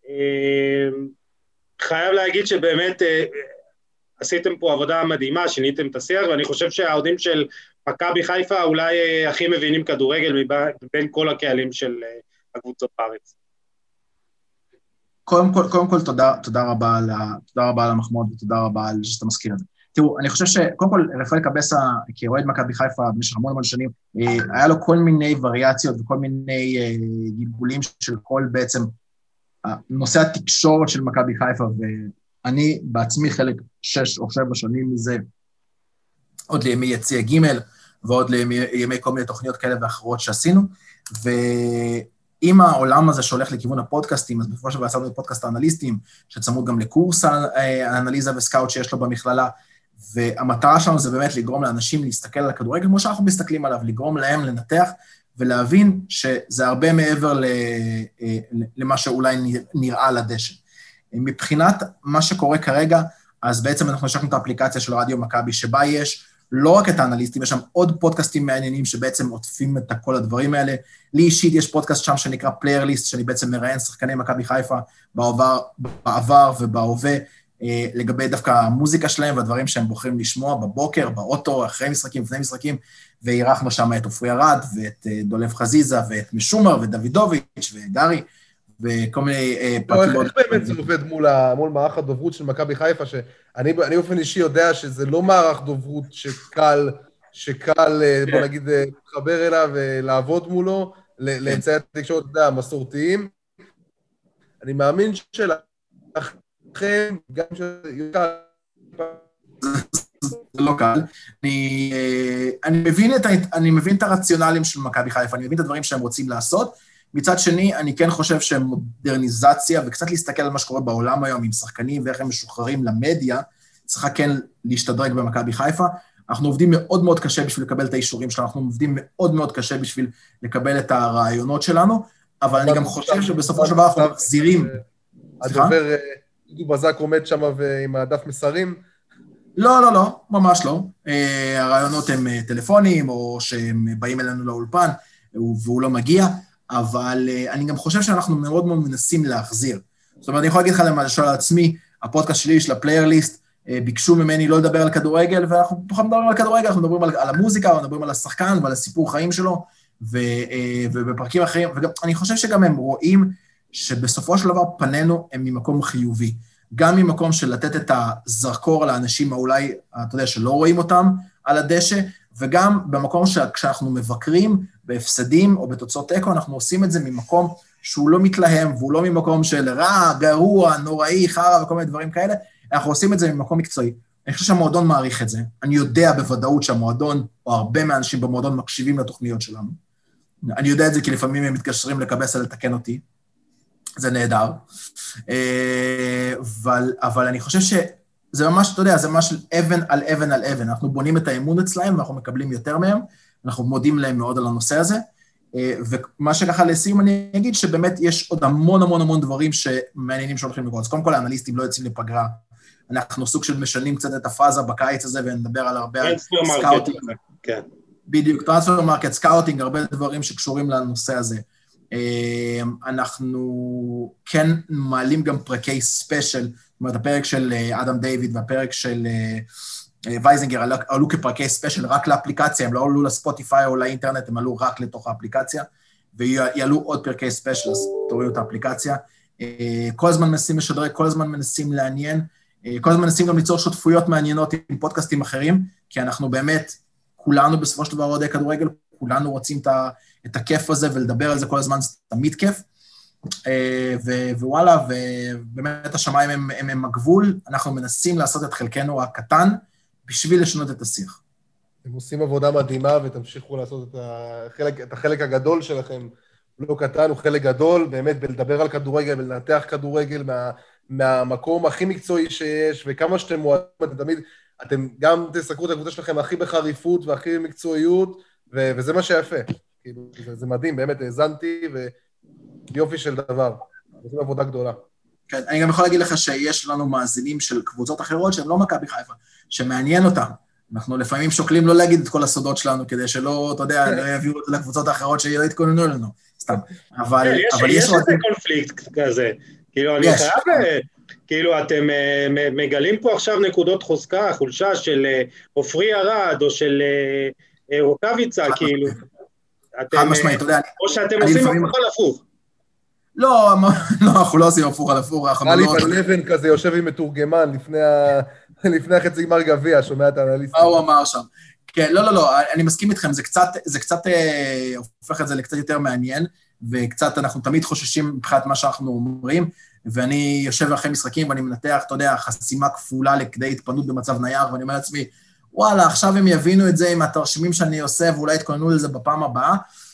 חייב להגיד שבאמת עשיתם פה עבודה מדהימה, שיניתם את השיח, ואני חושב שהאוהדים של מכבי חיפה אולי הכי מבינים כדורגל בין כל הקהלים של הקבוצות בארץ. קודם כל תודה רבה על המחמוד, ותודה רבה על שאתה מזכיר את זה. תראו, אני חושב שקודם כל רפאל קבסה, כאוהד מכבי חיפה במשך המון שנים, היה לו כל מיני וריאציות וכל מיני גלגולים של כל בעצם נושא התקשורת של מכבי חיפה, ואני בעצמי חלק 6 או 7 שנים מזה, עוד לימי יציע ג', ועוד לימי כל מיני תוכניות כאלה ואחרות שעשינו, ועם העולם הזה שהולך לכיוון הפודקאסטים, אז בפרש שבא יצרנו את פודקאסט האנליסטים, שצמוד גם לקורס האנליזה וסקאוט שיש לו במכללה, והמטרה שלנו זה באמת לגרום לאנשים להסתכל על הכדורגל, כמו שאנחנו מסתכלים עליו, לגרום להם לנתח, ולהבין שזה הרבה מעבר למה שאולי נראה לדשא. מבחינת מה שקורה כרגע, אז בעצם אנחנו השקנו את האפליקציה של רדיו מכבי, שבה יש לא רק את האנליסטים, יש שם עוד פודקאסטים מעניינים שבעצם עוטפים את כל הדברים האלה. לי אישית יש פודקאסט שם שנקרא פליירליסט, שאני בעצם מראיין שחקני מכבי חיפה בעבר ובהווה, לגבי דווקא המוזיקה שלהם והדברים שהם בוחרים לשמוע בבוקר, באוטו, אחרי משחקים, לפני משחקים, ועירכנו שם את עופרי ארד, ואת דולב חזיזה, ואת משומר, ודוידוביץ' וגרי, וכל מיני פרקים. איך באמת זה עובד מול מערך הדוברות של מכבי חיפה, שאני באופן אישי יודע שזה לא מערך דוברות שקל, בוא נגיד, להתחבר אליו ולעבוד מולו, לאמצעי התקשורת המסורתיים. אני מאמין שלכם, גם שקל... זה לא קל. אני מבין את הרציונלים של מכבי חיפה, אני מבין את הדברים שהם רוצים לעשות, מצד שני, אני כן חושב שמודרניזציה, וקצת להסתכל על מה שקורה בעולם היום עם שחקנים ואיך הם משוחררים למדיה, צריכה כן להשתדרג במכבי חיפה. אנחנו עובדים מאוד מאוד קשה בשביל לקבל את האישורים שלנו, אנחנו עובדים מאוד מאוד קשה בשביל לקבל את הרעיונות שלנו, אבל אני גם חושב שבסופו של דבר אנחנו מחזירים... הדובר דודו בזק עומד שם עם הדף מסרים? לא, ממש לא. הרעיונות הם טלפונים, או שהם באים אלינו לאולפן, והוא לא מגיע, אבל אני גם חושב שאנחנו מאוד מאוד מנסים להחזיר. זאת אומרת, אני יכול להגיד לך למשל על עצמי, הפודקאסט שלי של הפליירליסט, ביקשו ממני לא לדבר על כדורגל, ואנחנו פחות מדברים על כדורגל, אנחנו מדברים על המוזיקה, אנחנו מדברים על השחקן ועל הסיפור חיים שלו, ובפרקים אחרים, ואני חושב שגם הם רואים שבסופו של דבר פנינו הם ממקום חיובי, גם ממקום של לתת את הזרקור לאנשים אולי, אתה יודע, שלא רואים אותם על הדשא, וגם במקום שכשאנחנו מבקרים בהפסדים או בתוצאות אקו, אנחנו עושים את זה ממקום שהוא לא מתלהם, והוא לא ממקום של רע, גרוע, נוראי, חרא וכל מיני דברים כאלה, אנחנו עושים את זה ממקום מקצועי. אני חושב שהמועדון מעריך את זה, אני יודע בוודאות שהמועדון, או הרבה מהאנשים במועדון מקשיבים לתוכניות שלנו, אני יודע את זה כי לפעמים הם מתקשרים לקבס לתקן אותי, זה נהדר, אבל אני חושב שזה ממש, אתה יודע, זה ממש אבן על אבן על אבן, אנחנו בונים את האמון אצלהם, ואנחנו מקבלים יותר מהם, אנחנו מודים להם מאוד על הנושא הזה, ומה שככה לסיום אני אגיד שבאמת יש עוד המון המון המון דברים שמעניינים שהולכים לקרות, אז קודם כל האנליסטים לא יוצאים לפגרה, אנחנו סוג של משנים קצת את הפאזה בקיץ הזה, ונדבר על הרבה סקאוטינג, בדיוק, טרנספר מרקט, סקאוטינג, הרבה דברים שקשורים לנושא הזה, אנחנו כן מעלים גם פרקי ספיישל, זאת אומרת, הפרק של אדם דיוויד והפרק של וייזינגר עלו כפרקי ספיישל רק לאפליקציה, הם לא עלו לספוטיפיי או לאינטרנט, הם עלו רק לתוך האפליקציה, ויעלו עוד פרקי ספיישל, אז תורידו את האפליקציה. כל הזמן מנסים לשדרג, כל הזמן מנסים לעניין, כל הזמן מנסים גם ליצור שותפויות מעניינות עם פודקאסטים אחרים, כי אנחנו באמת, כולנו בסופו של דבר אוהדי כדורגל, כולנו רוצים את הכיף הזה ולדבר על זה כל הזמן, זה תמיד כיף. ווואלה, ובאמת השמיים הם הגבול, אנחנו מנסים לעשות את חלקנו הקטן, בשביל לשנות את השיח. אתם עושים עבודה מדהימה, ותמשיכו לעשות את החלק הגדול שלכם, לא קטן, הוא חלק גדול, באמת בלדבר על כדורגל, ולנתח כדורגל מהמקום הכי מקצועי שיש, וכמה שאתם מועדים, תמיד, אתם גם תסקרו את הקבוצה שלכם הכי בחריפות, והכי מקצועיות, וזה מה שיפה. זה מדהים, באמת, האזנתי, ויופי של דבר. זו עבודה גדולה. כן, אני גם יכול להגיד לך שיש לנו מאזינים של קבוצות אחרות, שהן לא מכבי חיפה, שמעניין אותם. אנחנו לפעמים שוקלים לא להגיד את כל הסודות שלנו, כדי שלא, אתה יודע, לא יביאו את לקבוצות האחרות שלא יתכוננו לנו, סתם. אבל יש איזה קונפליקט כזה. כאילו, אני חייב, כאילו, אתם מגלים פה עכשיו נקודות חולשה של עופרי ארד, או של רוקאביצה, כאילו. חד משמעית, אתה יודע. או שאתם עושים הפוך על הפוך. לא, אנחנו לא עושים הפוך על הפוך. אלי בן כזה יושב עם מתורגמן לפני החצי גמר גביע, שומע את האנליסטים. מה הוא אמר שם? כן, לא, אני מסכים איתכם, זה קצת הופך את זה לקצת יותר מעניין, וקצת אנחנו תמיד חוששים מבחינת מה שאנחנו אומרים, ואני יושב אחרי משחקים ואני מנתח, אתה יודע, חסימה כפולה לכדי התפנות במצב נייר, ואני אומר לעצמי, וואלה, עכשיו הם יבינו את זה עם התרשימים שאני עושה, ואולי יתכוננו לזה בפעם הבאה,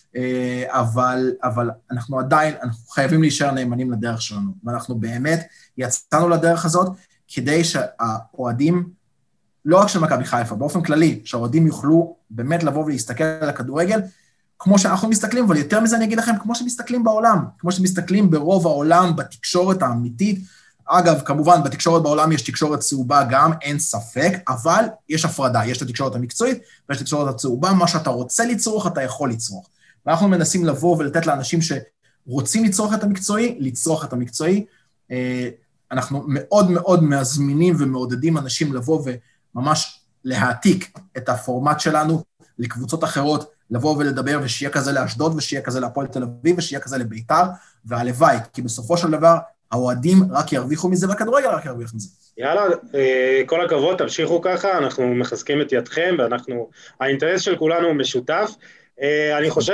אבל אנחנו עדיין, אנחנו חייבים להישאר נאמנים לדרך שלנו, ואנחנו באמת יצאנו לדרך הזאת, כדי שהאוהדים, לא רק של מכבי חיפה, באופן כללי, שהאוהדים יוכלו באמת לבוא ולהסתכל על הכדורגל, כמו שאנחנו מסתכלים, אבל יותר מזה אני אגיד לכם, כמו שמסתכלים בעולם, כמו שמסתכלים ברוב העולם, בתקשורת האמיתית, אגב, כמובן, בתקשורת בעולם יש תקשורת צהובה גם, אין ספק, אבל יש הפרדה, יש את התקשורת המקצועית, ויש את התקשורת הצהובה, מה שאתה רוצה לצרוך, אתה יכול לצרוך. ואנחנו מנסים לבוא ולתת לאנשים שרוצים לצרוך את המקצועי, לצרוך את המקצועי. אנחנו מאוד מאוד מזמינים ומעודדים אנשים לבוא וממש להעתיק את הפורמט שלנו לקבוצות אחרות, לבוא ולדבר, ושיהיה כזה לאשדוד, ושיהיה כזה להפועל תל אביב, ושיהיה כזה לביתר, והלוואי, כי בסופו של דבר, האוהדים רק ירוויחו מזה, והכדורגל רק ירוויח מזה. יאללה, כל הכבוד, תמשיכו ככה, אנחנו מחזקים את ידכם, האינטרס של כולנו הוא משותף. אני חושב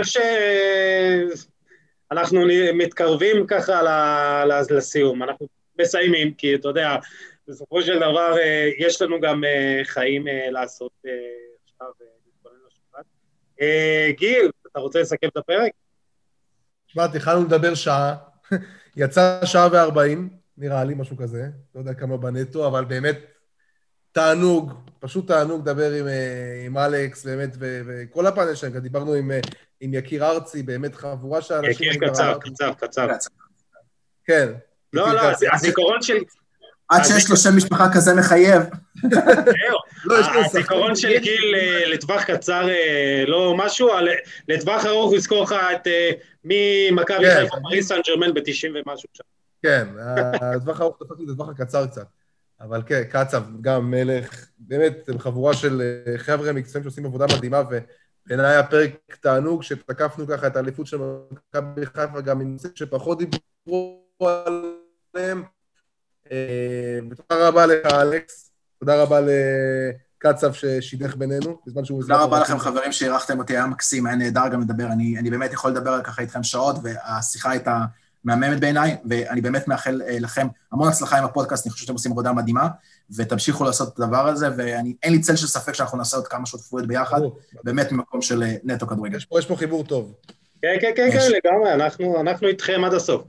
שאנחנו מתקרבים ככה לסיום, אנחנו מסיימים, כי אתה יודע, בסופו של דבר יש לנו גם חיים לעשות עכשיו ולהתכונן לשבת. גיל, אתה רוצה לסכם את הפרק? תשמע, התחלנו לדבר שעה, יצא שעה ו40, נראה לי משהו כזה, לא יודע כמה בנטו, אבל באמת תענוג, פשוט תענוג לדבר עם אלכס, באמת, וכל הפאנל שלהם, דיברנו עם יקיר ארצי, באמת חבורה שהאנשים... יקיר קצר. כן. לא, הזיכרון של... עד שיש לו שם משפחה כזה מחייב. הזיכרון של גיל לטווח קצר, לא משהו, לטווח ארוך לזכור לך את ממכבי חיפה פריז סן ז'רמן ב-90 ומשהו שם. כן, הטווח הארוך תפסתי את הטווח הקצר קצת. אבל כן, קצב, גם מלך, באמת, חבורה של חבר'ה מקצועיים שעושים עבודה מדהימה, ובעיניי היה פרק תענוג שתקפנו ככה את האליפות של מכבי חיפה, גם עם נושאים שפחות דיברו עליהם. ותודה רבה לך, אלכס. תודה רבה לקצב ששידך בינינו. תודה רבה לכם, חברים, שאירחתם אותי, היה מקסים, היה נהדר גם לדבר. אני באמת יכול לדבר ככה איתכם שעות, והשיחה הייתה מהממת בעיניי, ואני באמת מאחל לכם המון הצלחה עם הפודקאסט, אני חושב שאתם עושים עבודה מדהימה, ותמשיכו לעשות את הדבר הזה, ואין לי צל של ספק שאנחנו נעשה עוד כמה שותפויות ביחד, באמת ממקום של נטו כדורגל. יש פה חיבור טוב. כן, לגמרי, אנחנו איתכם עד הסוף.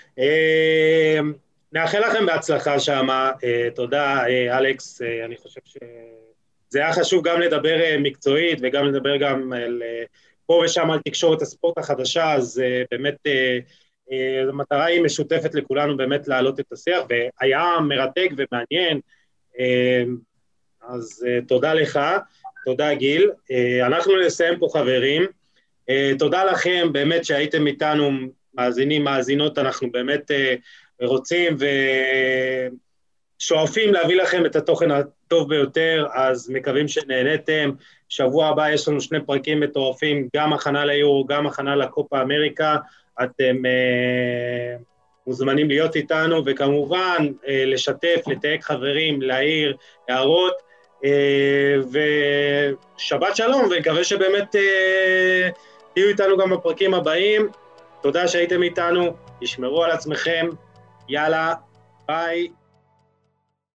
נאחל לכם בהצלחה שם, תודה אלכס, אני חושב שזה היה חשוב גם לדבר מקצועית, וגם לדבר גם פה ושם על תקשורת הספורט החדשה, אז באמת המטרה היא משותפת לכולנו באמת להעלות את השיח, והיה מרתק ומעניין, אז תודה לך, תודה גיל, אנחנו נסיים פה חברים, תודה לכם באמת שהייתם איתנו מאזינים, מאזינות, אנחנו באמת רוצים ושואפים להביא לכם את התוכן הטוב ביותר, אז מקווים שנהנתם, שבוע הבא יש לנו 2 פרקים מטורפים, גם הכנה ליורו, גם הכנה לקופה אמריקה, אתם מוזמנים להיות איתנו, וכמובן לשתף, לתייג חברים, להעיר, הערות, ושבת שלום, ונקווה שבאמת תהיו איתנו גם בפרקים הבאים, תודה שהייתם איתנו, תשמרו על עצמכם, יאללה, ביי.